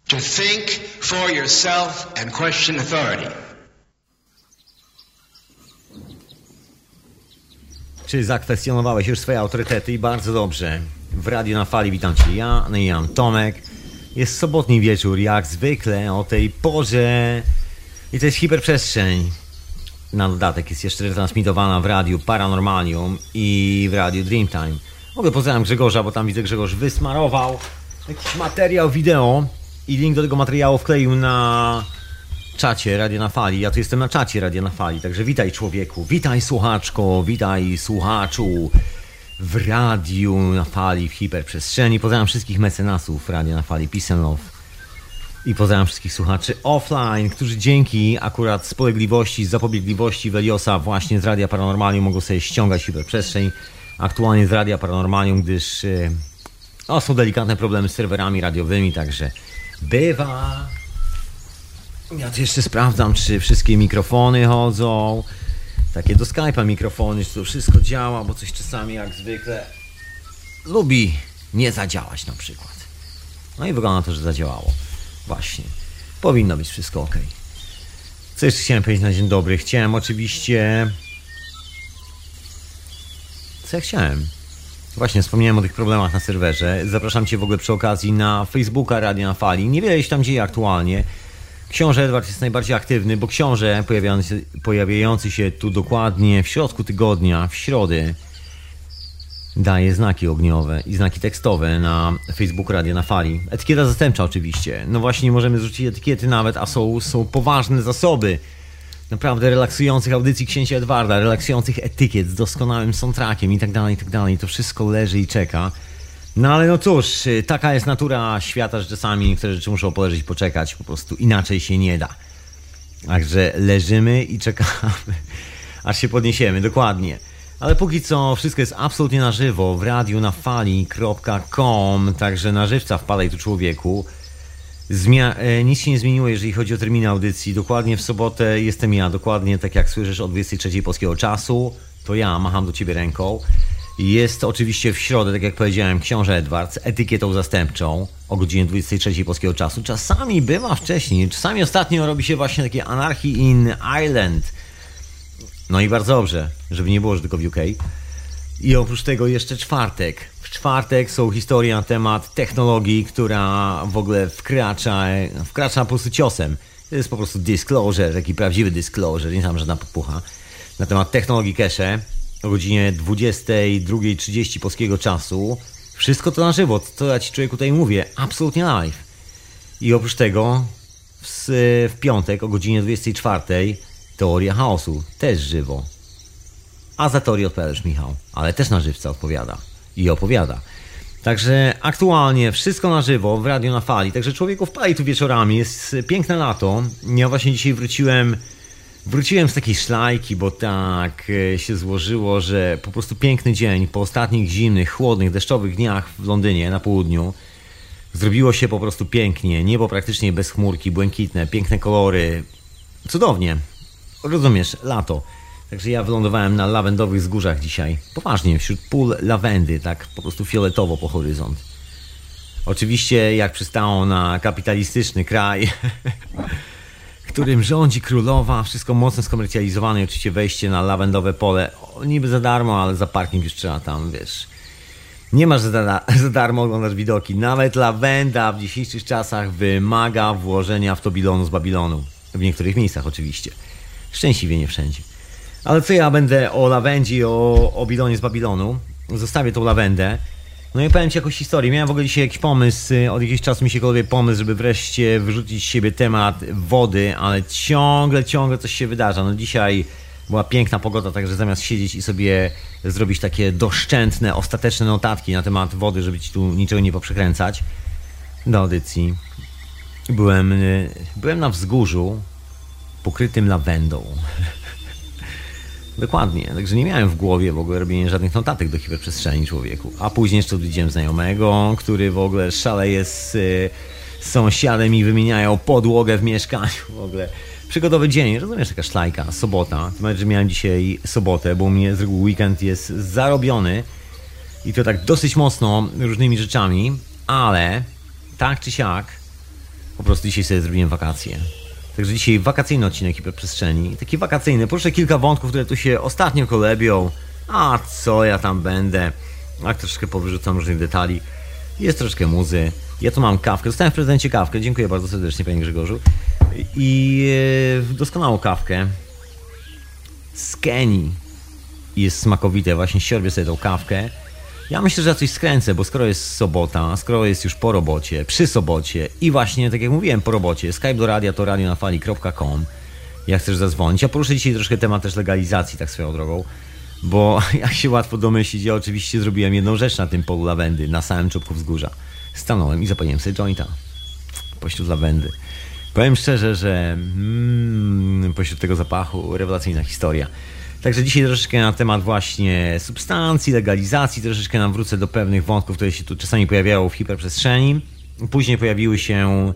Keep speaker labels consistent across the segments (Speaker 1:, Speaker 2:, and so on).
Speaker 1: To think for yourself and question authority.
Speaker 2: Czy zakwestionowałeś już swoje autorytety? I bardzo dobrze. W Radiu na Fali witam Cię ja, Jan Tomek. Jest sobotni wieczór, jak zwykle o tej porze. I to jest hiperprzestrzeń. Na dodatek jest jeszcze retransmitowana w Radiu Paranormalium i w Radiu Dreamtime. Mogę pozdrawiam Grzegorza, bo tam widzę, Grzegorz wysmarował jakiś materiał wideo i link do tego materiału wkleił na czacie Radia na Fali. Ja tu jestem na czacie Radia na Fali, także witaj człowieku, witaj słuchaczko, witaj słuchaczu w Radiu na Fali w hiperprzestrzeni. Pozdrawiam wszystkich mecenasów Radia na Fali, peace and love. I pozdrawiam wszystkich słuchaczy offline, którzy dzięki akurat spolegliwości, zapobiegliwości Veliosa właśnie z Radia Paranormalium mogą sobie ściągać hiperprzestrzeń aktualnie z Radia Paranormalium, gdyż są delikatne problemy z serwerami radiowymi, także bywa. Ja tu jeszcze sprawdzam, czy wszystkie mikrofony chodzą, takie do Skype'a mikrofony, czy to wszystko działa, bo coś czasami jak zwykle lubi nie zadziałać na przykład. No i wygląda na to, że zadziałało. Właśnie. Powinno być wszystko ok. Co jeszcze chciałem powiedzieć na dzień dobry? Chciałem oczywiście... Co ja chciałem? Właśnie, wspomniałem o tych problemach na serwerze. Zapraszam Cię w ogóle przy okazji na Facebooka Radia na Fali. Niewiele się tam dzieje aktualnie. Książę Edward jest najbardziej aktywny, bo książę pojawiający się tu dokładnie w środku tygodnia, w środę, daje znaki ogniowe i znaki tekstowe na Facebooku Radia na Fali. Etykieta zastępcza oczywiście. No właśnie, nie możemy zrzucić etykiety nawet, a są poważne zasoby naprawdę relaksujących audycji księcia Edwarda, relaksujących etykiet z doskonałym soundtrackiem i tak dalej. To wszystko leży i czeka. No ale no cóż, taka jest natura świata, że czasami niektóre rzeczy muszą poleżeć i poczekać. Po prostu inaczej się nie da. Także leżymy i czekamy, aż się podniesiemy, dokładnie. Ale póki co wszystko jest absolutnie na żywo w radionafali.com, także na żywca wpadaj tu człowieku. Nic się nie zmieniło, jeżeli chodzi o terminy audycji. Dokładnie w sobotę jestem ja, dokładnie tak jak słyszysz o 23 polskiego czasu, to ja macham do Ciebie ręką. Jest oczywiście w środę, tak jak powiedziałem, książę Edward z etykietą zastępczą o godzinie 23 polskiego czasu. Czasami bywa wcześniej, czasami ostatnio robi się właśnie takie Anarchy in Ireland. No i bardzo dobrze, żeby nie było, że tylko w UK. I oprócz tego jeszcze czwartek. W czwartek są historie na temat technologii, która w ogóle wkracza po prostu ciosem. To jest po prostu disclosure, taki prawdziwy disclosure, nie tam żadna podpucha. Na temat technologii cache o godzinie 22:30 polskiego czasu. Wszystko to na żywo, co ja Ci człowieku tutaj mówię, absolutnie live. I oprócz tego w piątek o godzinie 24:00 Teoria chaosu, też żywo. A za teorię odpowiadasz Michał, ale też na żywca odpowiada i opowiada. Także aktualnie wszystko na żywo w Radiu na Fali. Także człowieku wpali tu wieczorami, jest piękne lato. Ja właśnie dzisiaj wróciłem z takiej szlajki, bo tak się złożyło, że po prostu piękny dzień po ostatnich zimnych, chłodnych, deszczowych dniach w Londynie na południu. Zrobiło się po prostu pięknie, niebo praktycznie bez chmurki, błękitne, piękne kolory. Cudownie. Rozumiesz, lato. Także ja wylądowałem na lawendowych wzgórzach dzisiaj. Poważnie, wśród pól lawendy, tak po prostu fioletowo po horyzont. Oczywiście jak przystało na kapitalistyczny kraj, którym rządzi królowa, wszystko mocno skomercjalizowane i oczywiście wejście na lawendowe pole, niby za darmo, ale za parking już trzeba tam, wiesz. Nie masz za darmo oglądać widoki. Nawet lawenda w dzisiejszych czasach wymaga włożenia w to bilonu z Babilonu. W niektórych miejscach oczywiście. Szczęśliwie nie wszędzie. Ale co ja będę o lawendzie, o bilonie z Babilonu? Zostawię tą lawendę. No i powiem Ci jakąś historię. Miałem w ogóle dzisiaj jakiś pomysł, od jakiegoś czasu mi się koduje pomysł, żeby wreszcie wyrzucić z siebie temat wody, ale ciągle coś się wydarza. No dzisiaj była piękna pogoda, także zamiast siedzieć i sobie zrobić takie doszczętne, ostateczne notatki na temat wody, żeby Ci tu niczego nie poprzekręcać do audycji, byłem na wzgórzu pokrytym lawendą. Dokładnie, także nie miałem w głowie w ogóle robienia żadnych notatek do hiperprzestrzeni człowieku. A później jeszcze odwiedziłem znajomego, który w ogóle szaleje z sąsiadem i wymieniają podłogę w mieszkaniu. W ogóle przygodowy dzień, rozumiesz, taka szlajka, sobota. Tym bardziej, że miałem dzisiaj sobotę, bo u mnie z reguły weekend jest zarobiony i to tak dosyć mocno różnymi rzeczami, ale tak czy siak Po prostu dzisiaj sobie zrobiłem wakacje. Także dzisiaj wakacyjny odcinek Hiperprzestrzeni. Taki wakacyjny. Poruszę kilka wątków, które tu się ostatnio kolebią. A co ja tam będę? Tak troszkę powyrzucam różnych detali. Jest troszkę muzy. Ja tu mam kawkę. Dostałem w prezencie kawkę. Dziękuję bardzo serdecznie, panie Grzegorzu. I doskonałą kawkę z Kenii. Jest smakowite. Właśnie siorbię sobie tą kawkę. Ja myślę, że ja coś skręcę, bo skoro jest sobota, skoro jest już po robocie, przy sobocie i właśnie, tak jak mówiłem, po robocie, Skype do radia to radionafali.com. Jak chcesz zadzwonić. Ja poruszę dzisiaj troszkę temat też legalizacji, tak swoją drogą, bo jak się łatwo domyślić, ja oczywiście zrobiłem jedną rzecz na tym polu lawendy, na samym czubku wzgórza. Stanąłem i zapaliłem sobie jointa pośród lawendy. Powiem szczerze, że pośród tego zapachu rewelacyjna historia. Także dzisiaj troszeczkę na temat właśnie substancji, legalizacji, troszeczkę nam wrócę do pewnych wątków, które się tu czasami pojawiały w hiperprzestrzeni. Później pojawiły się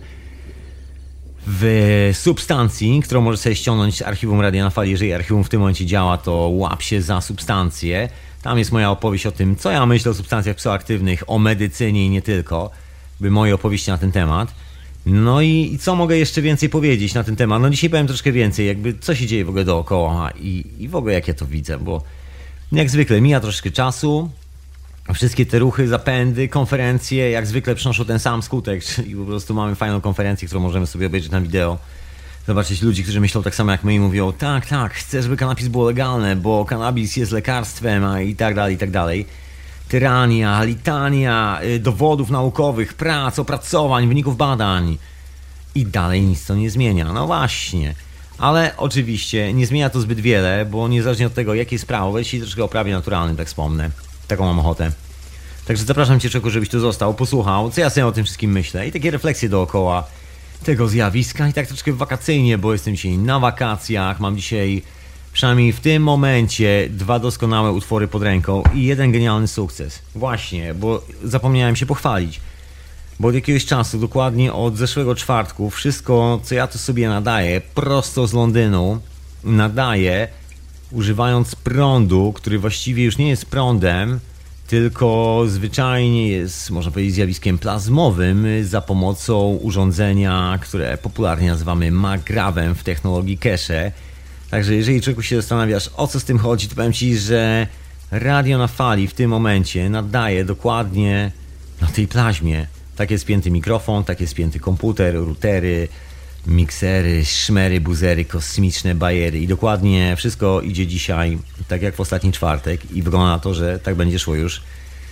Speaker 2: w substancji, którą możesz sobie ściągnąć z archiwum Radia na Fali. Jeżeli archiwum w tym momencie działa, to łap się za substancję. Tam jest moja opowieść o tym, co ja myślę o substancjach psychoaktywnych, o medycynie i nie tylko. Moje opowieści na ten temat. No i co mogę jeszcze więcej powiedzieć na ten temat? No dzisiaj powiem troszkę więcej, jakby co się dzieje w ogóle dookoła i w ogóle jak ja to widzę, bo jak zwykle mija troszkę czasu, wszystkie te ruchy, zapędy, konferencje jak zwykle przynoszą ten sam skutek, czyli po prostu mamy fajną konferencję, którą możemy sobie obejrzeć na wideo, zobaczyć ludzi, którzy myślą tak samo jak my i mówią tak, chcę, żeby kanabis było legalne, bo kanabis jest lekarstwem, a i tak dalej, i tak dalej. Tyrania, litania dowodów naukowych, prac, opracowań, wyników badań i dalej nic to nie zmienia. No właśnie, ale oczywiście nie zmienia to zbyt wiele, bo niezależnie od tego, jakie jest prawo, weź się troszkę o prawie naturalnym, tak wspomnę. Taką mam ochotę. Także zapraszam cię, człowieku, żebyś tu został, posłuchał, co ja sobie o tym wszystkim myślę i takie refleksje dookoła tego zjawiska i tak troszkę wakacyjnie, bo jestem dzisiaj na wakacjach, mam dzisiaj przynajmniej w tym momencie 2 doskonałe utwory pod ręką i 1 genialny sukces. Właśnie, bo zapomniałem się pochwalić. Bo od jakiegoś czasu, dokładnie od zeszłego czwartku, wszystko, co ja tu sobie nadaję, prosto z Londynu, nadaję używając prądu, który właściwie już nie jest prądem, tylko zwyczajnie jest, można powiedzieć, zjawiskiem plazmowym za pomocą urządzenia, które popularnie nazywamy magrawem w technologii Keshe. Także jeżeli człowieku się zastanawiasz, o co z tym chodzi, to powiem ci, że Radio na Fali w tym momencie nadaje dokładnie na tej plazmie. Tak jest spięty mikrofon, tak jest spięty komputer, routery, miksery, szmery, buzery, kosmiczne bajery i dokładnie wszystko idzie dzisiaj tak jak w ostatni czwartek i wygląda na to, że tak będzie szło już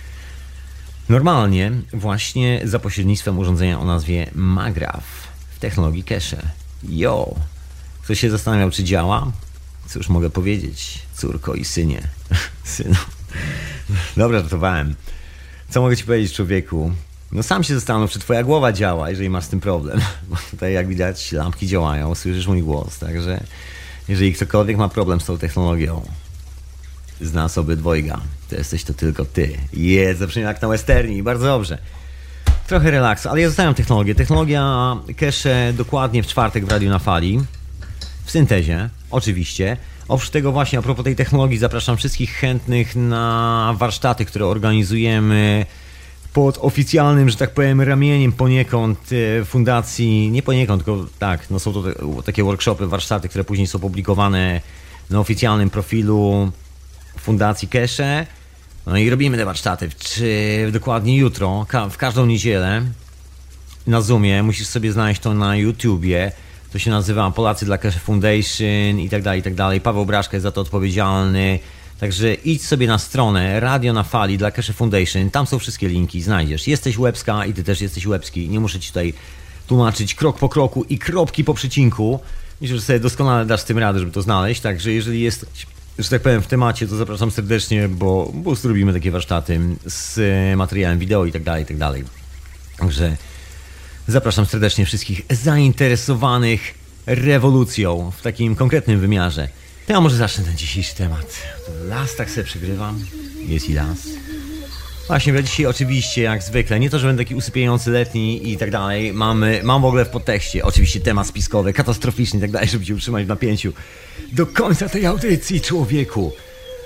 Speaker 2: normalnie właśnie za pośrednictwem urządzenia o nazwie Magrav w technologii Keshe. Yo! Ktoś się zastanawiał, czy działa? Cóż mogę powiedzieć, córko i synie. Synu. Dobra, żartowałem. Co mogę ci powiedzieć, człowieku? No sam się zastanów, czy twoja głowa działa, jeżeli masz z tym problem. Bo tutaj jak widać lampki działają, słyszysz mój głos. Także jeżeli ktokolwiek ma problem z tą technologią, z nas obydwojga, to jesteś to tylko ty. Zabrzmi jak na westernie, bardzo dobrze. Trochę relaksu, ale ja zostawiam technologię. Technologia Keshe dokładnie w czwartek w Radiu na Fali. W syntezie, oczywiście. Oprócz tego właśnie, a propos tej technologii, zapraszam wszystkich chętnych na warsztaty, które organizujemy pod oficjalnym, że tak powiem, ramieniem poniekąd fundacji, nie poniekąd, tylko tak, no są to takie workshopy, warsztaty, które później są publikowane na oficjalnym profilu fundacji Keshe. No i robimy te warsztaty, dokładnie jutro, w każdą niedzielę na Zoomie, musisz sobie znaleźć to na YouTubie. To się nazywa Polacy dla Keshe Foundation i tak dalej, i tak dalej. Paweł Braszka jest za to odpowiedzialny. Także idź sobie na stronę Radio na Fali dla Keshe Foundation. Tam są wszystkie linki, znajdziesz. Jesteś łebska i ty też jesteś łebski. Nie muszę ci tutaj tłumaczyć krok po kroku i kropki po przecinku. Myślę, że sobie doskonale dasz z tym radę, żeby to znaleźć. Także jeżeli jesteś, że tak powiem, w temacie, to zapraszam serdecznie, bo po prostu robimy takie warsztaty z materiałem wideo i tak dalej, i tak dalej. Także zapraszam serdecznie wszystkich zainteresowanych rewolucją w takim konkretnym wymiarze. To ja może zacznę ten dzisiejszy temat. Las tak sobie przygrywam. Jest i las. Właśnie, dzisiaj oczywiście, jak zwykle, nie to, że będę taki usypiający letni i tak dalej. Mam w ogóle w podtekście oczywiście temat spiskowy, katastroficzny i tak dalej, żeby cię utrzymać w napięciu do końca tej audycji, człowieku.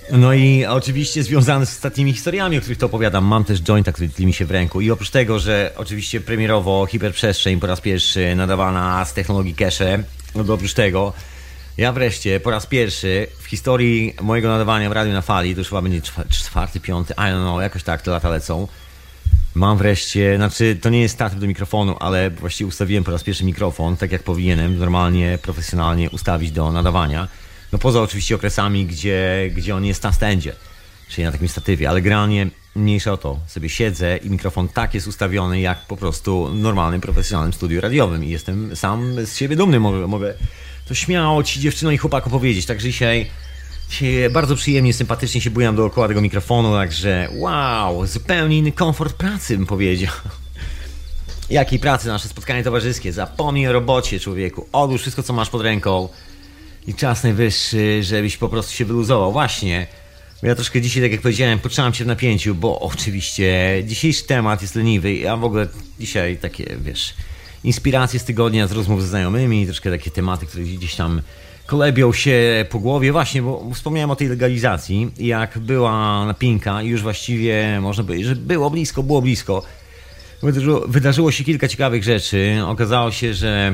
Speaker 2: No i oczywiście związany z ostatnimi historiami, o których to opowiadam, mam też jointa, który tli mi się w ręku. I oprócz tego, że oczywiście premierowo Hiperprzestrzeń po raz pierwszy nadawana z technologii cache, no oprócz tego ja wreszcie po raz pierwszy w historii mojego nadawania w radiu na fali, to już chyba będzie czwarty, piąty, I don't know, jakoś tak te lata lecą. Mam wreszcie, znaczy to nie jest startup do mikrofonu, ale właściwie ustawiłem po raz pierwszy mikrofon, tak jak powinienem normalnie, profesjonalnie ustawić do nadawania. No poza oczywiście okresami, gdzie on jest na stędzie, czyli na takim statywie, ale generalnie mniejsza o to. Sobie siedzę i mikrofon tak jest ustawiony, jak po prostu w normalnym, profesjonalnym studiu radiowym i jestem sam z siebie dumny, mogę to śmiało ci dziewczynom i chłopakom powiedzieć. Także dzisiaj bardzo przyjemnie, sympatycznie się bujam dookoła tego mikrofonu, także wow, zupełnie inny komfort pracy bym powiedział. Jakiej pracy? Nasze spotkanie towarzyskie. Zapomnij o robocie, człowieku. Odłóż wszystko, co masz pod ręką i czas najwyższy, żebyś po prostu się wyluzował. Właśnie. Ja troszkę dzisiaj, tak jak powiedziałem, potrzymam się w napięciu, bo oczywiście dzisiejszy temat jest leniwy. Ja w ogóle dzisiaj takie, wiesz, inspiracje z tygodnia, z rozmów ze znajomymi, troszkę takie tematy, które gdzieś tam kolebią się po głowie. Właśnie, bo wspomniałem o tej legalizacji. Jak była napinka i już właściwie można powiedzieć, że było blisko. Wydarzyło się kilka ciekawych rzeczy. Okazało się, że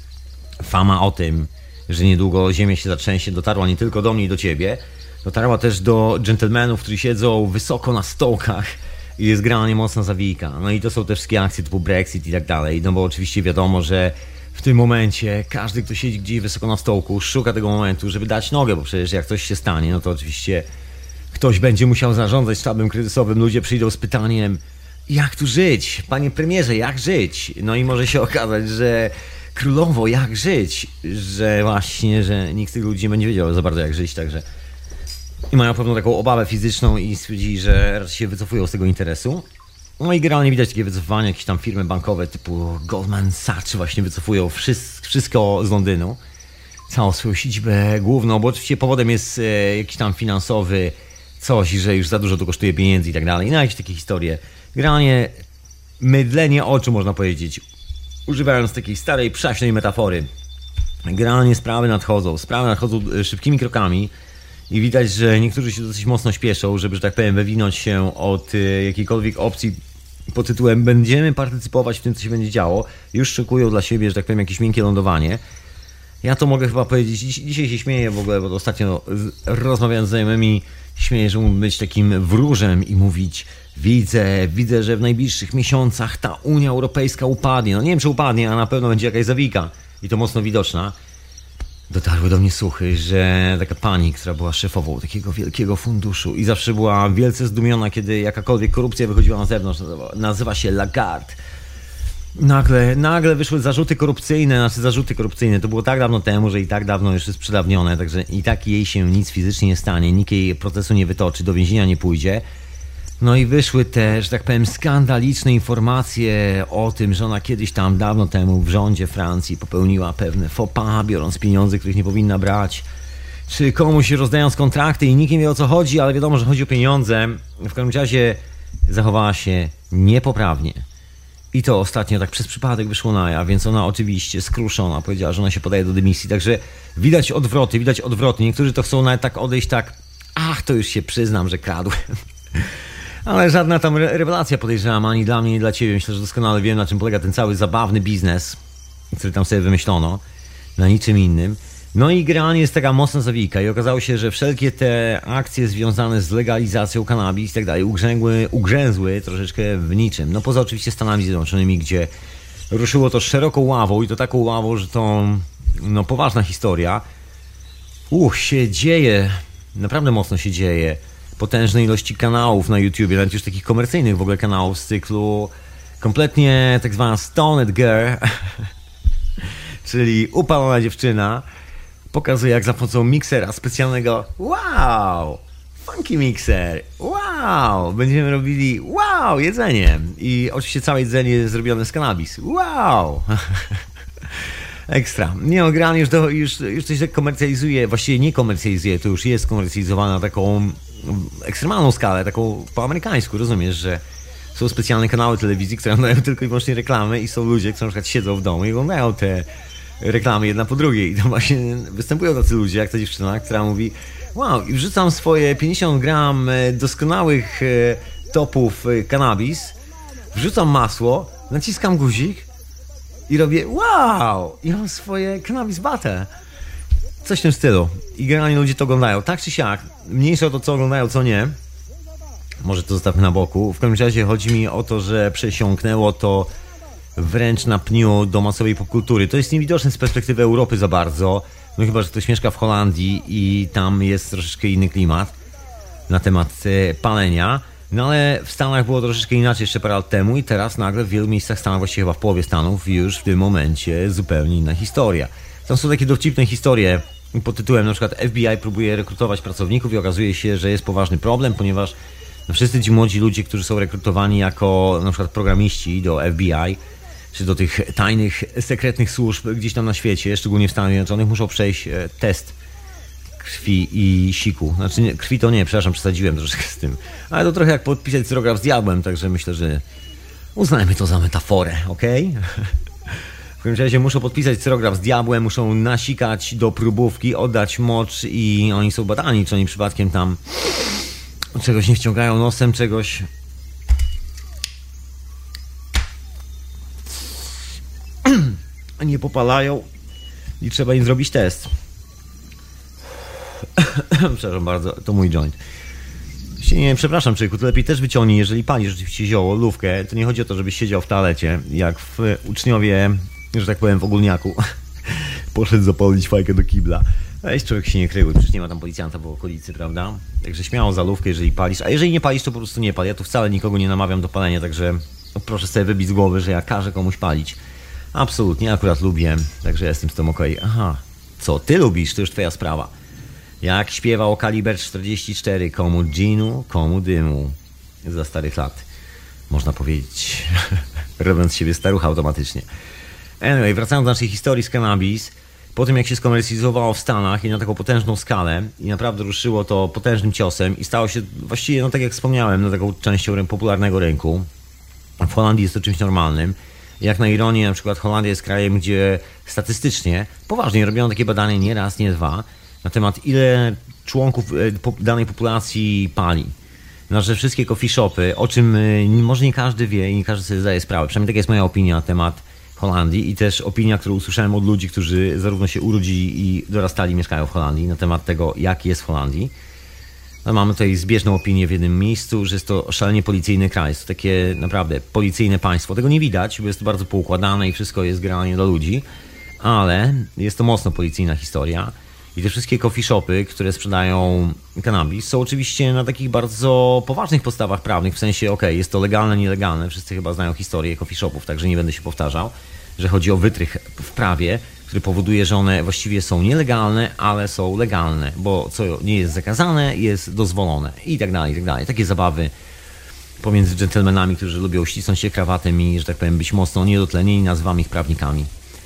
Speaker 2: fama o tym, że niedługo ziemia się zatrzęsie, dotarła nie tylko do mnie i do ciebie, dotarła też do dżentelmenów, którzy siedzą wysoko na stołkach i jest grana mocna zawijka. No i to są te wszystkie akcje typu Brexit i tak dalej, no bo oczywiście wiadomo, że w tym momencie każdy, kto siedzi gdzieś wysoko na stołku, szuka tego momentu, żeby dać nogę, bo przecież jak coś się stanie, no to oczywiście ktoś będzie musiał zarządzać sztabem kryzysowym, ludzie przyjdą z pytaniem, jak tu żyć? Panie premierze, jak żyć? No i może się okazać, że królowo, jak żyć? Że właśnie, że nikt z tych ludzi nie będzie wiedział za bardzo jak żyć, także i mają pewną taką obawę fizyczną i stwierdzili, że raczej się wycofują z tego interesu. No i generalnie widać takie wycofywanie, jakieś tam firmy bankowe typu Goldman Sachs właśnie wycofują wszystko z Londynu, całą swoją siedzibę główną, bo oczywiście powodem jest jakiś tam finansowy coś, że już za dużo to kosztuje pieniędzy i tak dalej. No jakieś takie historie. Generalnie mydlenie oczu, można powiedzieć, używając takiej starej, przaśnej metafory. Generalnie sprawy nadchodzą szybkimi krokami i widać, że niektórzy się dosyć mocno śpieszą, żeby, że tak powiem, wywinąć się od jakiejkolwiek opcji pod tytułem będziemy partycypować w tym, co się będzie działo. Już szykują dla siebie, że tak powiem, jakieś miękkie lądowanie. Ja to mogę chyba powiedzieć, dzisiaj się śmieję w ogóle, bo ostatnio rozmawiając z znajomymi, śmieję, że mógłbym być takim wróżem i mówić widzę, że w najbliższych miesiącach ta Unia Europejska upadnie. No nie wiem, czy upadnie, a na pewno będzie jakaś zawika i to mocno widoczna. Dotarły do mnie słuchy, że taka pani, która była szefową takiego wielkiego funduszu i zawsze była wielce zdumiona, kiedy jakakolwiek korupcja wychodziła na zewnątrz, nazywa się Lagarde. Nagle wyszły zarzuty korupcyjne, to było tak dawno temu, że i tak dawno już jest przedawnione, także i tak jej się nic fizycznie nie stanie, nikt jej procesu nie wytoczy, do więzienia nie pójdzie. No i wyszły te, że tak powiem, skandaliczne informacje o tym, że ona kiedyś tam dawno temu w rządzie Francji popełniła pewne faux pas, biorąc pieniądze, których nie powinna brać, czy komuś rozdając kontrakty i nikt nie wie o co chodzi, ale wiadomo, że chodzi o pieniądze. W każdym razie zachowała się niepoprawnie. I to ostatnio tak przez przypadek wyszło na jaw, więc ona oczywiście skruszona powiedziała, że ona się podaje do dymisji. Także widać odwroty. Niektórzy to chcą nawet tak odejść tak, to już się przyznam, że kradłem. Ale żadna tam rewelacja, podejrzewam, ani dla mnie, ani dla ciebie. Myślę, że doskonale wiem, na czym polega ten cały zabawny biznes, który tam sobie wymyślono, na niczym innym. No i generalnie jest taka mocna zawijka i okazało się, że wszelkie te akcje związane z legalizacją cannabis i tak dalej ugrzęzły troszeczkę w niczym. No poza oczywiście Stanami Zjednoczonymi, gdzie ruszyło to szeroką ławą i to taką ławą, że to poważna historia. Się dzieje, naprawdę mocno się dzieje. Potężne ilości kanałów na YouTubie, nawet już takich komercyjnych w ogóle kanałów z cyklu kompletnie tak zwana stoned girl, czyli upalona dziewczyna, pokazuje jak za pomocą miksera specjalnego funky mixer, będziemy robili jedzenie i oczywiście całe jedzenie jest zrobione z cannabis, ekstra. Generalnie już coś tak komercjalizuje, właściwie nie komercjalizuje, to już jest komercjalizowane na taką ekstremalną skalę, taką po amerykańsku, rozumiesz, że są specjalne kanały telewizji, które dają tylko i wyłącznie reklamy i są ludzie, którzy na przykład siedzą w domu i oglądają te reklamy jedna po drugiej. I to właśnie występują tacy ludzie, jak ta dziewczyna, która mówi: wow, i wrzucam swoje 50 gram doskonałych topów cannabis, wrzucam masło, naciskam guzik i robię wow! I mam swoje cannabis butter. Coś w tym stylu. I generalnie ludzie to oglądają. Tak czy siak, mniejsze o to, co oglądają, co nie. Może to zostawmy na boku. W każdym razie chodzi mi o to, że przesiąknęło to wręcz na pniu do masowej popkultury. To jest niewidoczne z perspektywy Europy za bardzo. No chyba, że ktoś mieszka w Holandii i tam jest troszeczkę inny klimat na temat palenia. No ale w Stanach było troszeczkę inaczej jeszcze parę lat temu i teraz nagle w wielu miejscach Stanów, właściwie chyba w połowie Stanów, już w tym momencie zupełnie inna historia. Tam są takie dowcipne historie pod tytułem na przykład FBI próbuje rekrutować pracowników i okazuje się, że jest poważny problem, ponieważ wszyscy ci młodzi ludzie, którzy są rekrutowani jako na przykład programiści do FBI, czy do tych tajnych, sekretnych służb gdzieś tam na świecie, szczególnie w Stanach Zjednoczonych, muszą przejść test krwi i siku. Znaczy nie, krwi to nie, przepraszam, przesadziłem troszeczkę z tym. Ale to trochę jak podpisać cyrograf z diabłem, także myślę, że uznajmy to za metaforę, okej? W każdym razie muszą podpisać cyrograf z diabłem, muszą nasikać do próbówki, oddać mocz i oni są badani, czy oni przypadkiem tam czegoś nie wciągają nosem, czegoś nie popalają i trzeba im zrobić test. Przepraszam bardzo, to mój joint. Nie, przepraszam człowieku, to lepiej też wyciągnij, jeżeli palisz rzeczywiście zioło, lówkę, to nie chodzi o to, żebyś siedział w toalecie, jak w uczniowie, że tak powiem, w ogólniaku. Poszedł zapalić fajkę do kibla. Weź, człowiek się nie krył, przecież nie ma tam policjanta w okolicy, prawda? Także śmiało za lówkę, jeżeli palisz. A jeżeli nie palisz, to po prostu nie pal. Ja tu wcale nikogo nie namawiam do palenia, także proszę sobie wybić z głowy, że ja każę komuś palić. Absolutnie, ja akurat lubię, także jestem z tym okej. Aha, co ty lubisz, to już twoja sprawa. Jak śpiewał Kaliber 44, komu dżinu, komu dymu. Za starych lat, można powiedzieć, robiąc z siebie starucha automatycznie. Anyway, wracając do naszej historii z cannabis, po tym jak się skomercjalizowało w Stanach i na taką potężną skalę i naprawdę ruszyło to potężnym ciosem i stało się właściwie, no tak jak wspomniałem, no taką częścią popularnego rynku. W Holandii jest to czymś normalnym. Jak na ironię, na przykład Holandia jest krajem, gdzie statystycznie, poważnie robiono takie badania nie raz, nie dwa, na temat ile członków danej populacji pali. No, że wszystkie coffee shopy, o czym może nie każdy wie i nie każdy sobie zdaje sprawę, przynajmniej taka jest moja opinia na temat Holandii i też opinia, którą usłyszałem od ludzi, którzy zarówno się urodzili i dorastali, mieszkają w Holandii, na temat tego, jak jest w Holandii. No, mamy tutaj zbieżną opinię w jednym miejscu, że jest to szalenie policyjny kraj, jest to takie naprawdę policyjne państwo. Tego nie widać, bo jest to bardzo poukładane i wszystko jest generalnie dla ludzi, ale jest to mocno policyjna historia. I te wszystkie coffee shopy, które sprzedają cannabis, są oczywiście na takich bardzo poważnych podstawach prawnych, w sensie, jest to legalne, nielegalne, wszyscy chyba znają historię coffee shopów, także nie będę się powtarzał, że chodzi o wytrych w prawie, który powoduje, że one właściwie są nielegalne, ale są legalne, bo co nie jest zakazane, jest dozwolone i tak dalej, i tak dalej. Takie zabawy pomiędzy dżentelmenami, którzy lubią ścisnąć się krawatem i, że tak powiem, być mocno niedotlenieni, nazywam ich prawnikami.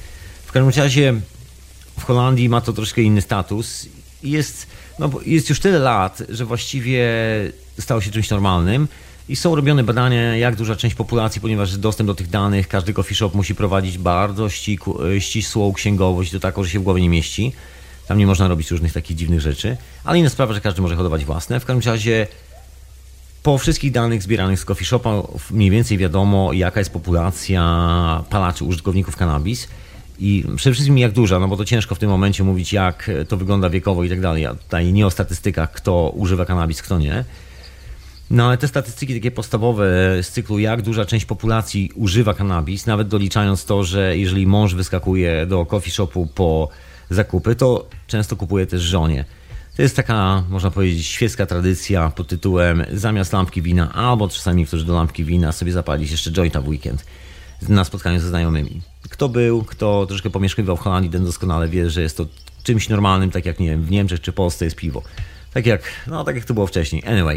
Speaker 2: W każdym razie w Holandii ma to troszkę inny status i jest już tyle lat, że właściwie stało się czymś normalnym i są robione badania, jak duża część populacji, ponieważ dostęp do tych danych, każdy coffee shop musi prowadzić bardzo ścisłą księgowość, do taką, że się w głowie nie mieści. Tam nie można robić różnych takich dziwnych rzeczy, ale inna sprawa, że każdy może hodować własne. W każdym razie po wszystkich danych zbieranych z coffee shopa mniej więcej wiadomo, jaka jest populacja palaczy, użytkowników cannabis. I przede wszystkim jak duża, no bo to ciężko w tym momencie mówić, jak to wygląda wiekowo i tak dalej. Ja tutaj nie o statystykach, kto używa cannabis, kto nie. No ale te statystyki takie podstawowe z cyklu, jak duża część populacji używa cannabis, nawet doliczając to, że jeżeli mąż wyskakuje do coffee shopu po zakupy, to często kupuje też żonie. To jest taka, można powiedzieć, świecka tradycja pod tytułem zamiast lampki wina, albo czasami niektórzy do lampki wina sobie zapalić jeszcze jointa w weekend na spotkaniu ze znajomymi. Kto troszkę pomieszkiwał w Holandii, ten doskonale wie, że jest to czymś normalnym, tak jak, nie wiem, w Niemczech czy Polsce jest piwo. Tak jak to było wcześniej. Anyway.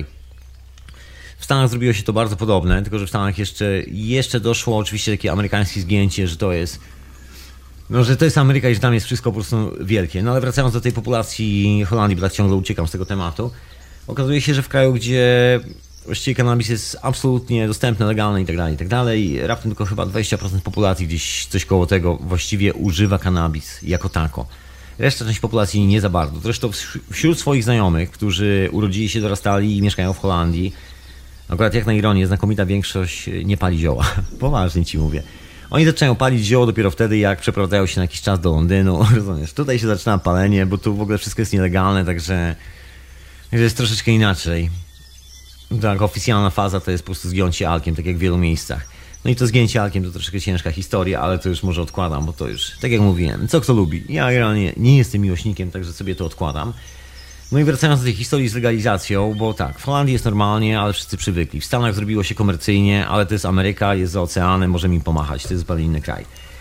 Speaker 2: W Stanach zrobiło się to bardzo podobne, tylko że w Stanach jeszcze doszło oczywiście takie amerykańskie zgięcie, że to jest Ameryka i że tam jest wszystko po prostu wielkie. No ale wracając do tej populacji Holandii, bo tak ciągle uciekam z tego tematu, okazuje się, że w kraju, gdzie właściwie kanabis jest absolutnie dostępny, legalny i tak dalej. Raptem tylko chyba 20% populacji, gdzieś coś koło tego, właściwie używa kanabis jako tako. Reszta część populacji nie za bardzo. Zresztą wśród swoich znajomych, którzy urodzili się, dorastali i mieszkają w Holandii, akurat jak na ironię, znakomita większość nie pali zioła. Poważnie ci mówię. Oni zaczynają palić zioło dopiero wtedy, jak przeprowadzają się na jakiś czas do Londynu. Rozumiesz? Tutaj się zaczyna palenie, bo tu w ogóle wszystko jest nielegalne, także jest troszeczkę inaczej. Tak, oficjalna faza to jest po prostu zgięcie alkiem, tak jak w wielu miejscach. No i to zgięcie alkiem to troszeczkę ciężka historia, ale to już może odkładam, bo to już, tak jak mówiłem, co kto lubi. Ja realnie nie jestem miłośnikiem, także sobie to odkładam. No i wracając do tej historii z legalizacją, bo tak, w Holandii jest normalnie, ale wszyscy przywykli. W Stanach zrobiło się komercyjnie, ale to jest Ameryka, jest za oceanem, możemy im pomachać, to jest zupełnie inny kraj.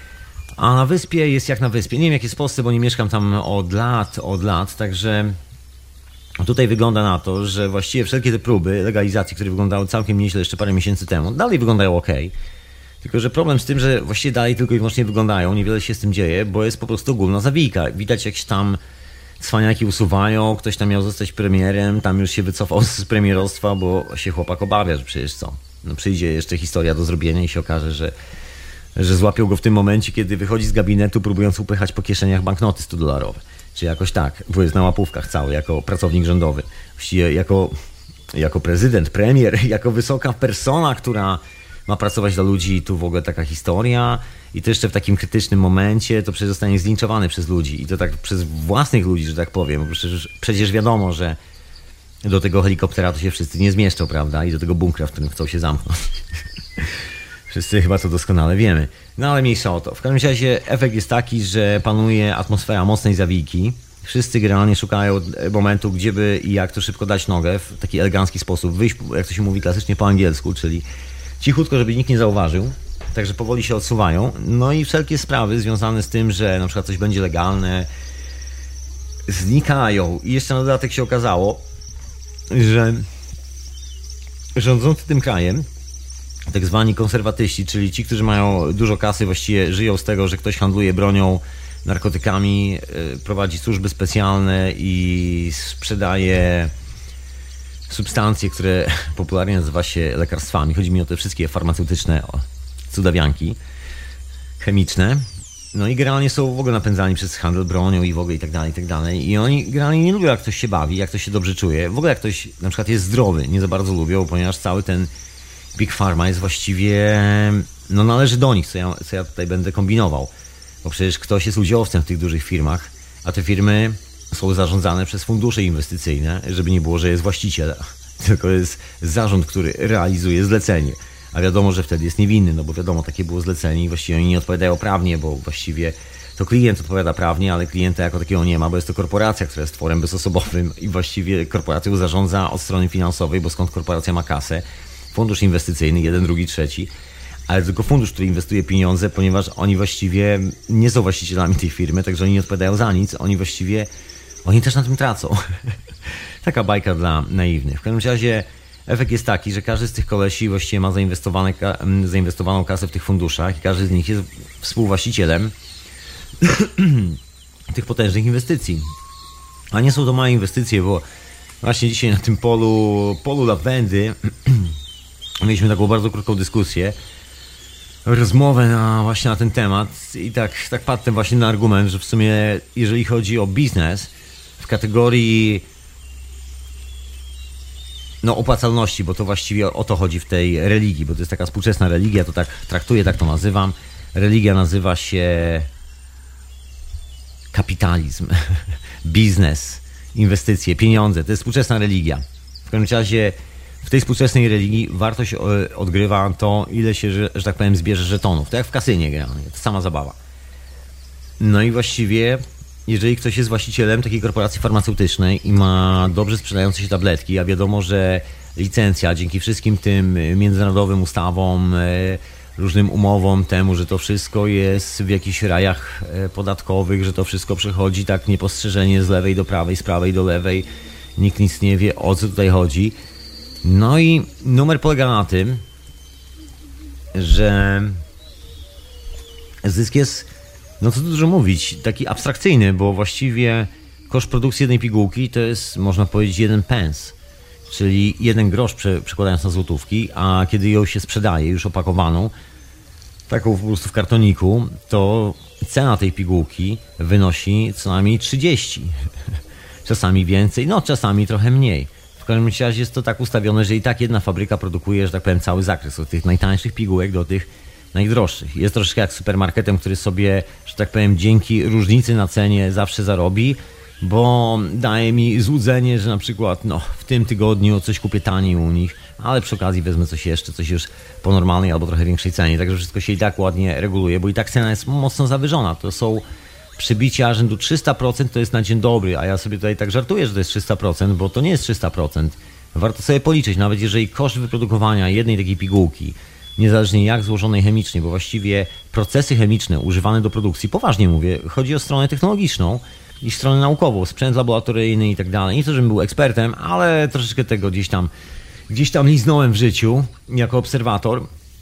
Speaker 2: A na wyspie jest jak na wyspie. Nie wiem jak jest w Polsce, bo nie mieszkam tam od lat, także tutaj wygląda na to, że właściwie wszelkie te próby legalizacji, które wyglądały całkiem nieźle jeszcze parę miesięcy temu, dalej wyglądają ok. Tylko że problem z tym, że właściwie dalej tylko i wyłącznie wyglądają, niewiele się z tym dzieje, bo jest po prostu ogólna zawijka. Widać jakieś tam cwaniaki usuwają, ktoś tam miał zostać premierem, tam już się wycofał z premierostwa, bo się chłopak obawia, że przecież co, no przyjdzie jeszcze historia do zrobienia i się okaże, że złapią go w tym momencie, kiedy wychodzi z gabinetu, próbując upychać po kieszeniach banknoty 100-dolarowe. Czy jakoś tak, bo jest na łapówkach cały, jako pracownik rządowy. Właściwie jako prezydent, premier, jako wysoka persona, która ma pracować dla ludzi, tu w ogóle taka historia i to jeszcze w takim krytycznym momencie, to przecież zostanie zlinczowany przez ludzi i to tak przez własnych ludzi, że tak powiem. Przecież wiadomo, że do tego helikoptera to się wszyscy nie zmieszczą, prawda? I do tego bunkra, w którym chcą się zamknąć. Wszyscy chyba to doskonale wiemy. No ale mniejsza o to. W każdym razie efekt jest taki, że panuje atmosfera mocnej zawijki. Wszyscy generalnie szukają momentu, gdzie by i jak to szybko dać nogę w taki elegancki sposób, wyjść, jak to się mówi klasycznie po angielsku, czyli cichutko, żeby nikt nie zauważył. Także powoli się odsuwają. No i wszelkie sprawy związane z tym, że na przykład coś będzie legalne, znikają. I jeszcze na dodatek się okazało, że rządzący tym krajem, tak zwani konserwatyści, czyli ci, którzy mają dużo kasy, właściwie żyją z tego, że ktoś handluje bronią, narkotykami, prowadzi służby specjalne i sprzedaje substancje, które popularnie nazywa się lekarstwami. Chodzi mi o te wszystkie farmaceutyczne cudawianki chemiczne. No i generalnie są w ogóle napędzani przez handel bronią i w ogóle i tak dalej, i tak dalej. I oni generalnie nie lubią, jak ktoś się bawi, jak ktoś się dobrze czuje. W ogóle jak ktoś na przykład jest zdrowy, nie za bardzo lubią, ponieważ cały ten Big Pharma jest właściwie, no należy do nich, co ja tutaj będę kombinował. Bo przecież ktoś jest udziałowcem w tych dużych firmach, a te firmy są zarządzane przez fundusze inwestycyjne, żeby nie było, że jest właściciel, tylko jest zarząd, który realizuje zlecenie. A wiadomo, że wtedy jest niewinny, no bo wiadomo, takie było zlecenie i właściwie oni nie odpowiadają prawnie, bo właściwie to klient odpowiada prawnie, ale klienta jako takiego nie ma, bo jest to korporacja, która jest tworem bezosobowym i właściwie korporacją zarządza od strony finansowej, bo skąd korporacja ma kasę? Fundusz inwestycyjny, jeden, drugi, trzeci, ale tylko fundusz, który inwestuje pieniądze, ponieważ oni właściwie nie są właścicielami tej firmy, także oni nie odpowiadają za nic, oni też na tym tracą. Taka bajka dla naiwnych. W każdym razie efekt jest taki, że każdy z tych kolesi właściwie ma zainwestowaną kasę w tych funduszach i każdy z nich jest współwłaścicielem tych potężnych inwestycji. A nie są to małe inwestycje, bo właśnie dzisiaj na tym polu lawendy mieliśmy taką bardzo krótką dyskusję, rozmowę właśnie na ten temat i tak patrzę właśnie na argument, że w sumie jeżeli chodzi o biznes w kategorii opłacalności, bo to właściwie o to chodzi w tej religii, bo to jest taka współczesna religia, to tak traktuję, tak to nazywam. Religia nazywa się kapitalizm, biznes, inwestycje, pieniądze, to jest współczesna religia. W każdym razie w tej współczesnej religii wartość odgrywa to, ile się, że tak powiem, zbierze żetonów. To jak w kasynie generalnie, to sama zabawa. No i właściwie, jeżeli ktoś jest właścicielem takiej korporacji farmaceutycznej i ma dobrze sprzedające się tabletki, a wiadomo, że licencja dzięki wszystkim tym międzynarodowym ustawom, różnym umowom, temu, że to wszystko jest w jakichś rajach podatkowych, że to wszystko przechodzi tak niepostrzeżenie z lewej do prawej, z prawej do lewej, nikt nic nie wie, o co tutaj chodzi. No i numer polega na tym, że zysk jest, no co tu dużo mówić, taki abstrakcyjny, bo właściwie koszt produkcji jednej pigułki to jest, można powiedzieć, 1 pence. czyli 1 grosz przekładając na złotówki, a kiedy ją się sprzedaje już opakowaną, taką po prostu w kartoniku, to cena tej pigułki wynosi co najmniej 30. Czasami więcej, no czasami trochę mniej. W każdym razie jest to tak ustawione, że i tak jedna fabryka produkuje, że tak powiem, cały zakres od tych najtańszych pigułek do tych najdroższych. Jest troszeczkę jak supermarketem, który sobie, że tak powiem, dzięki różnicy na cenie zawsze zarobi, bo daje mi złudzenie, że na przykład w tym tygodniu coś kupię taniej u nich, ale przy okazji wezmę coś jeszcze, coś już po normalnej albo trochę większej cenie. Także wszystko się i tak ładnie reguluje, bo i tak cena jest mocno zawyżona. To są przybicia rzędu 300%, to jest na dzień dobry, a ja sobie tutaj tak żartuję, że to jest 300%, bo to nie jest 300%. Warto sobie policzyć, nawet jeżeli koszt wyprodukowania jednej takiej pigułki, niezależnie jak złożonej chemicznie, bo właściwie procesy chemiczne używane do produkcji, poważnie mówię, chodzi o stronę technologiczną i stronę naukową, sprzęt laboratoryjny i tak dalej. Nie to, żebym był ekspertem, ale troszeczkę tego gdzieś tam liznąłem w życiu jako obserwator.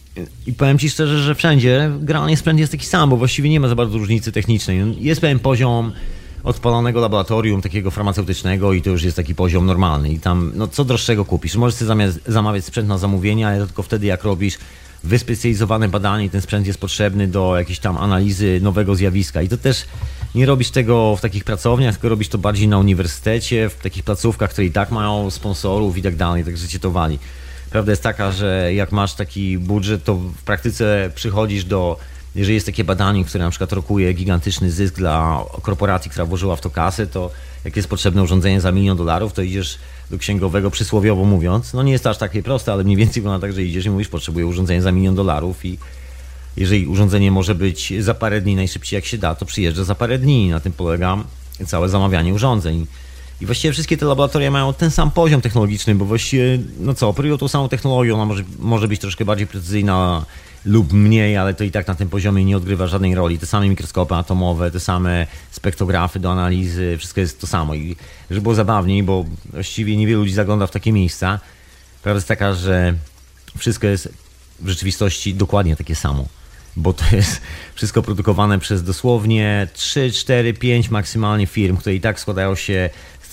Speaker 2: I powiem Ci szczerze, że wszędzie generalnie sprzęt jest taki sam, bo właściwie nie ma za bardzo różnicy technicznej. Jest pewien poziom odpalonego laboratorium takiego farmaceutycznego i to już jest taki poziom normalny. I tam co droższego kupisz. Możesz sobie zamawiać sprzęt na zamówienie, ale to tylko wtedy jak robisz wyspecjalizowane badanie i ten sprzęt jest potrzebny do jakiejś tam analizy nowego zjawiska. I to też nie robisz tego w takich pracowniach, tylko robisz to bardziej na uniwersytecie, w takich placówkach, które i tak mają sponsorów i tak dalej, także cię to wali. Prawda jest taka, że jak masz taki budżet, to w praktyce przychodzisz jeżeli jest takie badanie, które na przykład rokuje gigantyczny zysk dla korporacji, która włożyła w to kasę, to jak jest potrzebne urządzenie za $1 milion, to idziesz do księgowego, przysłowiowo mówiąc. Nie jest to aż takie proste, ale mniej więcej wygląda tak, że idziesz i mówisz, potrzebuję urządzenie za $1 milion i jeżeli urządzenie może być za parę dni, najszybciej jak się da, to przyjeżdża za parę dni. Na tym polega całe zamawianie urządzeń. I właściwie wszystkie te laboratoria mają ten sam poziom technologiczny, bo właściwie, operują tą samą technologią, ona może być troszkę bardziej precyzyjna lub mniej, ale to i tak na tym poziomie nie odgrywa żadnej roli. Te same mikroskopy atomowe, te same spektrografy do analizy, wszystko jest to samo. I żeby było zabawniej, bo właściwie niewielu ludzi zagląda w takie miejsca, prawda jest taka, że wszystko jest w rzeczywistości dokładnie takie samo. Bo to jest wszystko produkowane przez dosłownie 3, 4, 5 maksymalnie firm, które i tak składają się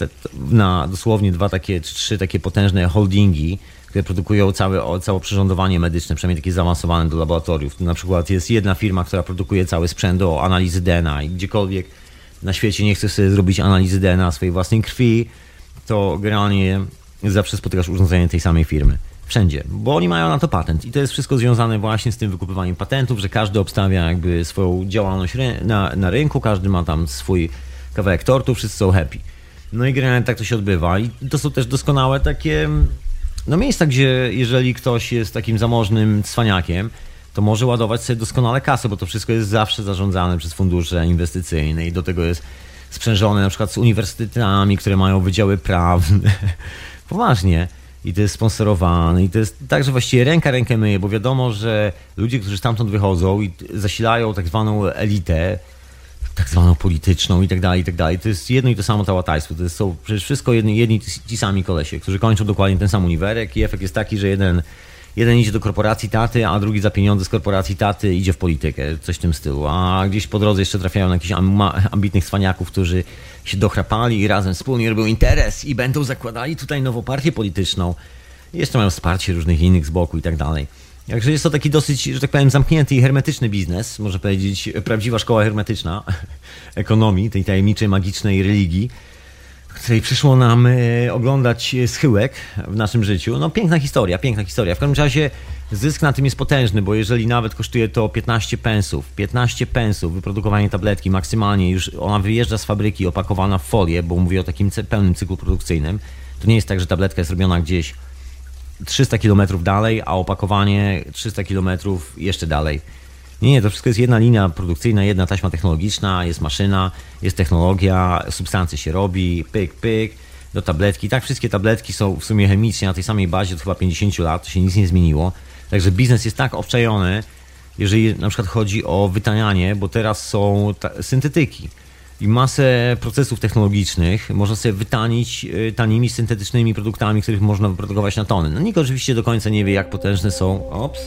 Speaker 2: na dosłownie 2 takie, czy 3 takie potężne holdingi, które produkują całe przyrządowanie medyczne, przynajmniej takie zaawansowane do laboratoriów. Na przykład jest jedna firma, która produkuje cały sprzęt do analizy DNA i gdziekolwiek na świecie nie chcesz sobie zrobić analizy DNA swojej własnej krwi, to generalnie zawsze spotykasz urządzenie tej samej firmy. Wszędzie, bo oni mają na to patent i to jest wszystko związane właśnie z tym wykupywaniem patentów, że każdy obstawia jakby swoją działalność na rynku, każdy ma tam swój kawałek tortu, wszyscy są happy. I generalnie tak to się odbywa i to są też doskonałe takie miejsca, gdzie jeżeli ktoś jest takim zamożnym cwaniakiem, to może ładować sobie doskonale kasę, bo to wszystko jest zawsze zarządzane przez fundusze inwestycyjne i do tego jest sprzężone na przykład z uniwersytetami, które mają wydziały prawne. Poważnie. I to jest sponsorowane i to jest tak, że właściwie ręka rękę myje, bo wiadomo, że ludzie, którzy stamtąd wychodzą i zasilają tak zwaną elitę, tak zwaną polityczną i tak dalej, to jest jedno i to samo tałataństwo. To są przecież wszystko jedni ci sami kolesie, którzy kończą dokładnie ten sam uniwerek i efekt jest taki, że jeden idzie do korporacji taty, a drugi za pieniądze z korporacji taty idzie w politykę, coś w tym stylu. A gdzieś po drodze jeszcze trafiają na jakichś ambitnych cwaniaków, którzy się dochrapali i razem wspólnie robią interes i będą zakładali tutaj nową partię polityczną. I jeszcze mają wsparcie różnych innych z boku i tak dalej. Także jest to taki dosyć, że tak powiem, zamknięty i hermetyczny biznes, można powiedzieć, prawdziwa szkoła hermetyczna ekonomii, tej tajemniczej, magicznej religii, której przyszło nam oglądać schyłek w naszym życiu. Piękna historia. W każdym razie zysk na tym jest potężny, bo jeżeli nawet kosztuje to 15 pensów wyprodukowanie tabletki maksymalnie, już ona wyjeżdża z fabryki opakowana w folię, bo mówię o takim pełnym cyklu produkcyjnym. To nie jest tak, że tabletka jest robiona gdzieś 300 km dalej, a opakowanie 300 km jeszcze dalej. Nie, to wszystko jest jedna linia produkcyjna, jedna taśma technologiczna, jest maszyna, jest technologia, substancje się robi, pyk, do tabletki. Tak, wszystkie tabletki są w sumie chemicznie na tej samej bazie od chyba 50 lat, to się nic nie zmieniło. Także biznes jest tak obczajony, jeżeli na przykład chodzi o wytanianie, bo teraz są syntetyki i masę procesów technologicznych można sobie wytanić tanimi, syntetycznymi produktami, których można wyprodukować na tony. Nikt oczywiście do końca nie wie, jak potężne są...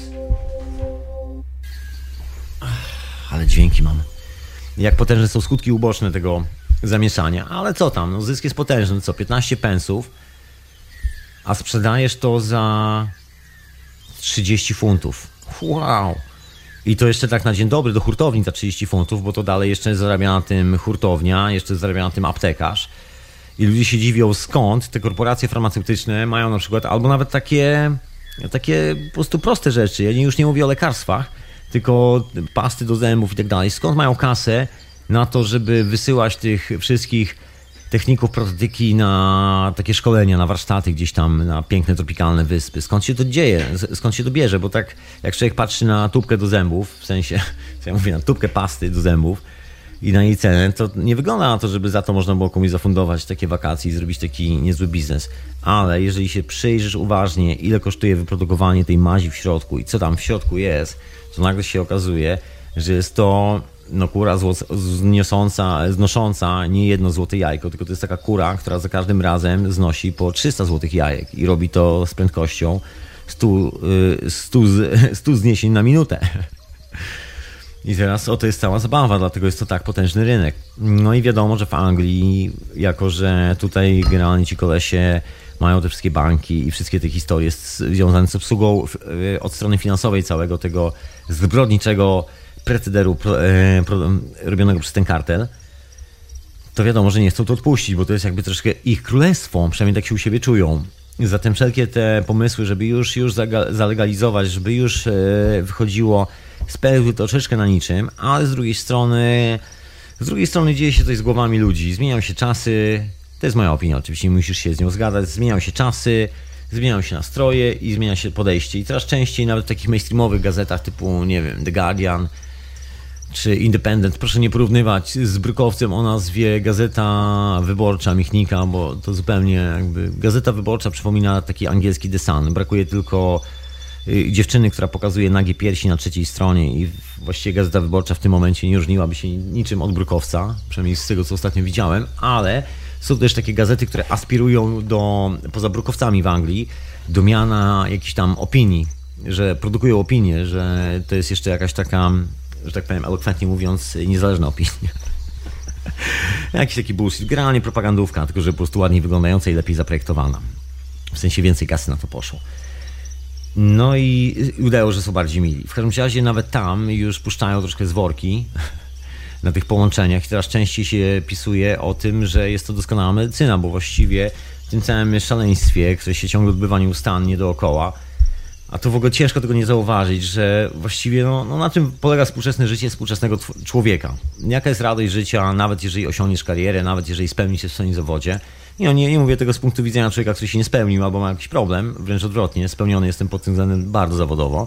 Speaker 2: Ale dźwięki mamy. Jak potężne są skutki uboczne tego zamieszania. Ale co tam? Zysk jest potężny. 15 pensów a sprzedajesz to za 30 funtów. Wow! I to jeszcze tak na dzień dobry do hurtowni za 30 funtów, bo to dalej jeszcze zarabia na tym hurtownia, jeszcze zarabia na tym aptekarz. I ludzie się dziwią, skąd te korporacje farmaceutyczne mają na przykład, albo nawet takie po prostu proste rzeczy. Ja już nie mówię o lekarstwach, tylko pasty do zębów i tak dalej. Skąd mają kasę na to, żeby wysyłać tych wszystkich techników protetyki na takie szkolenia, na warsztaty gdzieś tam, na piękne tropikalne wyspy? Skąd się to dzieje? Skąd się to bierze? Bo tak jak człowiek patrzy na tubkę do zębów, w sensie, co ja mówię, na tubkę pasty do zębów i na jej cenę, to nie wygląda na to, żeby za to można było komuś zafundować takie wakacje i zrobić taki niezły biznes. Ale jeżeli się przyjrzysz uważnie, ile kosztuje wyprodukowanie tej mazi w środku i co tam w środku jest, to nagle się okazuje, że jest to kura znosząca nie jedno złote jajko, tylko to jest taka kura, która za każdym razem znosi po 300 złotych jajek i robi to z prędkością 100 zniesień na minutę. I teraz oto jest cała zabawa, dlatego jest to tak potężny rynek. No i wiadomo, że w Anglii, jako że tutaj generalnie ci kolesie mają te wszystkie banki i wszystkie te historie związane z obsługą od strony finansowej całego tego zbrodniczego procederu robionego przez ten kartel, to wiadomo, że nie chcą to odpuścić, bo to jest jakby troszkę ich królestwo, przynajmniej tak się u siebie czują. Zatem wszelkie te pomysły, żeby już zalegalizować, żeby już wychodziło, spełniły troszeczkę na niczym, ale z drugiej strony dzieje się coś z głowami ludzi. Zmieniają się czasy, to jest moja opinia, oczywiście nie musisz się z nią zgadzać, zmieniają się czasy, zmieniają się nastroje i zmienia się podejście. I coraz częściej nawet w takich mainstreamowych gazetach typu, nie wiem, The Guardian czy Independent, proszę nie porównywać z brukowcem o nazwie Gazeta Wyborcza Michnika, bo to zupełnie jakby Gazeta Wyborcza przypomina taki angielski The Sun. Brakuje tylko dziewczyny, która pokazuje nagie piersi na trzeciej stronie i właściwie Gazeta Wyborcza w tym momencie nie różniłaby się niczym od brukowca, przynajmniej z tego, co ostatnio widziałem, ale są też takie gazety, które aspirują poza brukowcami w Anglii, do miana jakichś tam opinii, że produkują opinie, że to jest jeszcze jakaś taka, że tak powiem, elokwentnie mówiąc, niezależna opinia. Jakiś taki bullshit, generalnie propagandówka, tylko że po prostu ładniej wyglądająca i lepiej zaprojektowana. W sensie więcej kasy na to poszło. No i udało, że są bardziej mili. W każdym razie nawet tam już puszczają troszkę z worki na tych połączeniach i coraz częściej się pisuje o tym, że jest to doskonała medycyna, bo właściwie w tym całym szaleństwie, które się ciągle odbywa nieustannie dookoła, a to w ogóle ciężko tego nie zauważyć, że właściwie na czym polega współczesne życie współczesnego człowieka. Jaka jest radość życia, nawet jeżeli osiągniesz karierę, nawet jeżeli spełnisz się w swoim zawodzie. Nie mówię tego z punktu widzenia człowieka, który się nie spełnił albo ma jakiś problem, wręcz odwrotnie, spełniony jestem pod tym względem bardzo zawodowo.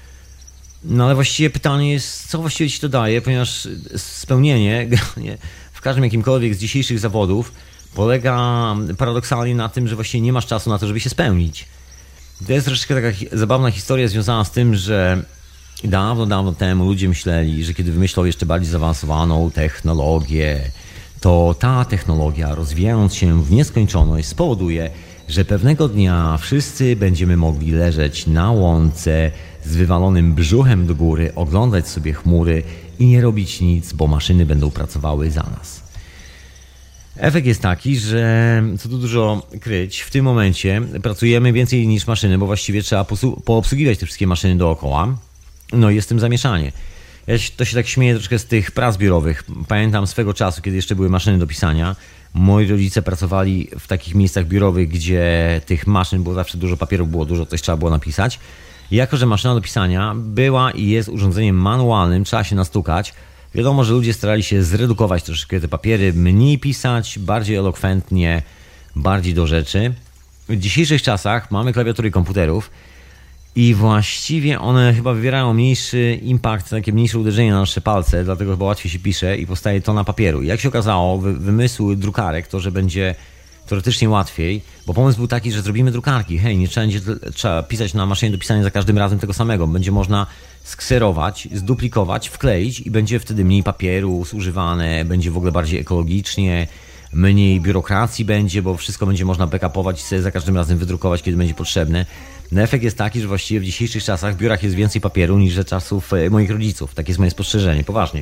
Speaker 2: No ale właściwie pytanie jest, co właściwie ci to daje, ponieważ spełnienie w każdym jakimkolwiek z dzisiejszych zawodów polega paradoksalnie na tym, że właściwie nie masz czasu na to, żeby się spełnić. To jest troszeczkę taka zabawna historia związana z tym, że dawno temu ludzie myśleli, że kiedy wymyślą jeszcze bardziej zaawansowaną technologię, to ta technologia, rozwijając się w nieskończoność, spowoduje, że pewnego dnia wszyscy będziemy mogli leżeć na łące z wywalonym brzuchem do góry, oglądać sobie chmury i nie robić nic, bo maszyny będą pracowały za nas. Efekt jest taki, że co tu dużo kryć, w tym momencie pracujemy więcej niż maszyny, bo właściwie trzeba poobsługiwać te wszystkie maszyny dookoła. No i jest w tym zamieszanie. To się tak śmieję troszkę z tych prac biurowych. Pamiętam swego czasu, kiedy jeszcze były maszyny do pisania. Moi rodzice pracowali w takich miejscach biurowych, gdzie tych maszyn było zawsze dużo, papierów było dużo, coś trzeba było napisać. I jako że maszyna do pisania była i jest urządzeniem manualnym, trzeba się nastukać. Wiadomo, że ludzie starali się zredukować troszeczkę te papiery, mniej pisać, bardziej elokwentnie, bardziej do rzeczy. W dzisiejszych czasach mamy klawiatury komputerów i właściwie one chyba wywierają mniejszy impact, takie mniejsze uderzenie na nasze palce, dlatego chyba łatwiej się pisze i powstaje tona papieru. I jak się okazało, wymysł drukarek to, że będzie teoretycznie łatwiej, bo pomysł był taki, że zrobimy drukarki. Hej, nie trzeba pisać na maszynie do pisania za każdym razem tego samego. Będzie można skserować, zduplikować, wkleić i będzie wtedy mniej papieru zużywane, będzie w ogóle bardziej ekologicznie, mniej biurokracji będzie, bo wszystko będzie można backupować i sobie za każdym razem wydrukować, kiedy będzie potrzebne. No efekt jest taki, że właściwie w dzisiejszych czasach w biurach jest więcej papieru niż za czasów moich rodziców. Takie jest moje spostrzeżenie, poważnie.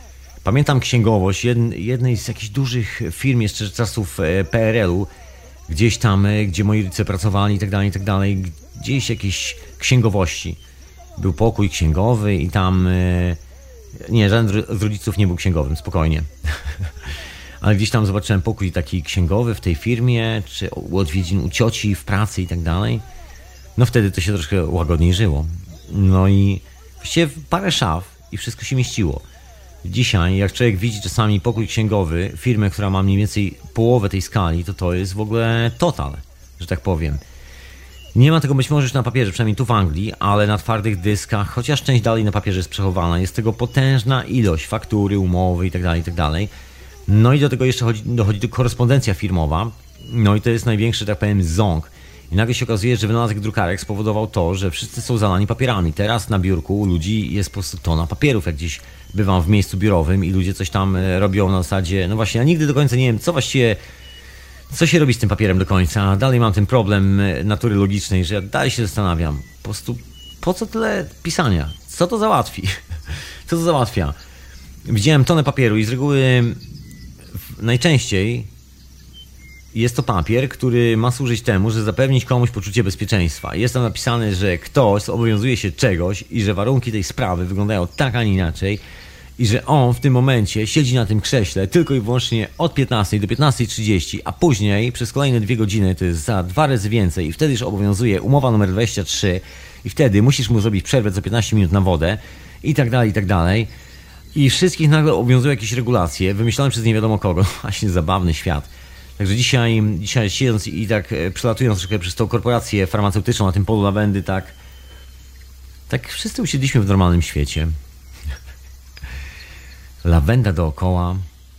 Speaker 2: Pamiętam księgowość jednej z jakichś dużych firm jeszcze z czasów PRL-u, gdzieś tam, gdzie moi rodzice pracowali i tak dalej, gdzieś jakieś księgowości. Był pokój księgowy i tam, nie, żaden z rodziców nie był księgowym, spokojnie. Ale gdzieś tam zobaczyłem pokój taki księgowy w tej firmie, czy odwiedzin u cioci w pracy i tak dalej. No wtedy to się troszkę łagodniej żyło. No i właściwie parę szaf i wszystko się mieściło. Dzisiaj, jak człowiek widzi czasami pokój księgowy, firmę, która ma mniej więcej połowę tej skali, to jest w ogóle total, że tak powiem. Nie ma tego być może już na papierze, przynajmniej tu w Anglii, ale na twardych dyskach, chociaż część dalej na papierze jest przechowana. Jest tego potężna ilość, faktury, umowy itd., itd. No i do tego jeszcze dochodzi korespondencja firmowa. No i to jest największy, tak powiem, ząg. I nagle się okazuje, że wynalazek drukarek spowodował to, że wszyscy są zalani papierami. Teraz na biurku u ludzi jest po prostu tona papierów, jak gdzieś bywam w miejscu biurowym i ludzie coś tam robią na zasadzie, no właśnie, ja nigdy do końca nie wiem, co się robi z tym papierem do końca. Dalej mam ten problem natury logicznej, że ja dalej się zastanawiam, po prostu po co tyle pisania? Co to załatwi? Co to załatwia? Widziałem tonę papieru i z reguły najczęściej jest to papier, który ma służyć temu, żeby zapewnić komuś poczucie bezpieczeństwa. Jest tam napisane, że ktoś zobowiązuje się czegoś i że warunki tej sprawy wyglądają tak, a nie inaczej i że on w tym momencie siedzi na tym krześle tylko i wyłącznie od 15 do 15:30, a później przez kolejne 2 godziny to jest za 2 razy więcej i wtedy już obowiązuje umowa numer 23 i wtedy musisz mu zrobić przerwę co 15 minut na wodę i tak dalej, i tak dalej. I wszystkich nagle obowiązują jakieś regulacje wymyślone przez nie wiadomo kogo. Właśnie zabawny świat. Także dzisiaj siedząc i tak przelatując troszkę przez tą korporację farmaceutyczną na tym polu lawendy, tak wszyscy usiedliśmy w normalnym świecie. Lawenda dookoła.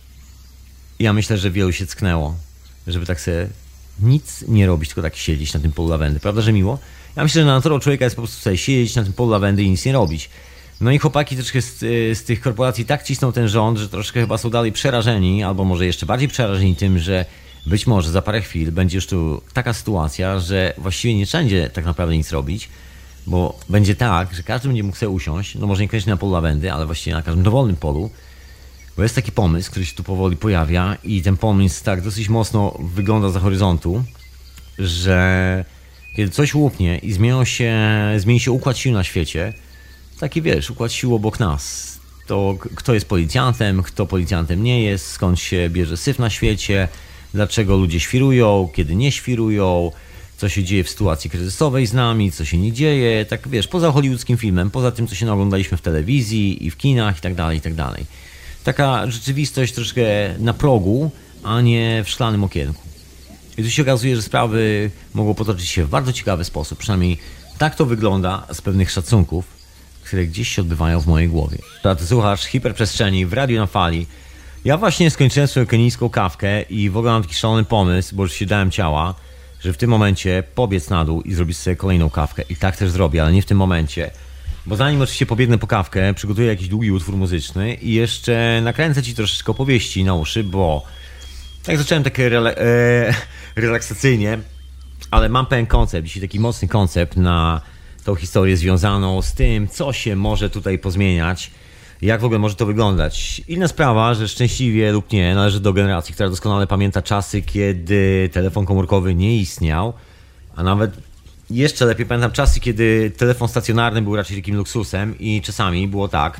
Speaker 2: Ja myślę, że wielu się cknęło, żeby tak sobie nic nie robić, tylko tak siedzieć na tym polu lawendy. Prawda, że miło? Ja myślę, że naturą człowieka jest po prostu sobie siedzieć na tym polu lawendy i nic nie robić. No i chłopaki troszkę z tych korporacji tak cisną ten rząd, że troszkę chyba są dalej przerażeni, albo może jeszcze bardziej przerażeni tym, że być może za parę chwil będzie już tu taka sytuacja, że właściwie nie wszędzie tak naprawdę nic robić, bo będzie tak, że każdy będzie mógł sobie usiąść, no może niekoniecznie na polu lawendy, ale właściwie na każdym dowolnym polu, bo jest taki pomysł, który się tu powoli pojawia i ten pomysł tak dosyć mocno wygląda za horyzontu, że kiedy coś łupnie i zmieni się układ sił na świecie, taki wiesz, układ sił obok nas, to kto jest policjantem, kto policjantem nie jest, skąd się bierze syf na świecie, dlaczego ludzie świrują, kiedy nie świrują, co się dzieje w sytuacji kryzysowej z nami, co się nie dzieje, tak wiesz, poza hollywoodzkim filmem, poza tym, co się oglądaliśmy w telewizji i w kinach i tak dalej, i tak dalej. Taka rzeczywistość troszkę na progu, a nie w szklanym okienku. I tu się okazuje, że sprawy mogą potoczyć się w bardzo ciekawy sposób, przynajmniej tak to wygląda z pewnych szacunków, które gdzieś się odbywają w mojej głowie. Ty słuchasz Hiperprzestrzeni w Radiu na Fali. Ja właśnie skończyłem swoją kenijską kawkę i w ogóle mam taki szalony pomysł, bo już się dałem ciała, że w tym momencie pobiec na dół i zrobić sobie kolejną kawkę. I tak też zrobię, ale nie w tym momencie. Bo zanim oczywiście pobiegnę po kawkę, przygotuję jakiś długi utwór muzyczny i jeszcze nakręcę ci troszeczkę opowieści na uszy, bo tak zacząłem tak relaksacyjnie, ale mam pewien koncept, dzisiaj taki mocny koncept na tą historię związaną z tym, co się może tutaj pozmieniać, jak w ogóle może to wyglądać. Inna sprawa, że szczęśliwie lub nie, należy do generacji, która doskonale pamięta czasy, kiedy telefon komórkowy nie istniał, a nawet jeszcze lepiej pamiętam czasy, kiedy telefon stacjonarny był raczej takim luksusem i czasami było tak,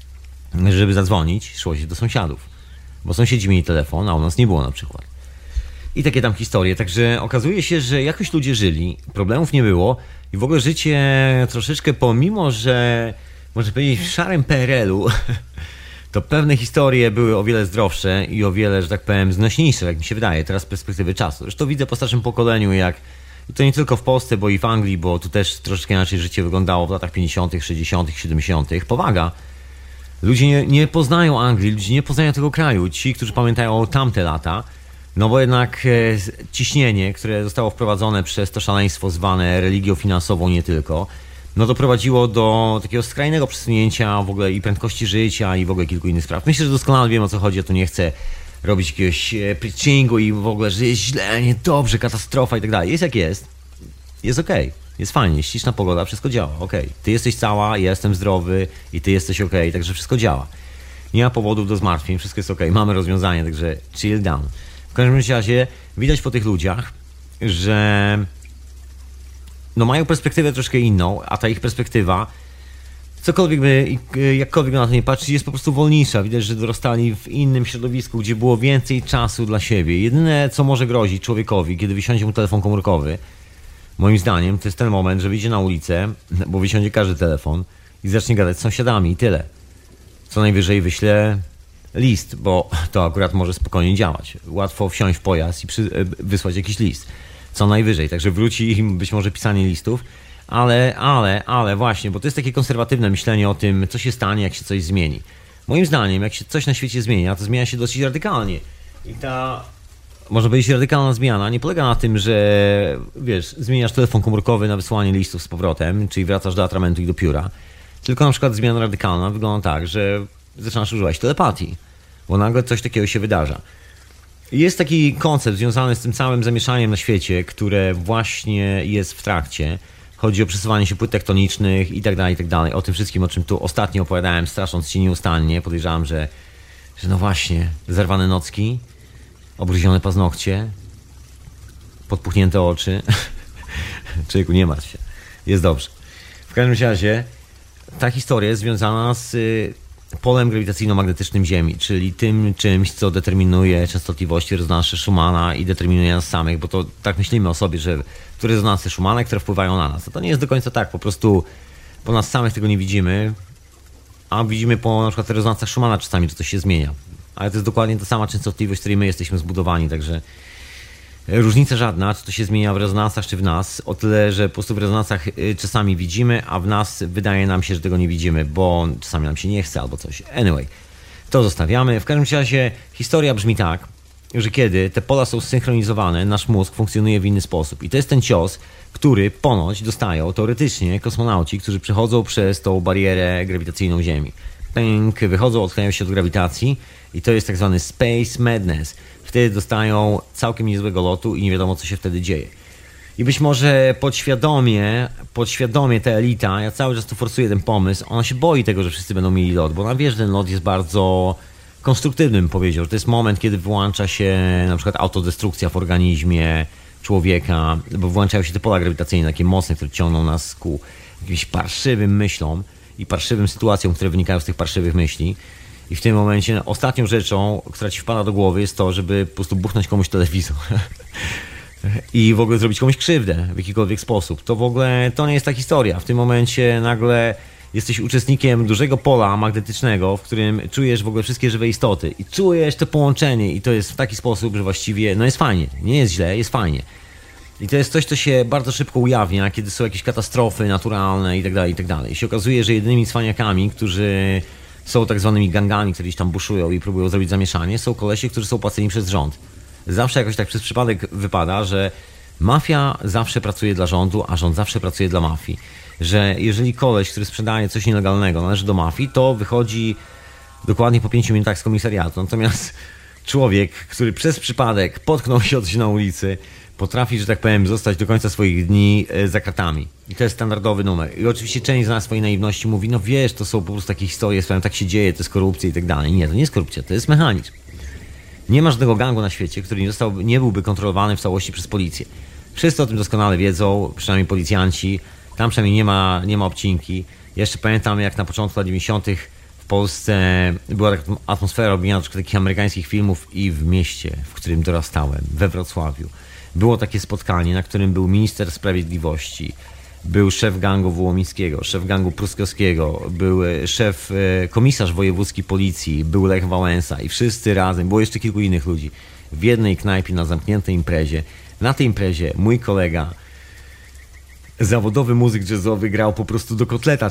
Speaker 2: żeby zadzwonić, szło się do sąsiadów, bo sąsiedzi mieli telefon, a u nas nie było na przykład. I takie tam historie, także okazuje się, że jakoś ludzie żyli, problemów nie było i w ogóle życie troszeczkę pomimo, że można powiedzieć w szarym PRL-u, to pewne historie były o wiele zdrowsze i o wiele, że tak powiem, znośniejsze, jak mi się wydaje, teraz z perspektywy czasu. Zresztą widzę po starszym pokoleniu, jak i to nie tylko w Polsce, bo i w Anglii, bo tu też troszeczkę inaczej życie wyglądało w latach 50., 60., 70. Powaga. Ludzie nie poznają Anglii, ludzie nie poznają tego kraju. Ci, którzy pamiętają tamte lata, no bo jednak ciśnienie, które zostało wprowadzone przez to szaleństwo zwane religią finansową nie tylko, no doprowadziło do takiego skrajnego przesunięcia w ogóle i prędkości życia i w ogóle kilku innych spraw. Myślę, że doskonale wiem, o co chodzi, ja tu nie chcę robić jakiegoś preachingu i w ogóle, że jest źle, niedobrze, katastrofa i tak dalej. Jest jak jest. Jest okej. Jest fajnie, śliczna pogoda, wszystko działa, okej. Ty jesteś cała, ja jestem zdrowy i ty jesteś okej, także wszystko działa. Nie ma powodów do zmartwień, wszystko jest okej. Mamy rozwiązanie, także chill down. W każdym razie widać po tych ludziach, że no mają perspektywę troszkę inną, a ta ich perspektywa, jakkolwiek na to nie patrzeć, jest po prostu wolniejsza. Widać, że dorastali w innym środowisku, gdzie było więcej czasu dla siebie. Jedyne, co może grozić człowiekowi, kiedy wysiądzie mu telefon komórkowy, moim zdaniem, to jest ten moment, że wyjdzie na ulicę, bo wysiądzie każdy telefon i zacznie gadać z sąsiadami i tyle. Co najwyżej wyślę list, bo to akurat może spokojnie działać. Łatwo wsiąść w pojazd i wysłać jakiś list. Co najwyżej. Także wróci im być może pisanie listów, ale właśnie, bo to jest takie konserwatywne myślenie o tym, co się stanie, jak się coś zmieni. Moim zdaniem, jak się coś na świecie zmienia, to zmienia się dosyć radykalnie. I ta, można powiedzieć, radykalna zmiana nie polega na tym, że wiesz, zmieniasz telefon komórkowy na wysłanie listów z powrotem, czyli wracasz do atramentu i do pióra. Tylko na przykład zmiana radykalna wygląda tak, że zaczynasz używać telepatii, bo nagle coś takiego się wydarza. Jest taki koncept związany z tym całym zamieszaniem na świecie, które właśnie jest w trakcie. Chodzi o przesuwanie się płyt tektonicznych i tak dalej. O tym wszystkim, o czym tu ostatnio opowiadałem, strasząc się nieustannie. Podejrzewam, że no właśnie, zerwane nocki, obruzione paznokcie, podpuchnięte oczy. Człowieku, nie martw się. Jest dobrze. W każdym razie ta historia jest związana z polem grawitacyjno-magnetycznym Ziemi, czyli tym czymś, co determinuje częstotliwości rezonansu Schumana i determinuje nas samych, bo to tak myślimy o sobie, że to rezonansy Schumana, które wpływają na nas. To nie jest do końca tak, po prostu po nas samych tego nie widzimy, a widzimy po na przykład rezonansach Schumana czasami, że coś się zmienia. Ale to jest dokładnie ta sama częstotliwość, w której my jesteśmy zbudowani, także różnica żadna, czy to się zmienia w rezonansach, czy w nas, o tyle, że po prostu w rezonansach czasami widzimy, a w nas wydaje nam się, że tego nie widzimy, bo czasami nam się nie chce albo coś. Anyway, to zostawiamy. W każdym razie historia brzmi tak, że kiedy te pola są zsynchronizowane, nasz mózg funkcjonuje w inny sposób. I to jest ten cios, który ponoć dostają teoretycznie kosmonauci, którzy przechodzą przez tą barierę grawitacyjną Ziemi. Pęk, wychodzą, odklejają się od grawitacji i to jest tak zwany space madness. Wtedy dostają całkiem niezłego lotu i nie wiadomo, co się wtedy dzieje. I być może podświadomie ta elita, ja cały czas tu forsuję ten pomysł, ona się boi tego, że wszyscy będą mieli lot, bo ona wie, że ten lot jest bardzo konstruktywny, bym powiedział, że to jest moment, kiedy włącza się na przykład autodestrukcja w organizmie człowieka, bo włączają się te pola grawitacyjne, takie mocne, które ciągną nas ku jakimś parszywym myślom i parszywym sytuacjom, które wynikają z tych parszywych myśli. I w tym momencie ostatnią rzeczą, która ci wpada do głowy, jest to, żeby po prostu buchnąć komuś telewizor i w ogóle zrobić komuś krzywdę w jakikolwiek sposób. To w ogóle to nie jest ta historia. W tym momencie nagle jesteś uczestnikiem dużego pola magnetycznego, w którym czujesz w ogóle wszystkie żywe istoty i czujesz to połączenie i to jest w taki sposób, że właściwie no jest fajnie. Nie jest źle, jest fajnie. I to jest coś, co się bardzo szybko ujawnia, kiedy są jakieś katastrofy naturalne i tak dalej. I się okazuje, że jedynymi cwaniakami, którzy są tak zwanymi gangami, które gdzieś tam buszują i próbują zrobić zamieszanie, są kolesie, którzy są płaceni przez rząd. Zawsze jakoś tak przez przypadek wypada, że mafia zawsze pracuje dla rządu, a rząd zawsze pracuje dla mafii. Że jeżeli koleś, który sprzedaje coś nielegalnego, należy do mafii, to wychodzi dokładnie po 5 minutach z komisariatu. Natomiast człowiek, który przez przypadek potknął się o coś na ulicy, potrafi, że tak powiem, zostać do końca swoich dni za kratami. I to jest standardowy numer. I oczywiście część z nas swojej naiwności mówi, no wiesz, to są po prostu takie historie, tak się dzieje, to jest korupcja i tak dalej. Nie, to nie jest korupcja, to jest mechanizm. Nie ma żadnego gangu na świecie, który nie byłby kontrolowany w całości przez policję. Wszyscy o tym doskonale wiedzą, przynajmniej policjanci. Tam przynajmniej nie ma obcinki. Jeszcze pamiętam, jak na początku lat 90. w Polsce była taka atmosfera robienia takich amerykańskich filmów i w mieście, w którym dorastałem, we Wrocławiu, było takie spotkanie, na którym był minister sprawiedliwości, był szef gangu wołomińskiego, szef gangu pruskowskiego, był komisarz wojewódzki policji, był Lech Wałęsa i wszyscy razem, było jeszcze kilku innych ludzi, w jednej knajpie na zamkniętej imprezie. Na tej imprezie mój kolega, zawodowy muzyk jazzowy, grał po prostu do kotleta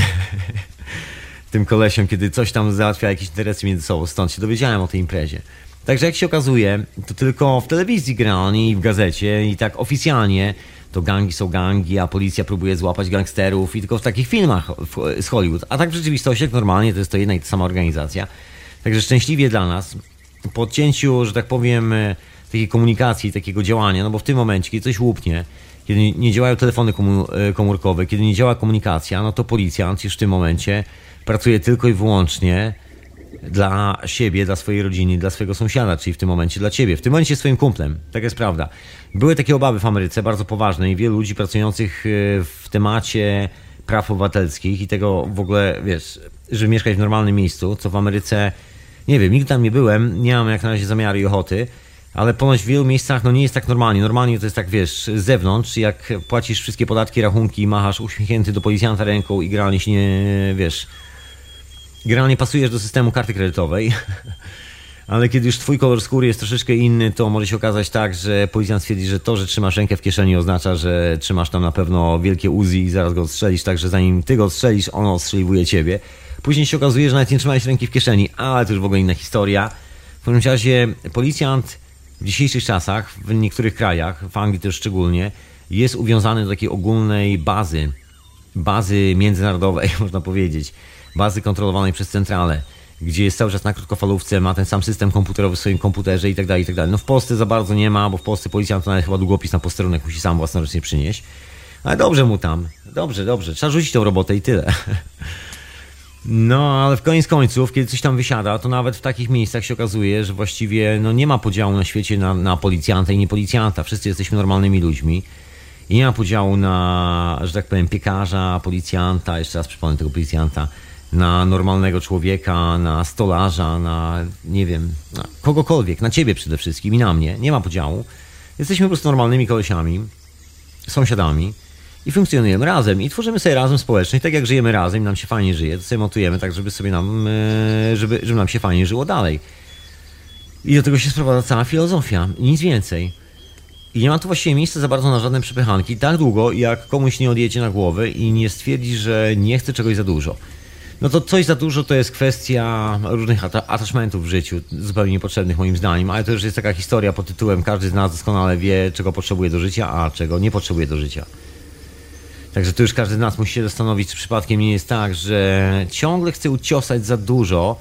Speaker 2: tym kolesiom, kiedy coś tam załatwia jakieś interesy między sobą. Stąd się dowiedziałem o tej imprezie. Także jak się okazuje, to tylko w telewizji grani i w gazecie i tak oficjalnie to gangi są gangi, a policja próbuje złapać gangsterów i tylko w takich filmach z Hollywood. A tak w rzeczywistości, jak normalnie, to jest to jedna i ta sama organizacja. Także szczęśliwie dla nas, po odcięciu, że tak powiem, takiej komunikacji, takiego działania, no bo w tym momencie, kiedy coś łupnie, kiedy nie działają telefony komórkowe, kiedy nie działa komunikacja, no to policjant już w tym momencie pracuje tylko i wyłącznie dla siebie, dla swojej rodziny, dla swojego sąsiada, czyli w tym momencie dla ciebie, w tym momencie swoim kumplem. Tak jest prawda. Były takie obawy w Ameryce, bardzo poważne i wielu ludzi pracujących w temacie praw obywatelskich i tego w ogóle, wiesz, żeby mieszkać w normalnym miejscu, co w Ameryce, nie wiem, nigdy tam nie byłem, nie mam jak na razie zamiary i ochoty, ale ponoć w wielu miejscach nie jest tak normalnie. Normalnie to jest tak, wiesz, z zewnątrz, jak płacisz wszystkie podatki, rachunki, machasz uśmiechnięty do policjanta ręką i generalnie się nie, wiesz, generalnie pasujesz do systemu karty kredytowej. Ale kiedy już twój kolor skóry jest troszeczkę inny, to może się okazać tak, że policjant stwierdzi, że to, że trzymasz rękę w kieszeni oznacza, że trzymasz tam na pewno wielkie Uzi i zaraz go odstrzelisz, także zanim ty go odstrzelisz, ono ostrzeliwuje ciebie. Później się okazuje, że nawet nie trzymałeś ręki w kieszeni, ale to już w ogóle inna historia. W każdym razie policjant w dzisiejszych czasach, w niektórych krajach, w Anglii też szczególnie, jest uwiązany do takiej ogólnej bazy międzynarodowej, można powiedzieć, bazy kontrolowanej przez centralę, gdzie jest cały czas na krótkofalówce, ma ten sam system komputerowy w swoim komputerze i tak dalej, i tak dalej. No w Polsce za bardzo nie ma, bo w Polsce policjant nawet chyba długopis na posterunek musi sam własnoręcznie przynieść. Ale dobrze mu tam, dobrze, trzeba rzucić tą robotę i tyle. No, ale w koniec końców, kiedy coś tam wysiada, to nawet w takich miejscach się okazuje, że właściwie nie ma podziału na świecie na policjanta i nie policjanta. Wszyscy jesteśmy normalnymi ludźmi. I nie ma podziału na, że tak powiem, piekarza, policjanta, jeszcze raz przypomnę tego policjanta, na normalnego człowieka, na stolarza, na, nie wiem, na kogokolwiek, na ciebie przede wszystkim i na mnie. Nie ma podziału. Jesteśmy po prostu normalnymi kolesiami, sąsiadami i funkcjonujemy razem i tworzymy sobie razem społeczność. Tak jak żyjemy razem i nam się fajnie żyje, to sobie montujemy tak, żeby nam się fajnie żyło dalej. I do tego się sprowadza cała filozofia i nic więcej. I nie ma tu właściwie miejsca za bardzo na żadne przepychanki, tak długo jak komuś nie odjedzie na głowę i nie stwierdzi, że nie chce czegoś za dużo. No to coś za dużo to jest kwestia różnych attachmentów w życiu, zupełnie niepotrzebnych moim zdaniem, ale to już jest taka historia pod tytułem każdy z nas doskonale wie, czego potrzebuje do życia, a czego nie potrzebuje do życia. Także tu już każdy z nas musi się zastanowić, czy przypadkiem nie jest tak, że ciągle chce uciosać za dużo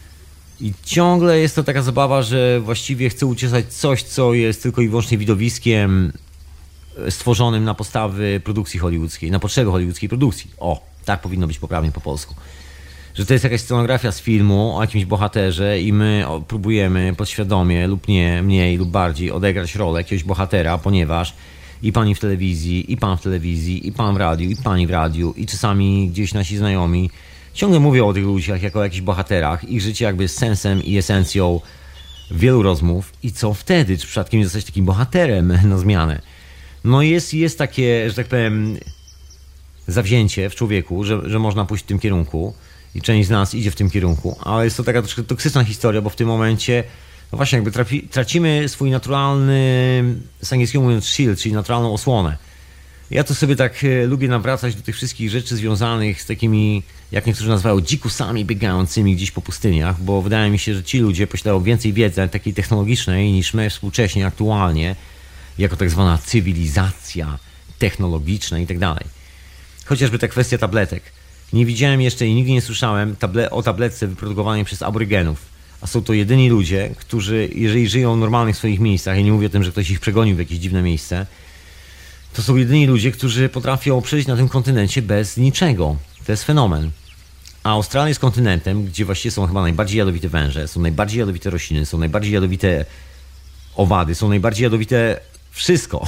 Speaker 2: i ciągle jest to taka zabawa, że właściwie chce uciosać coś, co jest tylko i wyłącznie widowiskiem stworzonym na podstawy produkcji hollywoodzkiej, na potrzeby hollywoodzkiej produkcji. O, tak powinno być poprawnie po polsku. Że to jest jakaś scenografia z filmu o jakimś bohaterze i my próbujemy podświadomie lub nie, mniej lub bardziej odegrać rolę jakiegoś bohatera, ponieważ i pani w telewizji, i pan w telewizji, i pan w radiu, i pani w radiu, i czasami gdzieś nasi znajomi ciągle mówią o tych ludziach jako o jakichś bohaterach. Ich życie jakby jest sensem i esencją wielu rozmów. I co wtedy? Czy przypadkiem nie zostać takim bohaterem na zmianę? No jest takie, że tak powiem, zawzięcie w człowieku, że można pójść w tym kierunku i część z nas idzie w tym kierunku, ale jest to taka troszkę toksyczna historia, bo w tym momencie no właśnie jakby tracimy swój naturalny, z angielskiego mówiąc shield, czyli naturalną osłonę. Ja to sobie tak lubię nawracać do tych wszystkich rzeczy związanych z takimi, jak niektórzy nazywają, dzikusami biegającymi gdzieś po pustyniach, bo wydaje mi się, że ci ludzie posiadają więcej wiedzy takiej technologicznej niż my współcześnie, aktualnie, jako tak zwana cywilizacja technologiczna i tak dalej. Chociażby ta kwestia tabletek. Nie widziałem jeszcze i nigdy nie słyszałem o tabletce wyprodukowanej przez aborygenów. A są to jedyni ludzie, którzy, jeżeli żyją w normalnych swoich miejscach, ja nie mówię o tym, że ktoś ich przegonił w jakieś dziwne miejsce, to są jedyni ludzie, którzy potrafią przeżyć na tym kontynencie bez niczego. To jest fenomen. A Australia jest kontynentem, gdzie właściwie są chyba najbardziej jadowite węże, są najbardziej jadowite rośliny, są najbardziej jadowite owady, są najbardziej jadowite wszystko.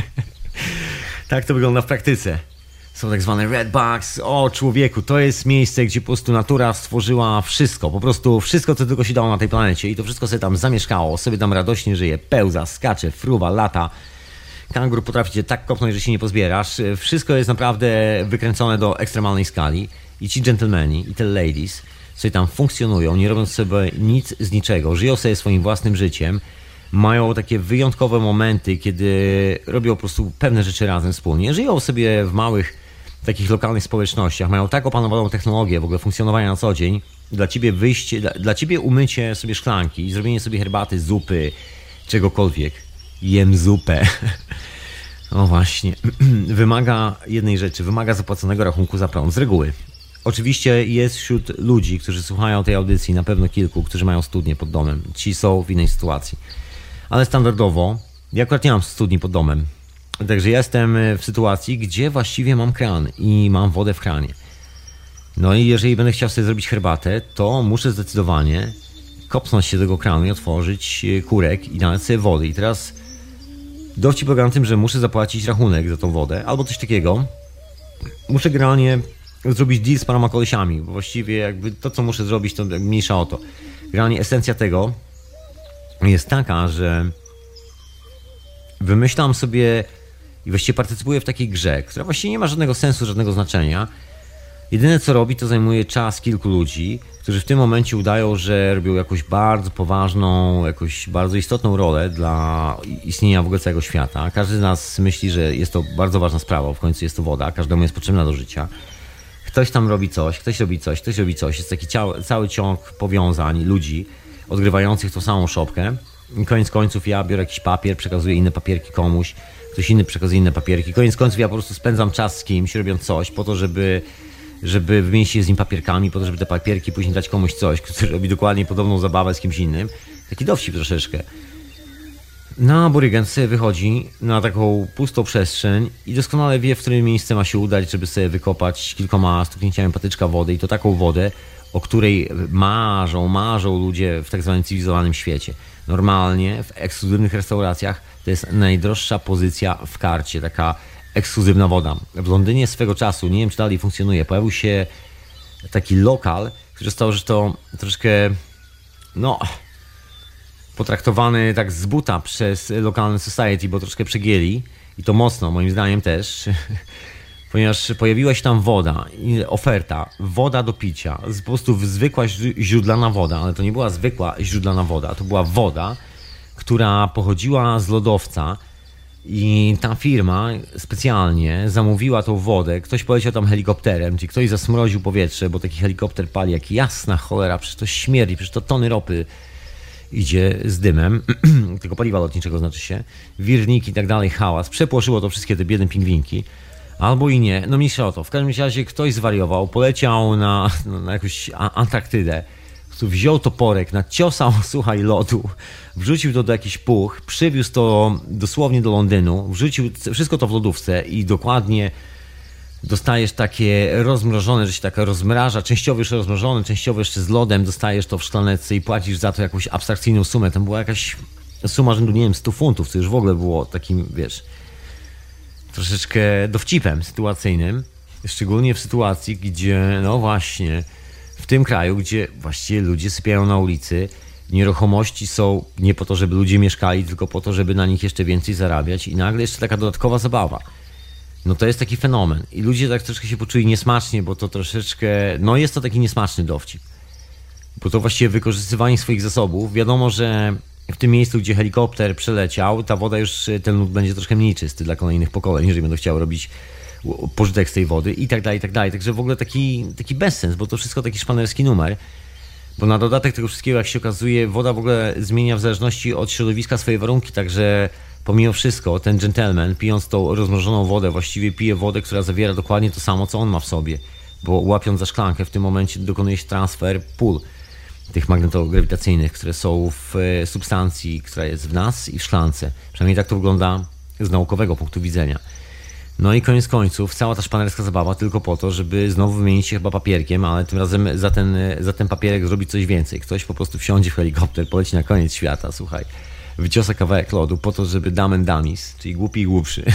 Speaker 2: Tak to wygląda w praktyce. Są tak zwane redbugs. O człowieku, to jest miejsce, gdzie po prostu natura stworzyła wszystko. Po prostu wszystko, co tylko się dało na tej planecie. I to wszystko sobie tam zamieszkało. Sobie tam radośnie żyje, pełza, skacze, fruwa, lata. Kangur potrafi cię tak kopnąć, że się nie pozbierasz. Wszystko jest naprawdę wykręcone do ekstremalnej skali. I ci dżentelmeni, i te ladies sobie tam funkcjonują, nie robiąc sobie nic z niczego. Żyją sobie swoim własnym życiem. Mają takie wyjątkowe momenty, kiedy robią po prostu pewne rzeczy razem wspólnie. Żyją sobie w małych, takich lokalnych społecznościach. Mają tak opanowaną technologię w ogóle funkcjonowania na co dzień. Dla ciebie wyjście, dla ciebie umycie sobie szklanki, zrobienie sobie herbaty, zupy, czegokolwiek. Jem zupę. O właśnie. Wymaga jednej rzeczy. Wymaga zapłaconego rachunku za prąd. Z reguły. Oczywiście jest wśród ludzi, którzy słuchają tej audycji, na pewno kilku, którzy mają studnię pod domem. Ci są w innej sytuacji. Ale standardowo, ja akurat nie mam studni pod domem. Także ja jestem w sytuacji, gdzie właściwie mam kran i mam wodę w kranie. No i jeżeli będę chciał sobie zrobić herbatę, to muszę zdecydowanie kopnąć się do tego kranu i otworzyć kurek i nalać sobie wody. I teraz dowcip polega na tym, że muszę zapłacić rachunek za tą wodę albo coś takiego. Muszę generalnie zrobić deal z paroma kolesiami, bo właściwie jakby to, co muszę zrobić, to mniejsza o to. Generalnie esencja tego jest taka, że wymyślam sobie i właściwie partycypuję w takiej grze, która właściwie nie ma żadnego sensu, żadnego znaczenia. Jedyne co robi, to zajmuje czas kilku ludzi, którzy w tym momencie udają, że robią jakąś bardzo poważną, jakąś bardzo istotną rolę dla istnienia w ogóle całego świata. Każdy z nas myśli, że jest to bardzo ważna sprawa, w końcu jest to woda, każdemu jest potrzebna do życia. Ktoś tam robi coś, ktoś robi coś, ktoś robi coś. Jest taki cały ciąg powiązań ludzi odgrywających tą samą szopkę. I koniec końców ja biorę jakiś papier, przekazuję inne papierki komuś, ktoś inny przekazuje inne papierki. Koniec końców ja po prostu spędzam czas z kimś, robiąc coś po to, żeby wymienić się z nim papierkami, po to, żeby te papierki później dać komuś coś, kto robi dokładnie podobną zabawę z kimś innym. Taki dowcip troszeczkę. No, aborygen sobie wychodzi na taką pustą przestrzeń i doskonale wie, w którym miejsce ma się udać, żeby sobie wykopać kilkoma stuknięciami patyczka wody i to taką wodę, o której marzą ludzie w tak zwanym cywilizowanym świecie. Normalnie w ekskluzywnych restauracjach to jest najdroższa pozycja w karcie, taka ekskluzywna woda. W Londynie swego czasu, nie wiem czy dalej funkcjonuje, pojawił się taki lokal, który został zresztą troszeczkę, potraktowany tak z buta przez lokalne society, bo troszkę przegięli i to mocno, moim zdaniem też, ponieważ pojawiła się tam woda, oferta, woda do picia, po prostu zwykła źródlana woda, ale to nie była zwykła źródlana woda, to była woda, która pochodziła z lodowca i ta firma specjalnie zamówiła tą wodę, ktoś poleciał tam helikopterem, czyli ktoś zasmroził powietrze, bo taki helikopter pali jak jasna cholera, przecież to śmierdzi, przecież to tony ropy idzie z dymem, tego paliwa lotniczego znaczy się, wirniki i tak dalej, hałas, przepłoszyło to wszystkie te biedne pingwinki, albo i nie, no mniejsza o to. W każdym razie ktoś zwariował, poleciał na jakąś Antarktydę, wziął toporek, naciosał, słuchaj, lodu, wrzucił to do jakichś puch, przywiózł to dosłownie do Londynu, wrzucił wszystko to w lodówce i dokładnie dostajesz takie rozmrożone, że się tak rozmraża, częściowo już rozmrożone, częściowo jeszcze z lodem, dostajesz to w szklaneczce i płacisz za to jakąś abstrakcyjną sumę. Tam była jakaś suma rzędu, nie wiem, 100 funtów, co już w ogóle było takim, wiesz, troszeczkę dowcipem sytuacyjnym. Szczególnie w sytuacji, gdzie, no właśnie, w tym kraju, gdzie właściwie ludzie sypiają na ulicy, nieruchomości są nie po to, żeby ludzie mieszkali, tylko po to, żeby na nich jeszcze więcej zarabiać i nagle jeszcze taka dodatkowa zabawa. No to jest taki fenomen. I ludzie tak troszkę się poczuli niesmacznie, bo to troszeczkę, no jest to taki niesmaczny dowcip. Bo to właściwie wykorzystywanie swoich zasobów. Wiadomo, że w tym miejscu, gdzie helikopter przeleciał, ta woda już, ten lód będzie troszkę mniej czysty dla kolejnych pokoleń, jeżeli będą chciały robić pożytek z tej wody i tak dalej, i tak dalej. Także w ogóle taki bezsens, bo to wszystko taki szpanerski numer. Bo na dodatek tego wszystkiego, jak się okazuje, woda w ogóle zmienia w zależności od środowiska swoje warunki, także pomimo wszystko ten gentleman, pijąc tą rozmrożoną wodę, właściwie pije wodę, która zawiera dokładnie to samo, co on ma w sobie. Bo łapiąc za szklankę, w tym momencie dokonuje się transfer pól tych magnetograwitacyjnych, które są w substancji, która jest w nas i w szklance. Przynajmniej tak to wygląda z naukowego punktu widzenia. No i koniec końców, cała ta szpanerska zabawa tylko po to, żeby znowu wymienić się chyba papierkiem, ale tym razem za ten papierek zrobić coś więcej. Ktoś po prostu wsiądzie w helikopter, poleci na koniec świata, słuchaj, wyciosa kawałek lodu po to, żeby Dumb and Dummies, czyli głupi i głupszy,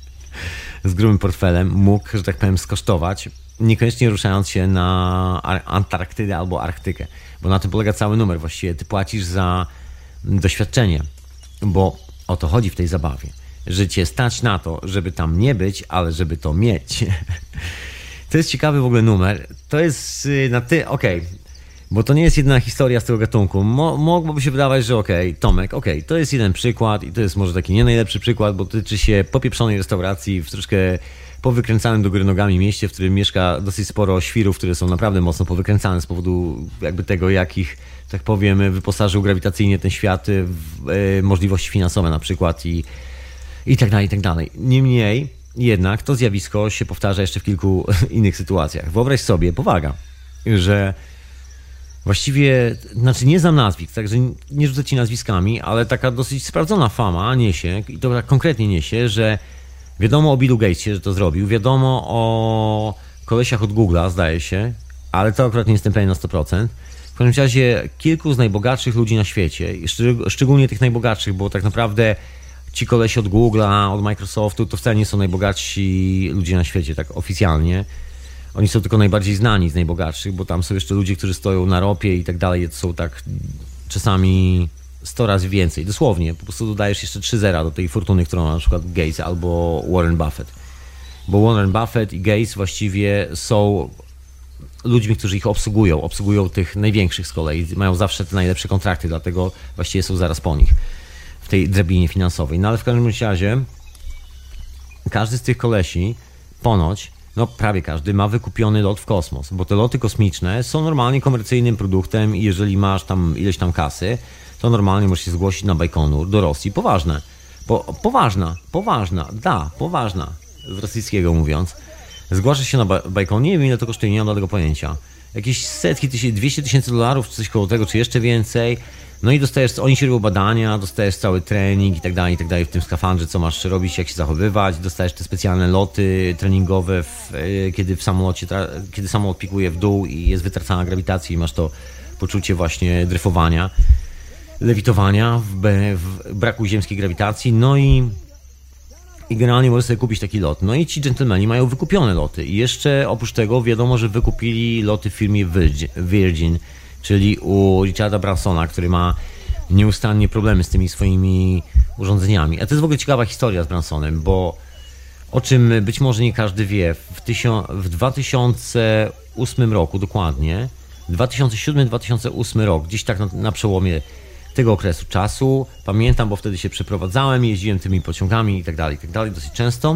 Speaker 2: z grubym portfelem mógł, że tak powiem, skosztować, niekoniecznie ruszając się na Antarktydę albo Arktykę, bo na tym polega cały numer właściwie. Ty płacisz za doświadczenie, bo o to chodzi w tej zabawie. Że cię stać na to, żeby tam nie być, ale żeby to mieć. To jest ciekawy w ogóle numer. To jest okej. Bo to nie jest jedyna historia z tego gatunku. Mogłoby się wydawać, że Tomek, to jest jeden przykład i to jest może taki nie najlepszy przykład, bo dotyczy się popieprzonej restauracji w troszkę powykręcanym do góry nogami mieście, w którym mieszka dosyć sporo świrów, które są naprawdę mocno powykręcane z powodu jakby tego, jakich, tak powiem, wyposażył grawitacyjnie ten świat w możliwości finansowe na przykład i tak dalej, i tak dalej. Niemniej jednak to zjawisko się powtarza jeszcze w kilku innych sytuacjach. Wyobraź sobie, powaga, że właściwie, znaczy nie znam nazwisk, także nie rzucę ci nazwiskami, ale taka dosyć sprawdzona fama niesie, i to tak konkretnie niesie, że wiadomo o Billu Gatesie, że to zrobił, wiadomo o kolesiach od Google'a, zdaje się, ale to akurat nie jestem pewien na 100%. W każdym razie kilku z najbogatszych ludzi na świecie, szczególnie tych najbogatszych, bo tak naprawdę ci kolesi od Google'a, od Microsoftu, to wcale nie są najbogatsi ludzie na świecie, tak oficjalnie. Oni są tylko najbardziej znani z najbogatszych, bo tam są jeszcze ludzie, którzy stoją na ropie i tak dalej, to są tak czasami 100 razy więcej. Dosłownie, po prostu dodajesz jeszcze 3 zera do tej fortuny, którą ma na przykład Gates albo Warren Buffett. Bo Warren Buffett i Gates właściwie są ludźmi, którzy ich obsługują tych największych z kolei, mają zawsze te najlepsze kontrakty, dlatego właściwie są zaraz po nich w tej drabinie finansowej. No ale w każdym razie każdy z tych kolesi ponoć, no prawie każdy, ma wykupiony lot w kosmos, bo te loty kosmiczne są normalnie komercyjnym produktem i jeżeli masz tam ileś tam kasy, to normalnie możesz się zgłosić na Bajkonur do Rosji. Poważna, z rosyjskiego mówiąc. Zgłaszasz się na Bajkon, nie wiem ile to kosztuje, nie mam żadnego pojęcia. Jakieś setki tysięcy, $200,000, czy coś koło tego, czy jeszcze więcej. No i dostajesz, oni się robią badania, dostajesz cały trening i tak dalej w tym skafandrze, co masz robić, jak się zachowywać. Dostajesz te specjalne loty treningowe, kiedy samolot pikuje w dół i jest wytracana grawitacja i masz to poczucie właśnie dryfowania, lewitowania w braku ziemskiej grawitacji. No i generalnie możesz sobie kupić taki lot. No i ci dżentelmeni mają wykupione loty. I jeszcze oprócz tego wiadomo, że wykupili loty w firmie Virgin, czyli u Richarda Bransona, który ma nieustannie problemy z tymi swoimi urządzeniami. A to jest w ogóle ciekawa historia z Bransonem, bo o czym być może nie każdy wie, w 2008 roku dokładnie, 2007-2008 rok, gdzieś tak na przełomie tego okresu czasu, pamiętam, bo wtedy się przeprowadzałem, jeździłem tymi pociągami i tak dalej, dosyć często.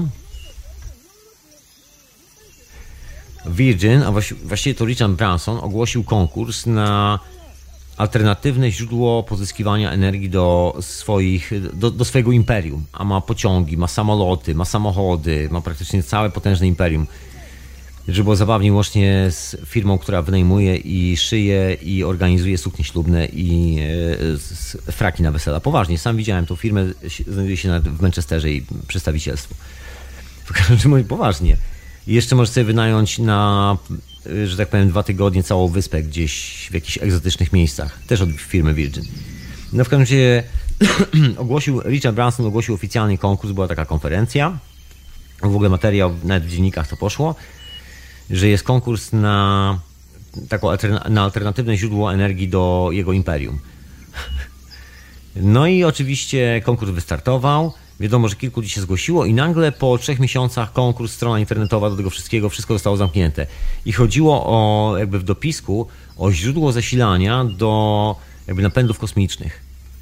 Speaker 2: Virgin, a właściwie to Richard Branson, ogłosił konkurs na alternatywne źródło pozyskiwania energii do swojego imperium. A ma pociągi, ma samoloty, ma samochody, ma praktycznie całe potężne imperium. Żeby było zabawniej, łącznie z firmą, która wynajmuje i szyje i organizuje suknie ślubne i fraki na wesela. Poważnie, sam widziałem tą firmę, znajduje się w Manchesterze i przedstawicielstwo. W każdym razie poważnie. I jeszcze możesz sobie wynająć na, że tak powiem, 2 tygodnie całą wyspę gdzieś w jakichś egzotycznych miejscach. Też od firmy Virgin. No w każdym razie Richard Branson ogłosił oficjalnie konkurs, była taka konferencja. W ogóle materiał, nawet w dziennikach to poszło, że jest konkurs na alternatywne źródło energii do jego imperium. No i oczywiście konkurs wystartował. Wiadomo, że kilku ludzi się zgłosiło i nagle po 3 miesiącach konkurs, strona internetowa do tego wszystko zostało zamknięte. I chodziło o, jakby w dopisku, o źródło zasilania do jakby napędów kosmicznych.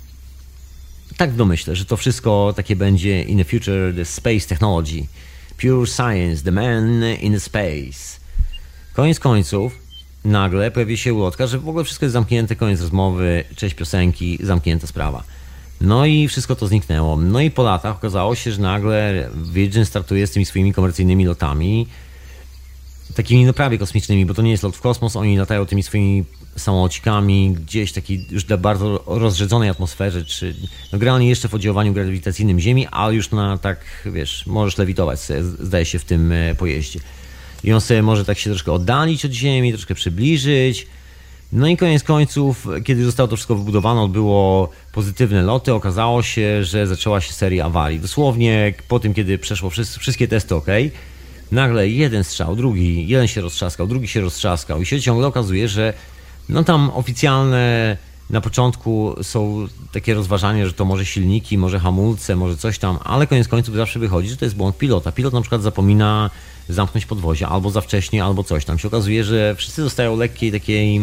Speaker 2: Tak w domyśle, że to wszystko takie będzie in the future, the space technology. Pure science, the man in space. Koniec końców, nagle pojawi się ulotka, że w ogóle wszystko jest zamknięte, koniec rozmowy, część piosenki, zamknięta sprawa. No i wszystko to zniknęło. No i po latach okazało się, że nagle Virgin startuje z tymi swoimi komercyjnymi lotami, takimi prawie kosmicznymi, bo to nie jest lot w kosmos, oni latają tymi swoimi samolocikami gdzieś takiej już bardzo rozrzedzonej atmosferze, czy no generalnie jeszcze w oddziaływaniu grawitacyjnym Ziemi, ale już na tak, wiesz, możesz lewitować, zdaje się, w tym pojeździe. I on sobie może tak się troszkę oddalić od Ziemi, troszkę przybliżyć. No i koniec końców, kiedy zostało to wszystko wybudowane, odbyło pozytywne loty, okazało się, że zaczęła się seria awarii. Dosłownie po tym, kiedy przeszło wszystkie testy ok, nagle jeden strzał, drugi, jeden się roztrzaskał, drugi się roztrzaskał i się ciągle okazuje, że no tam oficjalne na początku są takie rozważania, że to może silniki, może hamulce, może coś tam, ale koniec końców zawsze wychodzi, że to jest błąd pilota. Pilot na przykład zapomina zamknąć podwozia albo za wcześnie, albo coś tam. Się okazuje, że wszyscy dostają lekkiej takiej,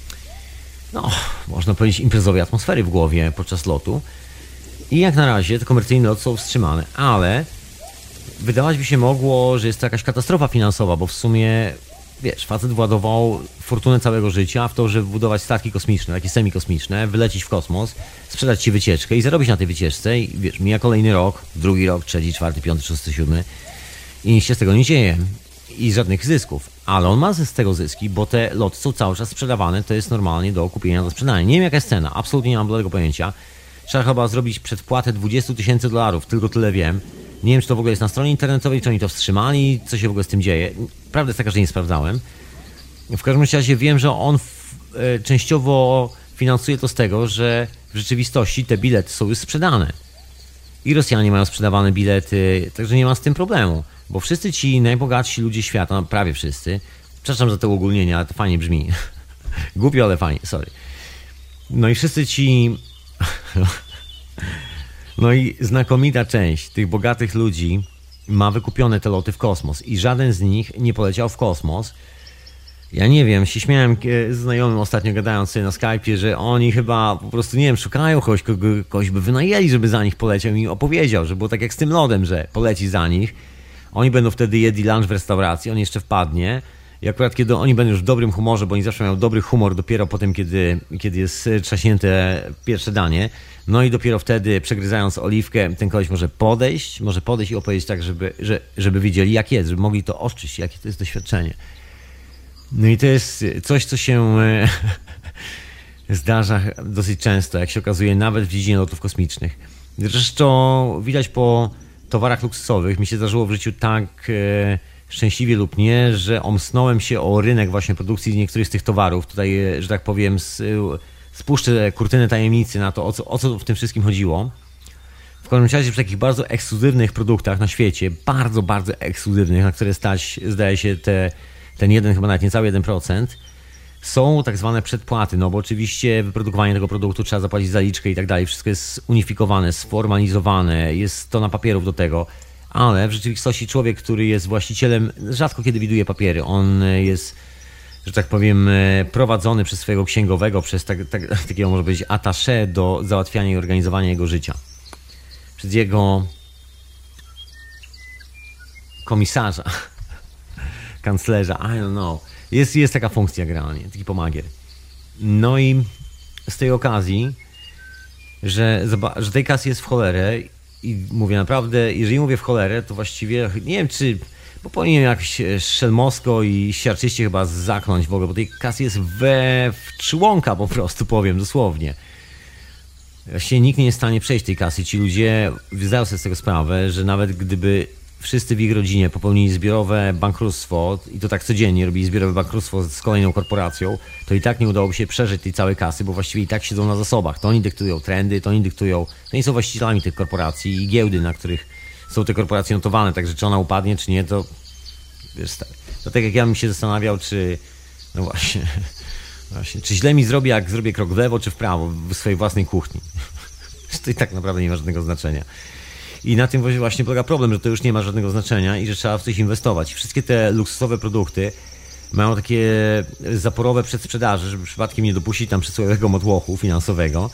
Speaker 2: no można powiedzieć, imprezowej atmosfery w głowie podczas lotu i jak na razie te komercyjne loty są wstrzymane, ale wydawać by się mogło, że jest to jakaś katastrofa finansowa, bo w sumie, wiesz, facet władował fortunę całego życia w to, żeby budować statki kosmiczne, takie semikosmiczne, wylecieć w kosmos, sprzedać ci wycieczkę i zarobić na tej wycieczce i wiesz, mija kolejny rok, drugi rok, trzeci, czwarty, piąty, szósty, siódmy i nic się z tego nie dzieje i żadnych zysków, ale on ma z tego zyski, bo te loty są cały czas sprzedawane, to jest normalnie do kupienia, do sprzedania. Nie wiem jaka jest cena, absolutnie nie mam do tego pojęcia. Trzeba chyba zrobić przedpłatę $20,000, tylko tyle wiem. Nie wiem, czy to w ogóle jest na stronie internetowej, czy oni to wstrzymali, co się w ogóle z tym dzieje. Prawda jest taka, że nie sprawdzałem. W każdym razie wiem, że on częściowo finansuje to z tego, że w rzeczywistości te bilety są już sprzedane. I Rosjanie mają sprzedawane bilety, także nie ma z tym problemu. Bo wszyscy ci najbogatsi ludzie świata, no prawie wszyscy, przepraszam za te uogólnienia, ale to fajnie brzmi. Głupio, ale fajnie, sorry. No i wszyscy ci... No i znakomita część tych bogatych ludzi ma wykupione te loty w kosmos i żaden z nich nie poleciał w kosmos. Ja nie wiem, się śmiałem z znajomym ostatnio gadając sobie na Skype'ie, że oni chyba po prostu, nie wiem, szukają kogoś by wynajęli, żeby za nich poleciał i mi opowiedział, że było tak jak z tym lodem, że poleci za nich. Oni będą wtedy jedli lunch w restauracji, on jeszcze wpadnie. I akurat kiedy oni będą już w dobrym humorze, bo oni zawsze mają dobry humor dopiero po tym, kiedy jest trzaśnięte pierwsze danie. No i dopiero wtedy, przegryzając oliwkę, ten koleś może podejść i opowiedzieć tak, żeby wiedzieli jak jest, żeby mogli to odczuć, jakie to jest doświadczenie. No i to jest coś, co się zdarza dosyć często, jak się okazuje, nawet w dziedzinie lotów kosmicznych. Zresztą widać po towarach luksusowych, mi się zdarzyło w życiu tak szczęśliwie lub nie, że omsnąłem się o rynek właśnie produkcji niektórych z tych towarów. Tutaj, że tak powiem, spuszczę kurtynę tajemnicy na to, o co w tym wszystkim chodziło. W każdym razie przy takich bardzo ekskluzywnych produktach na świecie, bardzo, bardzo ekskluzywnych, na które stać, zdaje się, ten jeden, chyba nawet niecały 1%, są tak zwane przedpłaty, no bo oczywiście wyprodukowanie tego produktu trzeba zapłacić zaliczkę i tak dalej, wszystko jest unifikowane, sformalizowane, jest tona papierów do tego, ale w rzeczywistości człowiek, który jest właścicielem, rzadko kiedy widuje papiery, on jest, że tak powiem, prowadzony przez swojego księgowego, przez takiego, może powiedzieć, attaché do załatwiania i organizowania jego życia, przez jego komisarza, kanclerza, I don't know. Jest taka funkcja generalnie, taki pomagier. No i z tej okazji, że tej kasy jest w cholerę i mówię naprawdę, jeżeli mówię w cholerę, to właściwie nie wiem czy, bo powinienem jakoś szelmowsko i siarczyście chyba zakląć w ogóle, bo tej kasy jest w członka po prostu, powiem dosłownie. Właściwie nikt nie jest w stanie przejść tej kasy. Ci ludzie zdają sobie z tego sprawę, że nawet gdyby wszyscy w ich rodzinie popełnili zbiorowe bankructwo i to tak codziennie robili zbiorowe bankructwo z kolejną korporacją, to i tak nie udałoby się przeżyć tej całej kasy, bo właściwie i tak siedzą na zasobach. To oni dyktują trendy, to oni są właścicielami tych korporacji i giełdy, na których są te korporacje notowane, także czy ona upadnie, czy nie, to wiesz, to tak jak ja bym się zastanawiał, czy no właśnie, czy źle mi zrobi, jak zrobię krok w lewo, czy w prawo w swojej własnej kuchni. To i tak naprawdę nie ma żadnego znaczenia. I na tym właśnie polega problem, że to już nie ma żadnego znaczenia i że trzeba w coś inwestować. Wszystkie te luksusowe produkty mają takie zaporowe przedsprzedaże, żeby przypadkiem nie dopuścić tam przysłowiowego motłochu finansowego.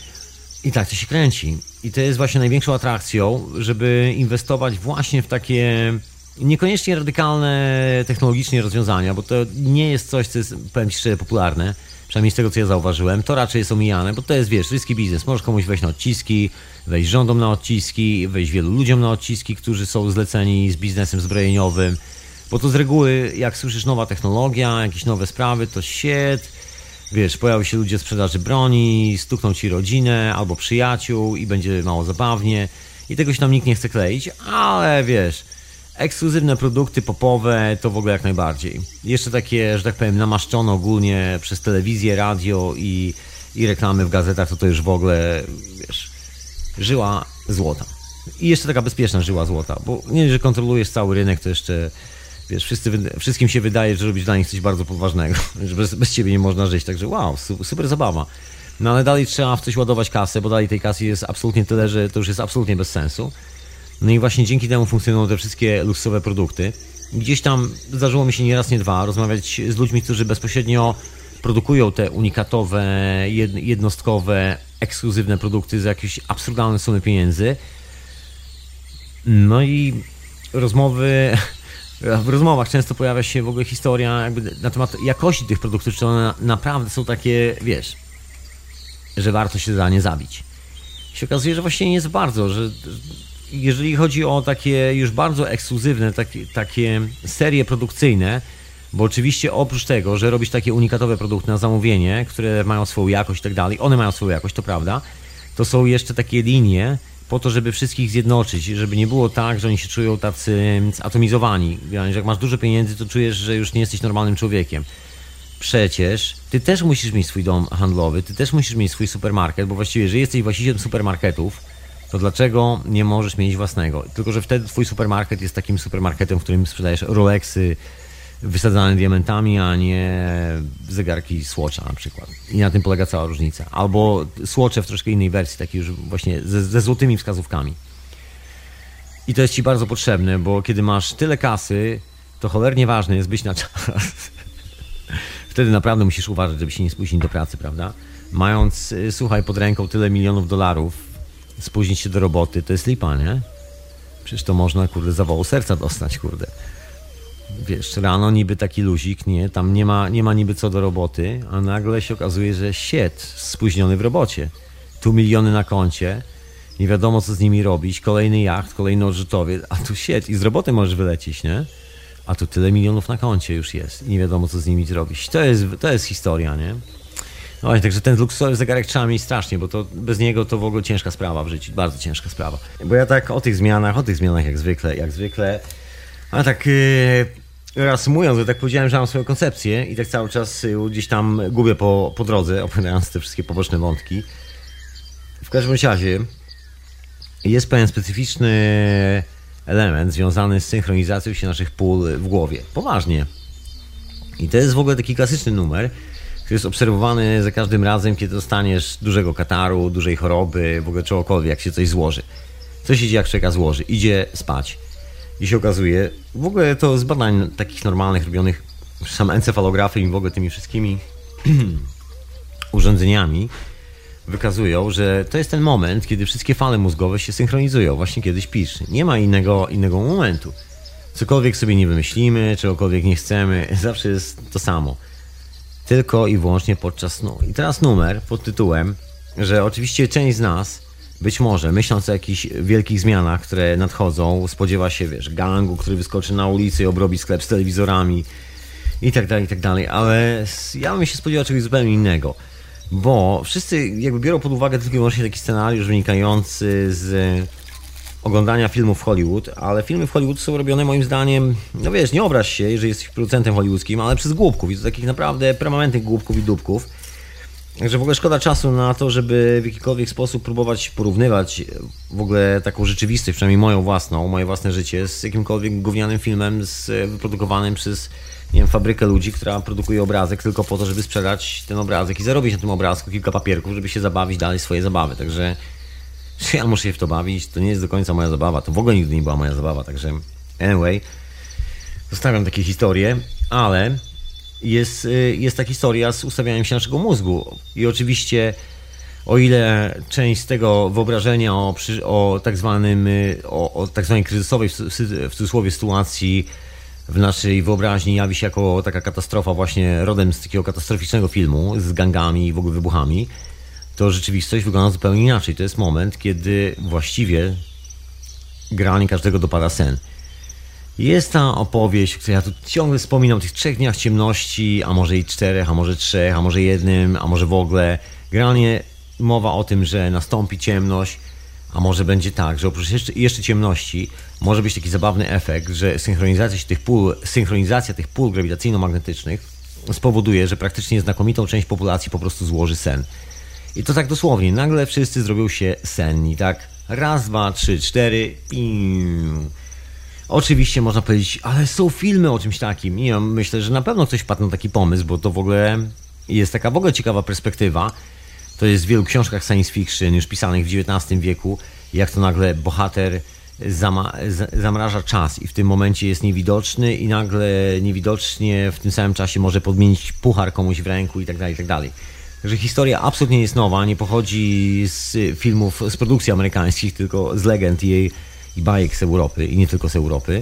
Speaker 2: I tak to się kręci. I to jest właśnie największą atrakcją, żeby inwestować właśnie w takie niekoniecznie radykalne technologicznie rozwiązania, bo to nie jest coś, co jest, powiem Ci szczerze, popularne. Przynajmniej z tego, co ja zauważyłem, to raczej jest omijane, bo to jest, wiesz, ryski biznes. Możesz komuś wejść na odciski, wejść rządom na odciski, wejść wielu ludziom na odciski, którzy są zleceni z biznesem zbrojeniowym. Bo to z reguły, jak słyszysz nowa technologia, jakieś nowe sprawy, to shit, wiesz, pojawią się ludzie z sprzedaży broni, stukną ci rodzinę albo przyjaciół i będzie mało zabawnie. I tego się tam nikt nie chce kleić, ale wiesz, ekskluzywne produkty popowe to w ogóle jak najbardziej. Jeszcze takie, że tak powiem, namaszczone ogólnie przez telewizję, radio i reklamy w gazetach, to już w ogóle, wiesz, żyła złota. I jeszcze taka bezpieczna żyła złota, bo nie, że kontrolujesz cały rynek, to jeszcze, wiesz, wszystkim się wydaje, że robisz dla nich coś bardzo poważnego, że bez ciebie nie można żyć, także wow, super zabawa. No ale dalej trzeba w coś ładować kasę, bo dalej tej kasy jest absolutnie tyle, że to już jest absolutnie bez sensu. No i właśnie dzięki temu funkcjonują te wszystkie luksusowe produkty. Gdzieś tam zdarzyło mi się nie raz, nie dwa rozmawiać z ludźmi, którzy bezpośrednio produkują te unikatowe, jednostkowe, ekskluzywne produkty za jakieś absurdalne sumy pieniędzy. No i w rozmowach często pojawia się w ogóle historia jakby na temat jakości tych produktów, czy one naprawdę są takie, wiesz, że warto się za nie zabić. I się okazuje, że właśnie nie jest bardzo, że jeżeli chodzi o takie już bardzo ekskluzywne, takie serie produkcyjne, bo oczywiście oprócz tego, że robisz takie unikatowe produkty na zamówienie, które mają swoją jakość i tak dalej, one mają swoją jakość, to prawda, to są jeszcze takie linie po to, żeby wszystkich zjednoczyć, żeby nie było tak, że oni się czują tacy zatomizowani. Że jak masz dużo pieniędzy, to czujesz, że już nie jesteś normalnym człowiekiem. przecież ty też musisz mieć swój dom handlowy, ty też musisz mieć swój supermarket, bo właściwie, jeżeli jesteś właścicielem supermarketów, to dlaczego nie możesz mieć własnego? Tylko że wtedy twój supermarket jest takim supermarketem, w którym sprzedajesz Rolexy wysadzane diamentami, a nie zegarki Swatcha na przykład. I na tym polega cała różnica. Albo Swatche w troszkę innej wersji, takiej już właśnie ze złotymi wskazówkami. I to jest ci bardzo potrzebne, bo kiedy masz tyle kasy, to cholernie ważne jest być na czas. Wtedy naprawdę musisz uważać, żeby się nie spóźnić do pracy, prawda? Mając, słuchaj, pod ręką tyle milionów dolarów, spóźnić się do roboty, to jest lipa, nie? Przecież to można, kurde, zawału serca dostać, kurde. Wiesz, rano niby taki luzik, nie? Tam nie ma niby co do roboty, a nagle się okazuje, że spóźniony w robocie. Tu miliony na koncie, nie wiadomo co z nimi robić, kolejny jacht, kolejny odrzutowiec, a tu i z roboty możesz wylecieć, nie? A tu tyle milionów na koncie już jest i nie wiadomo co z nimi zrobić. To jest historia, nie? No, także ten luksusowy zegarek trzeba mieć strasznie, bo to bez niego to w ogóle ciężka sprawa w życiu, bardzo ciężka sprawa. Bo ja tak o tych zmianach jak zwykle, a tak reasumując, że tak powiedziałem, że mam swoją koncepcję i tak cały czas gdzieś tam gubię po drodze, opowiadając te wszystkie poboczne wątki. W każdym razie jest pewien specyficzny element związany z synchronizacją się naszych pól w głowie. Poważnie. I to jest w ogóle taki klasyczny numer, który jest obserwowany za każdym razem, kiedy dostaniesz dużego kataru, dużej choroby, w ogóle czegokolwiek, jak się coś złoży. Co się dzieje, jak człowieka złoży? Idzie spać. I się okazuje, w ogóle to z badań takich normalnych, robionych sam encefalografy i w ogóle tymi wszystkimi urządzeniami, wykazują, że to jest ten moment, kiedy wszystkie fale mózgowe się synchronizują, właśnie kiedy śpisz. Nie ma innego momentu. Cokolwiek sobie nie wymyślimy, czegokolwiek nie chcemy, zawsze jest to samo. Tylko i wyłącznie podczas snu. I teraz numer pod tytułem, że oczywiście część z nas, być może myśląc o jakichś wielkich zmianach, które nadchodzą, spodziewa się, wiesz, gangu, który wyskoczy na ulicy i obrobi sklep z telewizorami i tak dalej, ale ja bym się spodziewał czegoś zupełnie innego. Bo wszyscy jakby biorą pod uwagę tylko i wyłącznie taki scenariusz wynikający z oglądania filmów w Hollywood, ale filmy w Hollywood są robione moim zdaniem, no wiesz, nie obraź się, jeżeli jesteś producentem hollywoodzkim, ale przez głupków i to takich naprawdę permanentnych głupków i dupków. Także w ogóle szkoda czasu na to, żeby w jakikolwiek sposób próbować porównywać w ogóle taką rzeczywistość, przynajmniej moje własne życie z jakimkolwiek gównianym filmem wyprodukowanym przez, nie wiem, fabrykę ludzi, która produkuje obrazek tylko po to, żeby sprzedać ten obrazek i zarobić na tym obrazku kilka papierków, żeby się zabawić dalej swoje zabawy. Także ja muszę się w to bawić, to nie jest do końca moja zabawa, to w ogóle nigdy nie była moja zabawa, także anyway, zostawiam takie historie, ale jest ta historia z ustawianiem się naszego mózgu i oczywiście o ile część z tego wyobrażenia o tak zwanej kryzysowej w cudzysłowie sytuacji w naszej wyobraźni jawi się jako taka katastrofa właśnie rodem z takiego katastroficznego filmu z gangami i w ogóle wybuchami, to rzeczywistość wygląda zupełnie inaczej. To jest moment, kiedy właściwie generalnie każdego dopada sen. Jest ta opowieść, której ja tu ciągle wspominam o tych 3 dniach ciemności, a może i 4, a może 3, a może 1, a może w ogóle. Generalnie mowa o tym, że nastąpi ciemność, a może będzie tak, że oprócz jeszcze ciemności może być taki zabawny efekt, że synchronizacja tych pól grawitacyjno-magnetycznych spowoduje, że praktycznie znakomitą część populacji po prostu złoży sen. I to tak dosłownie, nagle wszyscy zrobią się senni, tak? 1, 2, 3, 4, ping. Oczywiście można powiedzieć, ale są filmy o czymś takim. Nie wiem, myślę, że na pewno ktoś wpadł na taki pomysł, bo to w ogóle jest taka w ogóle ciekawa perspektywa. To jest w wielu książkach science fiction już pisanych w XIX wieku, jak to nagle bohater zamraża czas i w tym momencie jest niewidoczny i nagle niewidocznie w tym samym czasie może podmienić puchar komuś w ręku i tak dalej. Także historia absolutnie nie jest nowa, nie pochodzi z filmów, z produkcji amerykańskich, tylko z legend i bajek z Europy i nie tylko z Europy.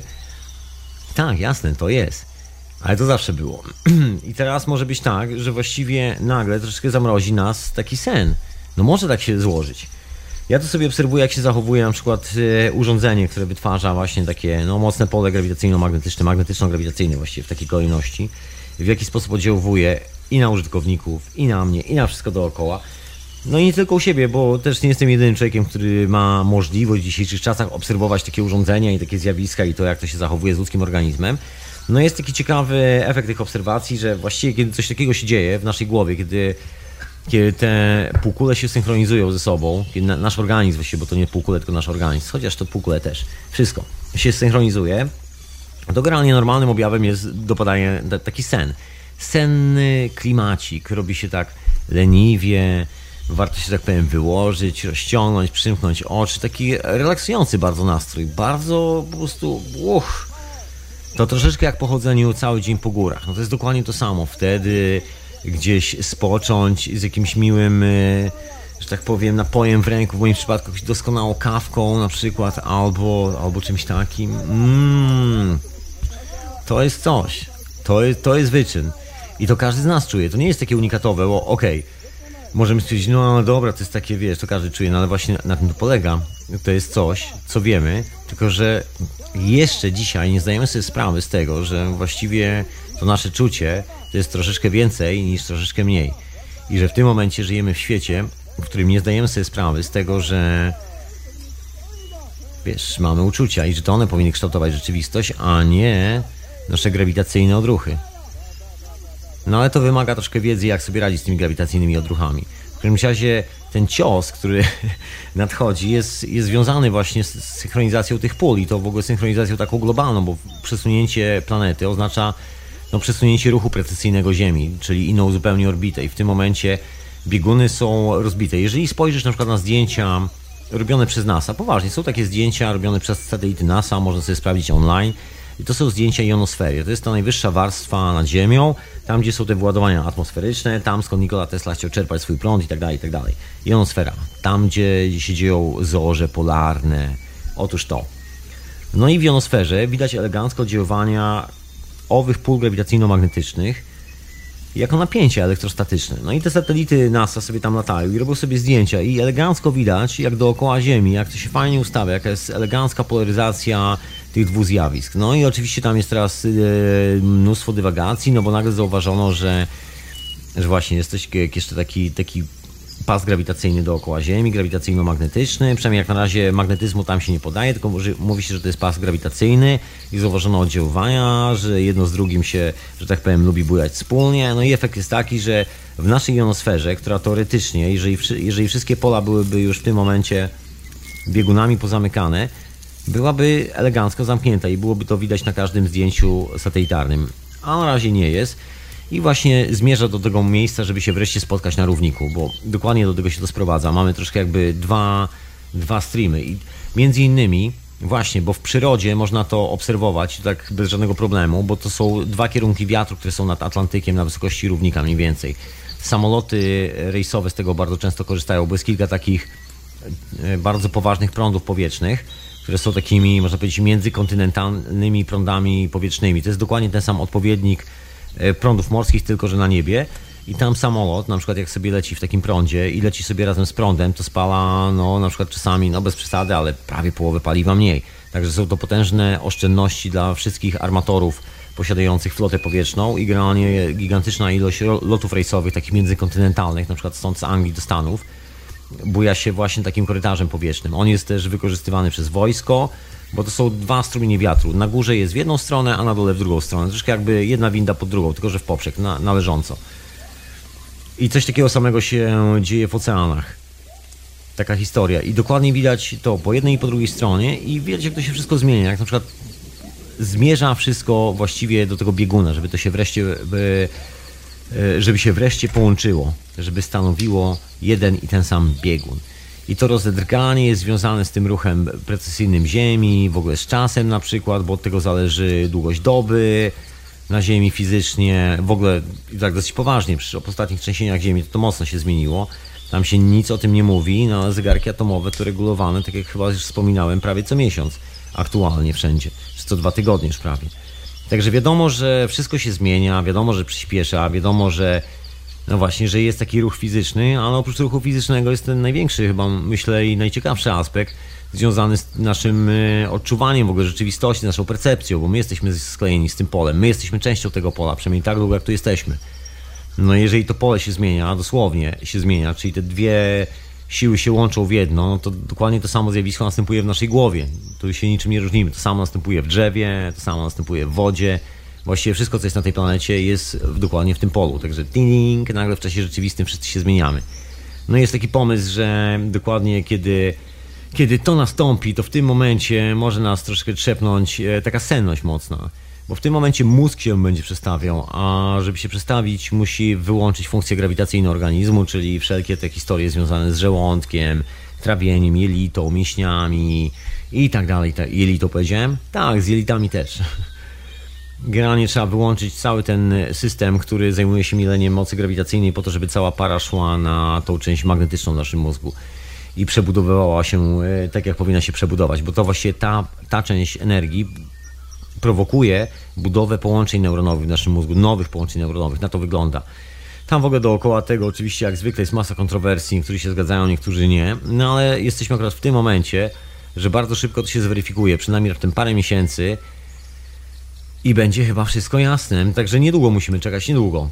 Speaker 2: Tak, jasne, to jest. Ale to zawsze było. I teraz może być tak, że właściwie nagle troszeczkę zamrozi nas taki sen. No może tak się złożyć. Ja to sobie obserwuję, jak się zachowuje na przykład urządzenie, które wytwarza właśnie takie mocne pole grawitacyjno-magnetyczne, magnetyczno-grawitacyjne właściwie w takiej kolejności. W jaki sposób oddziałuje i na użytkowników, i na mnie, i na wszystko dookoła. No i nie tylko u siebie, bo też nie jestem jedynym człowiekiem, który ma możliwość w dzisiejszych czasach obserwować takie urządzenia i takie zjawiska i to, jak to się zachowuje z ludzkim organizmem. No jest taki ciekawy efekt tych obserwacji, że właściwie kiedy coś takiego się dzieje w naszej głowie, kiedy te półkule się synchronizują ze sobą, kiedy nasz organizm właściwie, bo to nie półkule, tylko nasz organizm, chociaż to półkule też, wszystko się synchronizuje, to generalnie normalnym objawem jest dopadanie taki sen. Senny klimacik, robi się tak leniwie, warto się, tak powiem, wyłożyć, rozciągnąć, przymknąć oczy, taki relaksujący bardzo nastrój, bardzo po prostu, to troszeczkę jak po chodzeniu cały dzień po górach. No to jest dokładnie to samo. Wtedy gdzieś spocząć z jakimś miłym, że tak powiem, napojem w ręku, w moim przypadku jakąś doskonałą kawką na przykład, albo czymś takim. To jest coś. To jest wyczyn. I to każdy z nas czuje. To nie jest takie unikatowe, bo okej, możemy stwierdzić, no dobra, to jest takie, wiesz, to każdy czuje, no ale właśnie na tym to polega. To jest coś, co wiemy, tylko że jeszcze dzisiaj nie zdajemy sobie sprawy z tego, że właściwie to nasze czucie to jest troszeczkę więcej niż troszeczkę mniej. I że w tym momencie żyjemy w świecie, w którym nie zdajemy sobie sprawy z tego, że wiesz, mamy uczucia i że to one powinny kształtować rzeczywistość, a nie nasze grawitacyjne odruchy. No ale to wymaga troszkę wiedzy, jak sobie radzić z tymi grawitacyjnymi odruchami. W którymś razie ten cios, który nadchodzi, jest związany właśnie z synchronizacją tych pól i to w ogóle synchronizacją taką globalną, bo przesunięcie planety oznacza przesunięcie ruchu precesyjnego Ziemi, czyli inną zupełnie orbitę i w tym momencie bieguny są rozbite. Jeżeli spojrzysz na przykład na zdjęcia robione przez NASA, poważnie, są takie zdjęcia robione przez satelity NASA, można sobie sprawdzić online. I to są zdjęcia jonosfery. To jest ta najwyższa warstwa nad Ziemią, tam gdzie są te wyładowania atmosferyczne, tam skąd Nikola Tesla chciał czerpać swój prąd i tak dalej, i tak dalej. Jonosfera. Tam gdzie się dzieją zorze polarne. Otóż to. No i w jonosferze widać elegancko oddziaływania owych pól grawitacyjno-magnetycznych jako napięcia elektrostatyczne. No i te satelity NASA sobie tam latają i robią sobie zdjęcia i elegancko widać, jak dookoła Ziemi, jak to się fajnie ustawia, jaka jest elegancka polaryzacja tych dwóch zjawisk. No i oczywiście tam jest teraz mnóstwo dywagacji, no bo nagle zauważono, że właśnie jest coś jeszcze taki pas grawitacyjny dookoła Ziemi, grawitacyjno-magnetyczny, przynajmniej jak na razie magnetyzmu tam się nie podaje, tylko mówi się, że to jest pas grawitacyjny i zauważono oddziaływania, że jedno z drugim się, że tak powiem, lubi bujać wspólnie. No i efekt jest taki, że w naszej jonosferze, która teoretycznie, jeżeli wszystkie pola byłyby już w tym momencie biegunami pozamykane, byłaby elegancko zamknięta i byłoby to widać na każdym zdjęciu satelitarnym, a na razie nie jest. I właśnie zmierza do tego miejsca, żeby się wreszcie spotkać na równiku, bo dokładnie do tego się to sprowadza. Mamy troszkę jakby dwa streamy i między innymi właśnie, bo w przyrodzie można to obserwować tak bez żadnego problemu, bo to są dwa kierunki wiatru, które są nad Atlantykiem na wysokości równika mniej więcej. Samoloty rejsowe z tego bardzo często korzystają, bo jest kilka takich bardzo poważnych prądów powietrznych, które są takimi, można powiedzieć, międzykontynentalnymi prądami powietrznymi. To jest dokładnie ten sam odpowiednik prądów morskich, tylko że na niebie i tam samolot, na przykład jak sobie leci w takim prądzie i leci sobie razem z prądem, to spala, no na przykład czasami, no bez przesady, ale prawie połowę paliwa mniej. Także są to potężne oszczędności dla wszystkich armatorów posiadających flotę powietrzną i generalnie gigantyczna ilość lotów rejsowych, takich międzykontynentalnych, na przykład stąd z Anglii do Stanów, buja się właśnie takim korytarzem powietrznym. On jest też wykorzystywany przez wojsko, bo to są dwa strumienie wiatru. Na górze jest w jedną stronę, a na dole w drugą stronę. Troszkę jakby jedna winda pod drugą, tylko że w poprzek, należąco. I coś takiego samego się dzieje w oceanach. Taka historia. I dokładnie widać to po jednej i po drugiej stronie i widać, jak to się wszystko zmienia. Jak na przykład zmierza wszystko właściwie do tego bieguna, żeby się wreszcie połączyło, żeby stanowiło jeden i ten sam biegun. I to rozedrganie jest związane z tym ruchem precesyjnym Ziemi, w ogóle z czasem na przykład, bo od tego zależy długość doby na Ziemi fizycznie. W ogóle tak dosyć poważnie, przecież po ostatnich trzęsieniach Ziemi to mocno się zmieniło. Tam się nic o tym nie mówi, no zegarki atomowe to regulowane, tak jak chyba już wspominałem, prawie co miesiąc aktualnie wszędzie, czy co 2 tygodnie już prawie. Także wiadomo, że wszystko się zmienia, wiadomo, że przyspiesza, wiadomo, że no właśnie, że jest taki ruch fizyczny, ale oprócz ruchu fizycznego jest ten największy chyba, myślę, i najciekawszy aspekt związany z naszym odczuwaniem w ogóle rzeczywistości, naszą percepcją, bo my jesteśmy sklejeni z tym polem, my jesteśmy częścią tego pola, przynajmniej tak długo jak tu jesteśmy. No jeżeli to pole się zmienia, dosłownie się zmienia, czyli te dwie siły się łączą w jedno, no to dokładnie to samo zjawisko następuje w naszej głowie. Tu się niczym nie różnimy. To samo następuje w drzewie, to samo następuje w wodzie. Właściwie wszystko, co jest na tej planecie, jest dokładnie w tym polu. Także ding, nagle w czasie rzeczywistym wszyscy się zmieniamy. No i jest taki pomysł, że dokładnie kiedy to nastąpi, to w tym momencie może nas troszkę trzepnąć taka senność mocna. Bo w tym momencie mózg się będzie przestawiał, a żeby się przestawić, musi wyłączyć funkcję grawitacyjną organizmu, czyli wszelkie te historie związane z żołądkiem, trawieniem, jelitą, mięśniami i tak dalej. Jelito powiedziałem? Tak, z jelitami też. Generalnie trzeba wyłączyć cały ten system, który zajmuje się mileniem mocy grawitacyjnej po to, żeby cała para szła na tą część magnetyczną w naszym mózgu i przebudowywała się tak, jak powinna się przebudować, bo to właściwie ta część energii prowokuje budowę połączeń neuronowych w naszym mózgu, nowych połączeń neuronowych. Na to wygląda. Tam w ogóle dookoła tego oczywiście jak zwykle jest masa kontrowersji, niektórzy się zgadzają, niektórzy nie, no ale jesteśmy akurat w tym momencie, że bardzo szybko to się zweryfikuje, przynajmniej w tym parę miesięcy i będzie chyba wszystko jasne, także niedługo musimy czekać, niedługo.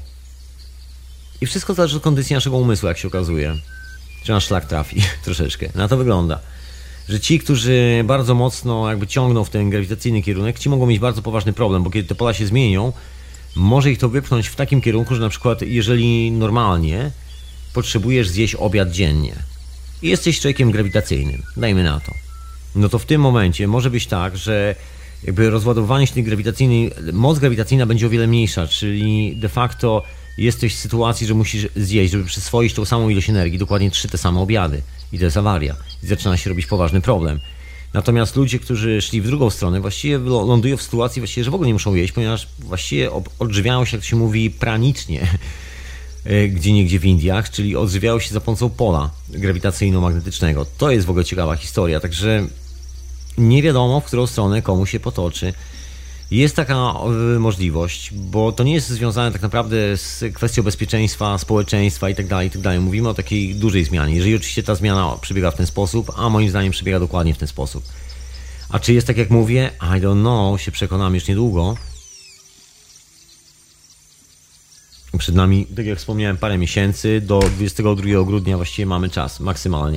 Speaker 2: I wszystko zależy od kondycji naszego umysłu, jak się okazuje. Czy nasz szlak trafi troszeczkę. Na to wygląda. Że ci, którzy bardzo mocno jakby ciągną w ten grawitacyjny kierunek, ci mogą mieć bardzo poważny problem, bo kiedy te pola się zmienią, może ich to wypchnąć w takim kierunku, że na przykład jeżeli normalnie potrzebujesz zjeść obiad dziennie i jesteś człowiekiem grawitacyjnym, dajmy na to, no to w tym momencie może być tak, że jakby rozładowywanie się tej grawitacyjnej, moc grawitacyjna będzie o wiele mniejsza, czyli de facto jesteś w sytuacji, że musisz zjeść, żeby przyswoić tą samą ilość energii, dokładnie 3 te same obiady. I to jest awaria. I zaczyna się robić poważny problem. Natomiast ludzie, którzy szli w drugą stronę, właściwie lądują w sytuacji, właściwie, że w ogóle nie muszą jeść, ponieważ właściwie odżywiają się, jak to się mówi, pranicznie, gdzieniegdzie w Indiach, czyli odżywiają się za pomocą pola grawitacyjno-magnetycznego. To jest w ogóle ciekawa historia, także nie wiadomo, w którą stronę komu się potoczy. Jest taka możliwość, bo to nie jest związane tak naprawdę z kwestią bezpieczeństwa, społeczeństwa itd. Mówimy o takiej dużej zmianie. Jeżeli oczywiście ta zmiana przebiega w ten sposób, a moim zdaniem przebiega dokładnie w ten sposób. A czy jest tak jak mówię? I don't know, się przekonamy już niedługo. Przed nami, tak jak wspomniałem, parę miesięcy, do 22 grudnia właściwie mamy czas, maksymalnie.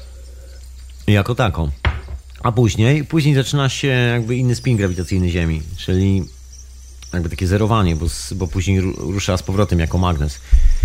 Speaker 2: Jako taką. A później zaczyna się jakby inny spin grawitacyjny Ziemi, czyli jakby takie zerowanie, bo później rusza z powrotem jako magnes.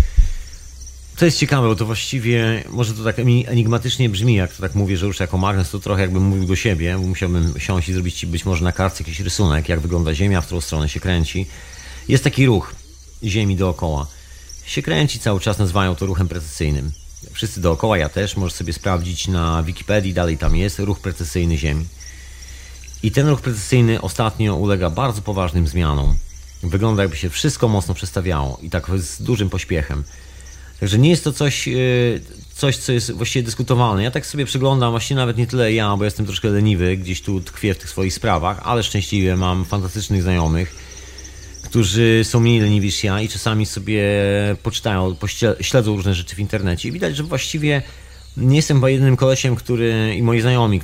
Speaker 2: To jest ciekawe, bo to właściwie, może to tak enigmatycznie brzmi, jak to tak mówię, że rusza jako magnes, to trochę jakbym mówił do siebie, bo musiałbym siąść i zrobić być może na kartce jakiś rysunek, jak wygląda Ziemia, w którą stronę się kręci. Jest taki ruch Ziemi dookoła. Się kręci cały czas, nazywają to ruchem precesyjnym. Wszyscy dookoła, ja też, możesz sobie sprawdzić na Wikipedii, dalej tam jest ruch precesyjny Ziemi. I ten ruch precesyjny ostatnio ulega bardzo poważnym zmianom. Wygląda, jakby się wszystko mocno przestawiało i tak z dużym pośpiechem. Także nie jest to coś, co jest właściwie dyskutowalne. Ja tak sobie przyglądam, właściwie nawet nie tyle ja, bo jestem troszkę leniwy, gdzieś tu tkwię w tych swoich sprawach, ale szczęśliwie mam fantastycznych znajomych, którzy są mniej leniwi niż ja i czasami sobie poczytają, śledzą różne rzeczy w internecie i widać, że właściwie nie jestem chyba jedynym kolesiem, i moi znajomi,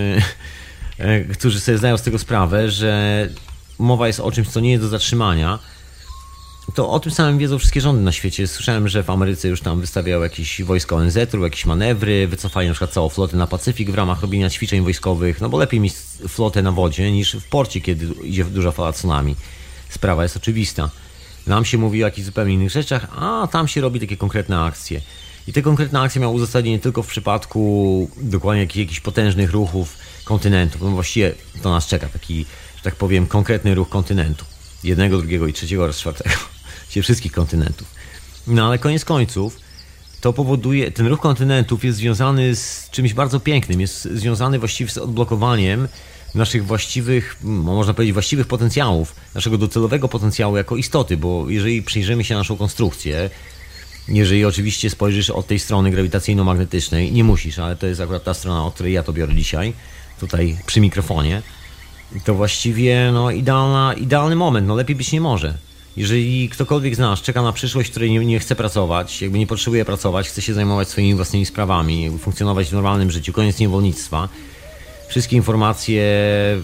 Speaker 2: którzy sobie zdają z tego sprawę, że mowa jest o czymś, co nie jest do zatrzymania. To o tym samym wiedzą wszystkie rządy na świecie. Słyszałem, że w Ameryce już tam wystawiały jakieś wojska ONZ-u, jakieś manewry, wycofali na przykład całą flotę na Pacyfik w ramach robienia ćwiczeń wojskowych, no bo lepiej mieć flotę na wodzie niż w porcie, kiedy idzie duża fala tsunami. Sprawa jest oczywista. Nam się mówi o jakichś zupełnie innych rzeczach, a tam się robi takie konkretne akcje. I te konkretne akcje miały uzasadnienie tylko w przypadku dokładnie jakichś potężnych ruchów kontynentów. No właściwie to nas czeka taki, że tak powiem, konkretny ruch kontynentu. Jednego, drugiego i trzeciego oraz czwartego. Czyli wszystkich kontynentów. No ale koniec końców to powoduje, ten ruch kontynentów jest związany z czymś bardzo pięknym. Jest związany właściwie z odblokowaniem naszych właściwych, można powiedzieć, właściwych potencjałów, naszego docelowego potencjału jako istoty, bo jeżeli przyjrzymy się naszą konstrukcję, jeżeli oczywiście spojrzysz od tej strony grawitacyjno-magnetycznej, nie musisz, ale to jest akurat ta strona, od której ja to biorę dzisiaj, tutaj przy mikrofonie, to właściwie no, idealny moment, no lepiej być nie może. Jeżeli ktokolwiek z nas czeka na przyszłość, w której nie chce pracować, jakby nie potrzebuje pracować, chce się zajmować swoimi własnymi sprawami, funkcjonować w normalnym życiu, koniec niewolnictwa, wszystkie informacje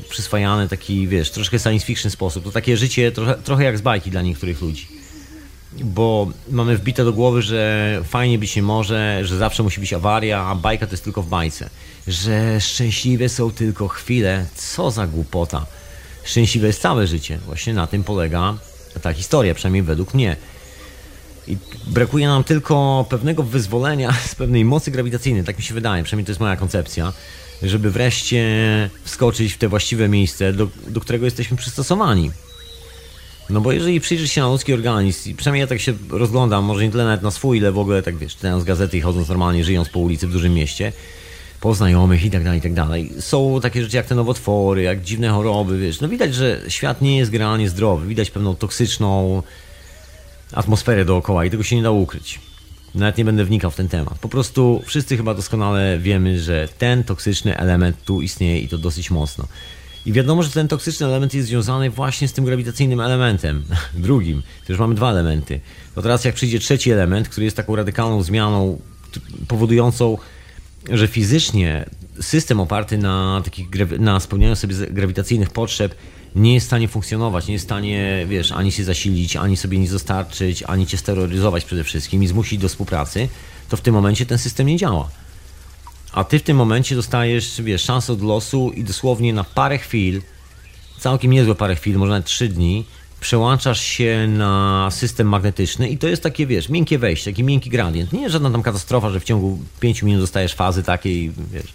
Speaker 2: przyswajane taki, wiesz, troszkę science fiction sposób. To takie życie trochę jak z bajki dla niektórych ludzi. bo mamy wbite do głowy, że fajnie być nie może, że zawsze musi być awaria, a bajka to jest tylko w bajce. Że szczęśliwe są tylko chwile. Co za głupota. Szczęśliwe jest całe życie. Właśnie na tym polega ta historia, przynajmniej według mnie. I brakuje nam tylko pewnego wyzwolenia z pewnej mocy grawitacyjnej, tak mi się wydaje, przynajmniej to jest moja koncepcja, żeby wreszcie wskoczyć w te właściwe miejsce, do którego jesteśmy przystosowani. No bo jeżeli przyjrzysz się na ludzki organizm, i przynajmniej ja tak się rozglądam, może nie tyle nawet na swój, ile w ogóle tak wiesz, czytając gazety i chodząc normalnie, żyjąc po ulicy w dużym mieście, po znajomych i tak dalej. Są takie rzeczy jak te nowotwory, jak dziwne choroby, wiesz. No widać, że świat nie jest generalnie zdrowy. Widać pewną toksyczną atmosferę dookoła i tego się nie da ukryć. Nawet nie będę wnikał w ten temat. Po prostu wszyscy chyba doskonale wiemy, że ten toksyczny element tu istnieje i to dosyć mocno. I wiadomo, że ten toksyczny element jest związany właśnie z tym grawitacyjnym elementem. Drugim. To już mamy dwa elementy. To teraz jak przyjdzie trzeci element, który jest taką radykalną zmianą powodującą, że fizycznie system oparty na spełnianiu sobie grawitacyjnych potrzeb nie jest w stanie funkcjonować, nie jest w stanie, wiesz, ani się zasilić, ani sobie nic dostarczyć, ani cię steroryzować przede wszystkim i zmusić do współpracy, to w tym momencie ten system nie działa. A ty w tym momencie dostajesz, wiesz, szansę od losu i dosłownie na parę chwil, całkiem niezłe parę chwil, może nawet 3 dni, przełączasz się na system magnetyczny i to jest takie, wiesz, miękkie wejście, taki miękki gradient. Nie jest żadna tam katastrofa, że w ciągu 5 minut dostajesz fazy takiej, wiesz,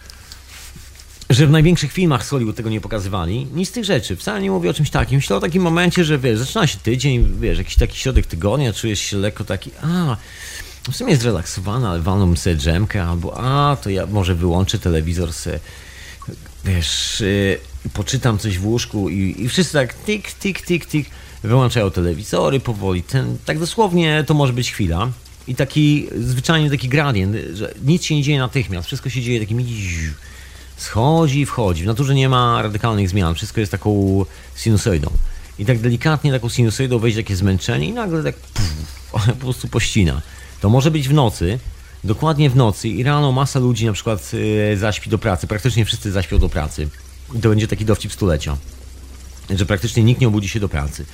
Speaker 2: że w największych filmach z Hollywood tego nie pokazywali. Nic z tych rzeczy. Wcale nie mówię o czymś takim. Myślę o takim momencie, że wiesz, zaczyna się tydzień, wiesz, jakiś taki środek tygodnia, czujesz się lekko taki, w sumie jest zrelaksowany, ale walnąłbym sobie drzemkę, albo to ja może wyłączę telewizor sobie, wiesz, poczytam coś w łóżku i wszyscy tak tik, wyłączają telewizory powoli. Tak dosłownie to może być chwila. I zwyczajnie taki gradient, że nic się nie dzieje natychmiast, wszystko się dzieje takim schodzi i wchodzi. W naturze nie ma radykalnych zmian, wszystko jest taką sinusoidą. I tak delikatnie taką sinusoidą wejdzie takie zmęczenie i nagle tak po prostu pościna. To może być w nocy, dokładnie w nocy i rano masa ludzi na przykład zaśpi do pracy, praktycznie wszyscy zaśpią do pracy. I to będzie taki dowcip stulecia, że praktycznie nikt nie obudzi się do pracy.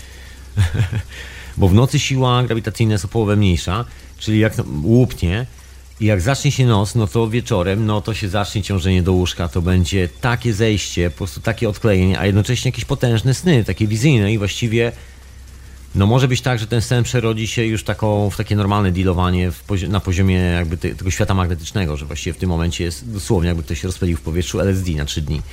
Speaker 2: Bo w nocy siła grawitacyjna jest o połowę mniejsza, czyli jak łupnie i jak zacznie się noc, no to wieczorem, no to się zacznie ciążenie do łóżka, to będzie takie zejście, po prostu takie odklejenie, a jednocześnie jakieś potężne sny, takie wizyjne i właściwie no może być tak, że ten sen przerodzi się już w takie normalne dealowanie na poziomie jakby tego świata magnetycznego, że właściwie w tym momencie jest dosłownie jakby ktoś się rozpędził w powietrzu LSD na 3 dni.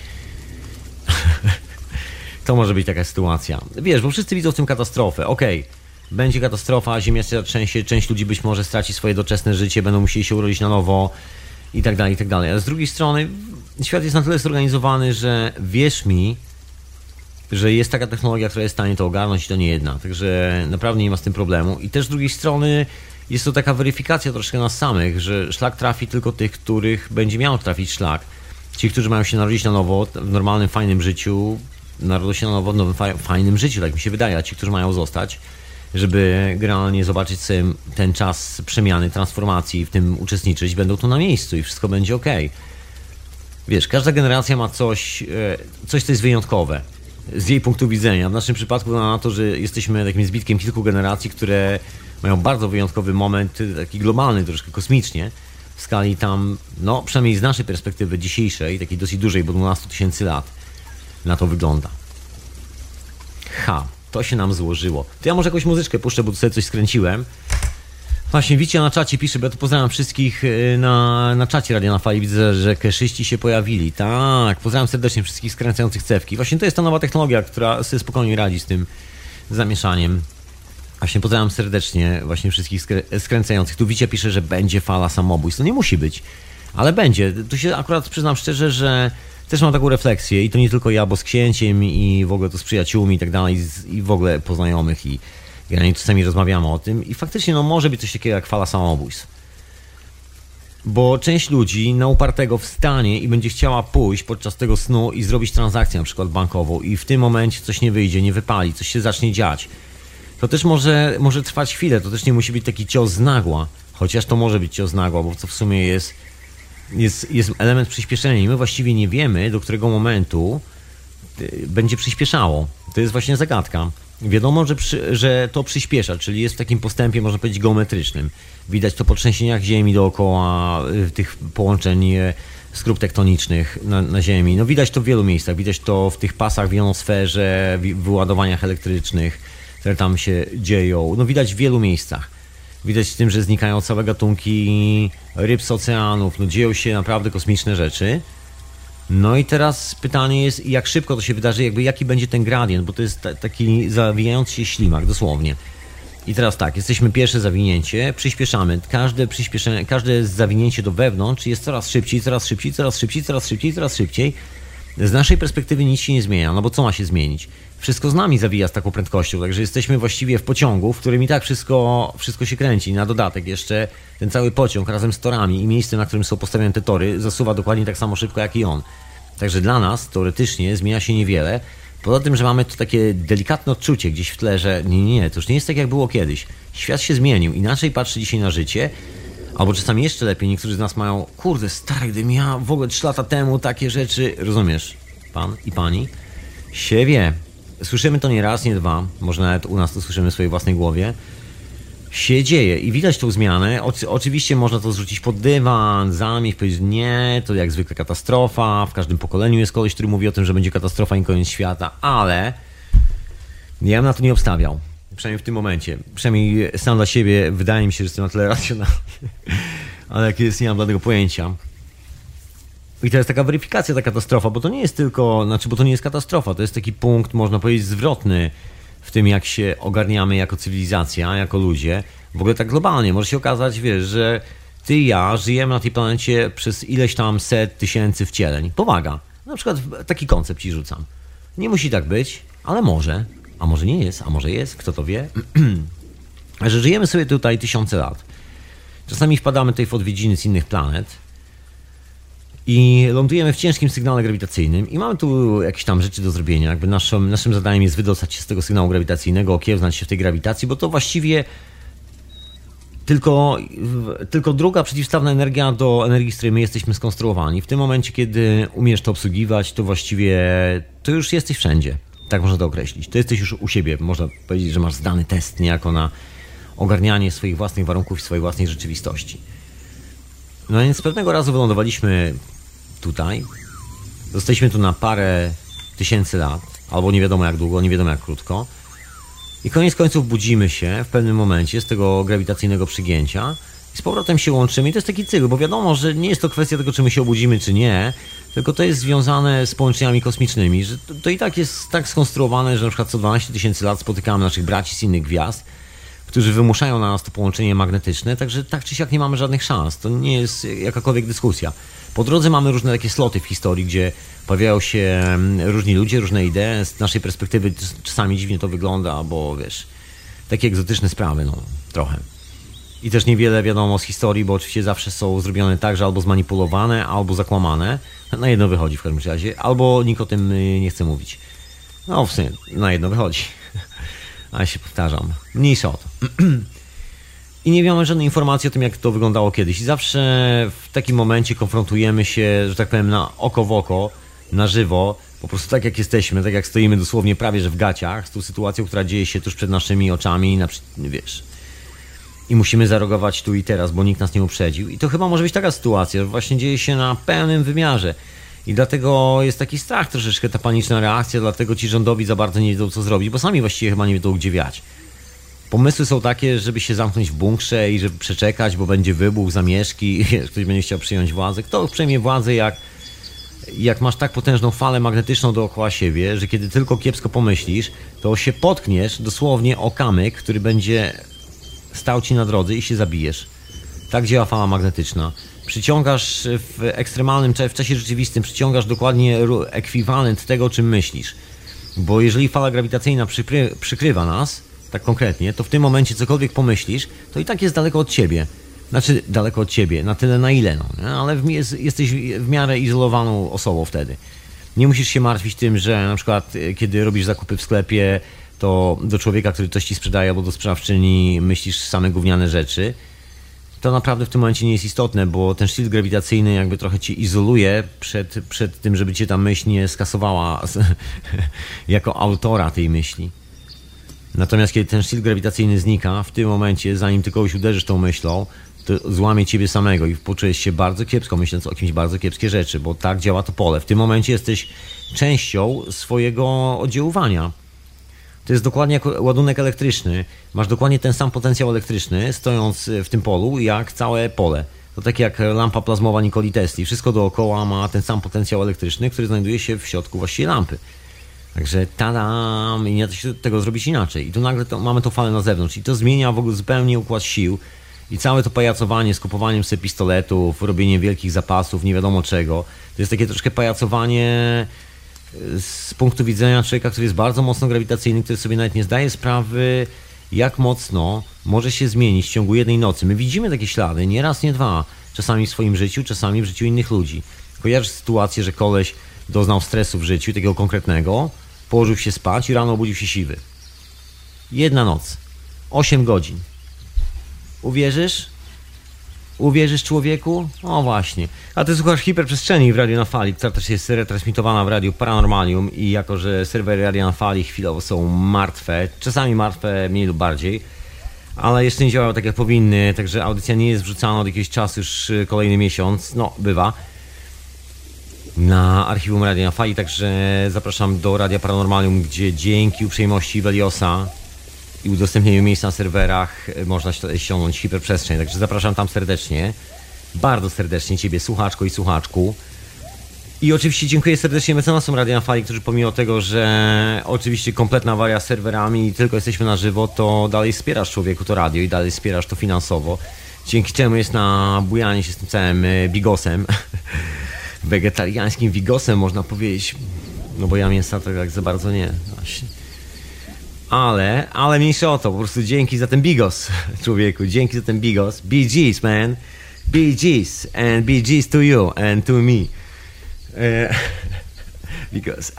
Speaker 2: To może być taka sytuacja. Wiesz, bo wszyscy widzą w tym katastrofę. Okej, będzie katastrofa, ziemia się zatrzęsie, część ludzi być może straci swoje doczesne życie, będą musieli się urodzić na nowo i tak dalej, i tak dalej. Ale z drugiej strony świat jest na tyle zorganizowany, że wierz mi, że jest taka technologia, która jest w stanie to ogarnąć i to nie jedna. Także naprawdę nie ma z tym problemu. I też z drugiej strony jest to taka weryfikacja troszkę nas samych, że szlak trafi tylko tych, których będzie miał trafić szlak. Ci, którzy mają się narodzić na nowo w normalnym, fajnym życiu, narodzić się na nowo w nowym, fajnym życiu, tak mi się wydaje, a ci, którzy mają zostać, żeby generalnie zobaczyć sobie ten czas przemiany, transformacji, w tym uczestniczyć, będą tu na miejscu i wszystko będzie ok. Wiesz, każda generacja ma coś, co jest wyjątkowe z jej punktu widzenia. W naszym przypadku na to, że jesteśmy takim zbitkiem kilku generacji, które mają bardzo wyjątkowy moment, taki globalny, troszkę kosmicznie, w skali tam, no przynajmniej z naszej perspektywy dzisiejszej, takiej dosyć dużej, bo 12 000 lat na to wygląda. To się nam złożyło. To ja może jakąś muzyczkę puszczę, bo tu sobie coś skręciłem. Właśnie Wicia na czacie pisze, bo ja tu pozdrawiam wszystkich na czacie Radia na Fali. Widzę, że keszyści się pojawili. Tak, pozdrawiam serdecznie wszystkich skręcających cewki. Właśnie to jest ta nowa technologia, która sobie spokojnie radzi z tym zamieszaniem. Właśnie pozdrawiam serdecznie właśnie wszystkich skręcających. Tu Wicia pisze, że będzie fala samobójstw. To nie musi być, ale będzie. Tu się akurat przyznam szczerze, że też mam taką refleksję i to nie tylko ja, bo z księciem i w ogóle to z przyjaciółmi i tak dalej i w ogóle po znajomych i generalnie czasami rozmawiamy o tym i faktycznie no może być coś takiego jak fala samobójstw. Bo część ludzi na upartego wstanie i będzie chciała pójść podczas tego snu i zrobić transakcję na przykład bankową i w tym momencie coś nie wyjdzie, nie wypali, coś się zacznie dziać. To też może trwać chwilę, to też nie musi być taki cios z nagła, chociaż to może być cios z nagła, bo to w sumie jest element przyspieszenia i my właściwie nie wiemy, do którego momentu będzie przyspieszało. To jest właśnie zagadka. Wiadomo, że to przyspiesza, czyli jest w takim postępie, można powiedzieć, geometrycznym. Widać to po trzęsieniach ziemi dookoła, tych połączeń skrup tektonicznych na Ziemi. No widać to w wielu miejscach. Widać to w tych pasach w jonosferze, wyładowaniach elektrycznych, które tam się dzieją. No widać w wielu miejscach. Widać w tym, że znikają całe gatunki ryb z oceanów. No dzieją się naprawdę kosmiczne rzeczy. No i teraz pytanie jest, jak szybko to się wydarzy, jakby jaki będzie ten gradient, bo to jest taki zawijający się ślimak, dosłownie. I teraz tak, jesteśmy pierwsze zawinięcie, przyspieszamy. Każde zawinięcie do wewnątrz jest coraz szybciej, coraz szybciej, coraz szybciej, coraz szybciej, coraz szybciej. Z naszej perspektywy nic się nie zmienia, no bo co ma się zmienić? Wszystko z nami zawija z taką prędkością, także jesteśmy właściwie w pociągu, w którym i tak wszystko się kręci. Na dodatek jeszcze ten cały pociąg razem z torami i miejscem, na którym są postawione te tory, zasuwa dokładnie tak samo szybko jak i on. Także dla nas teoretycznie zmienia się niewiele. Poza tym, że mamy tu takie delikatne odczucie gdzieś w tle, że nie, to już nie jest tak jak było kiedyś. Świat się zmienił, inaczej patrzy dzisiaj na życie, albo czasami jeszcze lepiej, niektórzy z nas mają, kurde stary, gdybym ja w ogóle 3 lata temu takie rzeczy, rozumiesz, pan i pani, się wie. Słyszymy to nie raz, nie dwa, może nawet u nas to słyszymy w swojej własnej głowie, się dzieje i widać tą zmianę. Oczywiście można to zrzucić pod dywan, zamieść, powiedzieć nie, to jak zwykle katastrofa, w każdym pokoleniu jest koleś, który mówi o tym, że będzie katastrofa i koniec świata, ale ja bym na to nie obstawiał, przynajmniej w tym momencie. Przynajmniej sam dla siebie wydaje mi się, że jestem na tyle racjonalny, ale jak jest, nie mam żadnego pojęcia. I to jest taka weryfikacja, ta katastrofa, bo to nie jest tylko, bo to nie jest katastrofa, to jest taki punkt, można powiedzieć, zwrotny w tym, jak się ogarniamy jako cywilizacja, jako ludzie. W ogóle tak globalnie może się okazać, wiesz, że ty i ja żyjemy na tej planecie przez ileś tam set tysięcy wcieleń. Powaga. Na przykład taki koncept ci rzucam. Nie musi tak być, ale może. A może nie jest, a może jest, kto to wie. Że żyjemy sobie tutaj tysiące lat. Czasami wpadamy tutaj w odwiedziny z innych planet i lądujemy w ciężkim sygnale grawitacyjnym i mamy tu jakieś tam rzeczy do zrobienia. Jakby naszym zadaniem jest wydostać się z tego sygnału grawitacyjnego, okiełznać się w tej grawitacji, bo to właściwie tylko druga przeciwstawna energia do energii, z której my jesteśmy skonstruowani. W tym momencie, kiedy umiesz to obsługiwać, to właściwie to już jesteś wszędzie. Tak można to określić. To jesteś już u siebie. Można powiedzieć, że masz zdany test niejako na ogarnianie swoich własnych warunków i swojej własnej rzeczywistości. No więc pewnego razu wylądowaliśmy tutaj. Zostaliśmy tu na parę tysięcy lat, albo nie wiadomo jak długo, nie wiadomo jak krótko. I koniec końców budzimy się w pewnym momencie z tego grawitacyjnego przygięcia i z powrotem się łączymy. I to jest taki cykl, bo wiadomo, że nie jest to kwestia tego, czy my się obudzimy, czy nie, tylko to jest związane z połączeniami kosmicznymi, że to i tak jest tak skonstruowane, że na przykład co 12 tysięcy lat spotykamy naszych braci z innych gwiazd, którzy wymuszają na nas to połączenie magnetyczne, także tak czy siak nie mamy żadnych szans. To nie jest jakakolwiek dyskusja. Po drodze mamy różne takie sloty w historii, gdzie pojawiają się różni ludzie, różne idee. Z naszej perspektywy czasami dziwnie to wygląda, bo wiesz, takie egzotyczne sprawy, no trochę. I też niewiele wiadomo z historii, bo oczywiście zawsze są zrobione tak, że albo zmanipulowane, albo zakłamane. Na jedno wychodzi w każdym razie, albo nikt o tym nie chce mówić. No w sumie, na jedno wychodzi. Ale się powtarzam, mniejsza o to. I nie mamy żadnej informacji o tym, jak to wyglądało kiedyś. I zawsze w takim momencie konfrontujemy się, że tak powiem, na oko w oko, na żywo, po prostu tak jak jesteśmy, tak jak stoimy dosłownie prawie że w gaciach, z tą sytuacją, która dzieje się tuż przed naszymi oczami, wiesz. I musimy zareagować tu i teraz, bo nikt nas nie uprzedził. I to chyba może być taka sytuacja, że właśnie dzieje się na pełnym wymiarze. I dlatego jest taki strach troszeczkę, ta paniczna reakcja, dlatego ci rządowi za bardzo nie wiedzą, co zrobić, bo sami właściwie chyba nie wiedzą, gdzie wiać. Pomysły są takie, żeby się zamknąć w bunkrze i żeby przeczekać, bo będzie wybuch, zamieszki, ktoś będzie chciał przyjąć władzę. Kto przejmie władzę, jak masz tak potężną falę magnetyczną dookoła siebie, że kiedy tylko kiepsko pomyślisz, to się potkniesz dosłownie o kamyk, który będzie stał ci na drodze i się zabijesz. Tak działa fala magnetyczna. Przyciągasz w ekstremalnym czasie, w czasie rzeczywistym, przyciągasz dokładnie ekwiwalent tego, o czym myślisz. Bo jeżeli fala grawitacyjna przykrywa nas, tak konkretnie, to w tym momencie cokolwiek pomyślisz, to i tak jest daleko od ciebie. Znaczy daleko od ciebie, na tyle na ile, no, nie? Ale jesteś w miarę izolowaną osobą wtedy. Nie musisz się martwić tym, że na przykład kiedy robisz zakupy w sklepie, to do człowieka, który coś ci sprzedaje, albo do sprzedawczyni myślisz same gówniane rzeczy. To naprawdę w tym momencie nie jest istotne, bo ten sztyl grawitacyjny jakby trochę cię izoluje przed tym, żeby cię ta myśl nie skasowała jako autora tej myśli. Natomiast kiedy ten sztyl grawitacyjny znika, w tym momencie, zanim ty kogoś uderzysz tą myślą, to złamie ciebie samego i poczujesz się bardzo kiepsko, myśląc o kimś bardzo kiepskie rzeczy, bo tak działa to pole. W tym momencie jesteś częścią swojego oddziaływania. To jest dokładnie jak ładunek elektryczny. Masz dokładnie ten sam potencjał elektryczny, stojąc w tym polu, jak całe pole. To tak jak lampa plazmowa Nikoli Tesli. Wszystko dookoła ma ten sam potencjał elektryczny, który znajduje się w środku właściwie lampy. Także tadam, i nie da się tego zrobić inaczej. I tu nagle mamy tą falę na zewnątrz i to zmienia w ogóle zupełnie układ sił. I całe to pajacowanie z kupowaniem sobie pistoletów, robienie wielkich zapasów, nie wiadomo czego. To jest takie troszkę pajacowanie z punktu widzenia człowieka, który jest bardzo mocno grawitacyjny, który sobie nawet nie zdaje sprawy, jak mocno może się zmienić w ciągu jednej nocy. My widzimy takie ślady, nie raz, nie dwa. Czasami w swoim życiu, czasami w życiu innych ludzi. Kojarzysz sytuację, że koleś doznał stresu w życiu, takiego konkretnego, położył się spać i rano obudził się siwy. Jedna noc. 8 godzin. Uwierzysz? Uwierzysz, człowieku? O właśnie. A ty słuchasz Hiperprzestrzeni w Radiu na Fali, która też jest retransmitowana w Radiu Paranormalium i jako, że serwery Radia na Fali chwilowo są martwe, czasami martwe mniej lub bardziej, ale jeszcze nie działają tak jak powinny, także audycja nie jest wrzucana od jakiegoś czasu, już kolejny miesiąc, no bywa, na archiwum Radia na Fali, także zapraszam do Radia Paranormalium, gdzie dzięki uprzejmości Veliosa i udostępnieniu miejsc na serwerach można ściągnąć hiperprzestrzeń, także zapraszam tam serdecznie, bardzo serdecznie Ciebie, słuchaczko i słuchaczku. I oczywiście dziękuję serdecznie mecenasom Radia na Fali, którzy pomimo tego, że oczywiście kompletna awaria z serwerami i tylko jesteśmy na żywo, to dalej wspierasz, człowieku, to radio i dalej wspierasz to finansowo, dzięki czemu jest na bujanie się z tym całym bigosem, wegetariańskim bigosem można powiedzieć, no bo ja mięsa to tak za bardzo nie, właśnie. Ale mniejsza o to, po prostu dzięki za ten bigos, człowieku, dzięki za ten bigos. BG's, man. BG's and BG's to you and to me. Because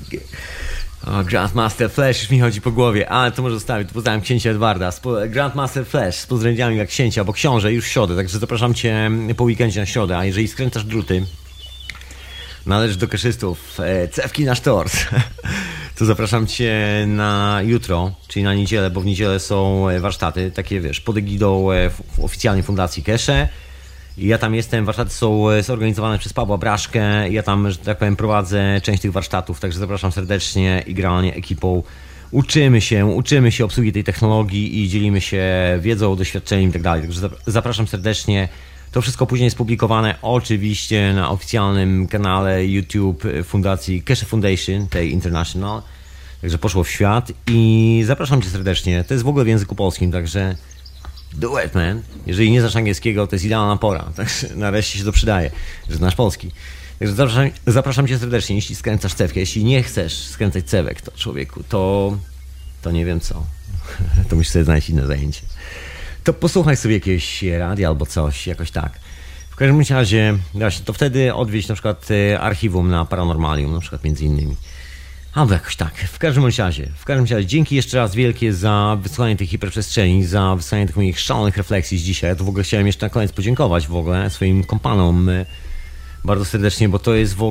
Speaker 2: Grandmaster Flash już mi chodzi po głowie, ale to może zostawić, to pozdrawiam księcia Edwarda. Grandmaster Flash z pozdrowieniami jak księcia, bo książę już w środę, także zapraszam Cię po weekendzie na środę, a jeżeli skręcasz druty, należysz do kaszystów, cewki na sztors. To zapraszam Cię na jutro, czyli na niedzielę, bo w niedzielę są warsztaty, takie wiesz, pod egidą oficjalnej Fundacji Kesze. Ja tam jestem, warsztaty są zorganizowane przez Pawła Braszkę, ja tam, że tak powiem, prowadzę część tych warsztatów, także zapraszam serdecznie i generalnie ekipą. Uczymy się obsługi tej technologii i dzielimy się wiedzą, doświadczeniem i tak dalej, także zapraszam serdecznie. To wszystko później jest publikowane oczywiście na oficjalnym kanale YouTube Fundacji Keshe Foundation, tej International. Także poszło w świat i zapraszam Cię serdecznie. To jest w ogóle w języku polskim, także do it, man. Jeżeli nie znasz angielskiego, to jest idealna pora. Także nareszcie się to przydaje, że znasz polski. Także zapraszam Cię serdecznie, jeśli skręcasz cewkę. Jeśli nie chcesz skręcać cewek, to człowieku, to nie wiem co. To musisz sobie znaleźć inne zajęcie. To posłuchaj sobie jakiegoś radia albo coś, jakoś tak. W każdym razie, właśnie, to wtedy odwiedź na przykład archiwum na Paranormalium, na przykład między innymi. Albo jakoś tak. W każdym razie, dzięki jeszcze raz wielkie za wysłanie tej hiperprzestrzeni, za wysłanie tych moich szalonych refleksji z dzisiaj. Ja to w ogóle chciałem jeszcze na koniec podziękować w ogóle swoim kompanom bardzo serdecznie, bo to jest w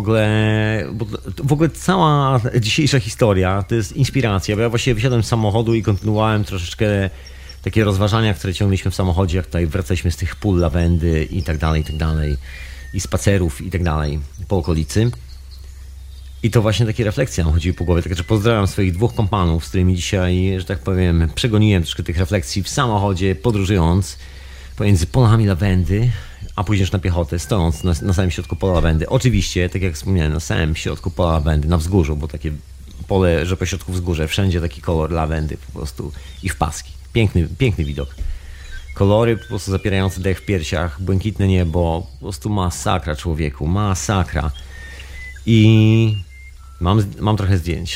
Speaker 2: ogóle cała dzisiejsza historia, to jest inspiracja, bo ja właściwie wysiadłem z samochodu i kontynuowałem troszeczkę takie rozważania, które ciągliśmy w samochodzie, jak tutaj wracaliśmy z tych pól lawendy i tak dalej, i spacerów i tak dalej po okolicy. I to właśnie takie refleksje nam chodziły po głowie, także pozdrawiam swoich dwóch kompanów, z którymi dzisiaj, że tak powiem, przegoniłem troszkę tych refleksji w samochodzie, podróżując pomiędzy polami lawendy, a później już na piechotę, stojąc na samym środku pola lawendy. Oczywiście, tak jak wspomniałem, na samym środku pola lawendy, na wzgórzu, bo takie pole, że po środku wzgórze, wszędzie taki kolor lawendy po prostu i w paski. Piękny widok. Kolory po prostu zapierające dech w piersiach, błękitne niebo, po prostu masakra, człowieku, masakra. I mam trochę zdjęć.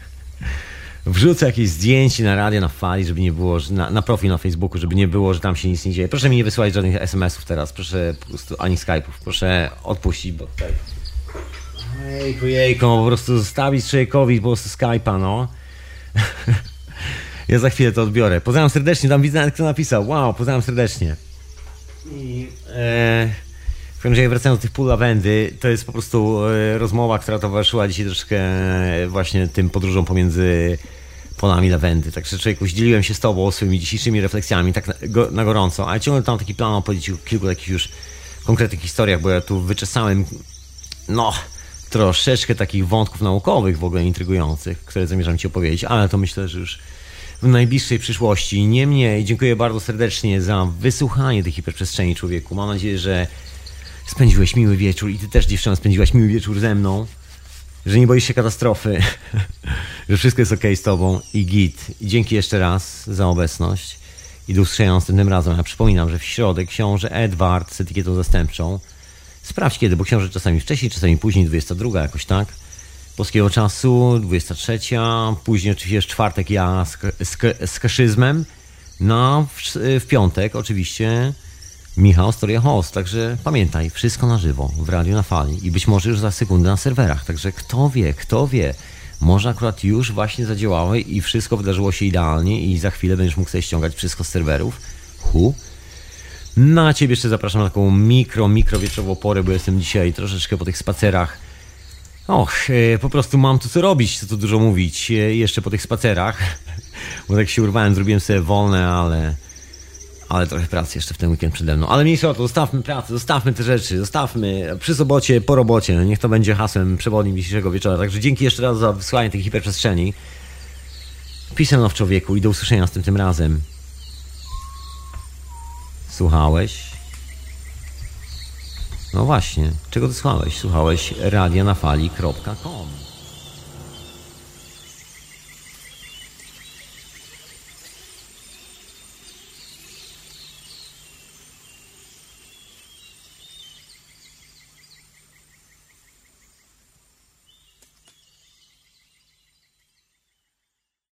Speaker 2: Wrzucę jakieś zdjęcie na Radio na Fali, żeby nie było, na profil na Facebooku, żeby nie było, że tam się nic nie dzieje. Proszę mi nie wysyłać żadnych SMS-ów teraz, proszę po prostu, ani Skype'ów, proszę odpuścić, bo tutaj... Jejku, po prostu zostawić człowiekowi po prostu Skype'a, no. Ja za chwilę to odbiorę. Pozdrawiam serdecznie, tam widzę nawet kto napisał. Wow, pozdrawiam serdecznie. I w każdym razie wracając do tych pól lawendy, to jest po prostu rozmowa, która towarzyszyła dzisiaj troszkę właśnie tym podróżom pomiędzy polami lawendy. Także człowieku, dzieliłem się z tobą swoimi dzisiejszymi refleksjami tak na gorąco, ale ciągle tam taki plan opowiedzieć o kilku takich już konkretnych historiach, bo ja tu wyczesałem troszeczkę takich wątków naukowych w ogóle intrygujących, które zamierzam ci opowiedzieć, ale to myślę, że już w najbliższej przyszłości. Niemniej dziękuję bardzo serdecznie za wysłuchanie tej hiperprzestrzeni, człowieku. Mam nadzieję, że spędziłeś miły wieczór i ty też, dziewczyna, spędziłaś miły wieczór ze mną, że nie boisz się katastrofy, że wszystko jest okej z tobą i git. I dzięki jeszcze raz za obecność i do usłyszenia następnym razem. Ja przypominam, że w środę książę Edward z etykietą zastępczą. Sprawdź kiedy, bo książę czasami wcześniej, czasami później, 22 jakoś tak. Polskiego czasu, 23, później oczywiście w czwartek ja z kaszyzmem, w piątek oczywiście Michał Storia Host, także pamiętaj, wszystko na żywo, w radiu na fali i być może już za sekundę na serwerach, także kto wie, może akurat już właśnie zadziałały i wszystko wydarzyło się idealnie i za chwilę będziesz mógł sobie ściągać wszystko z serwerów. Na ciebie jeszcze zapraszam na taką mikro wieczorową porę, bo jestem dzisiaj troszeczkę po tych spacerach. Po prostu mam tu co robić, co tu dużo mówić, jeszcze po tych spacerach, bo tak się urwałem, zrobiłem sobie wolne, ale trochę pracy jeszcze w ten weekend przede mną. Ale mniejsza o to, zostawmy pracę, zostawmy te rzeczy, zostawmy przy sobocie, po robocie, niech to będzie hasłem przewodnim dzisiejszego wieczora. Także dzięki jeszcze raz za wysłanie tej hiperprzestrzeni. Peace and love, człowieku, i do usłyszenia następnym razem. Słuchałeś? No właśnie, czego ty słuchałeś? Słuchałeś radianafali.com.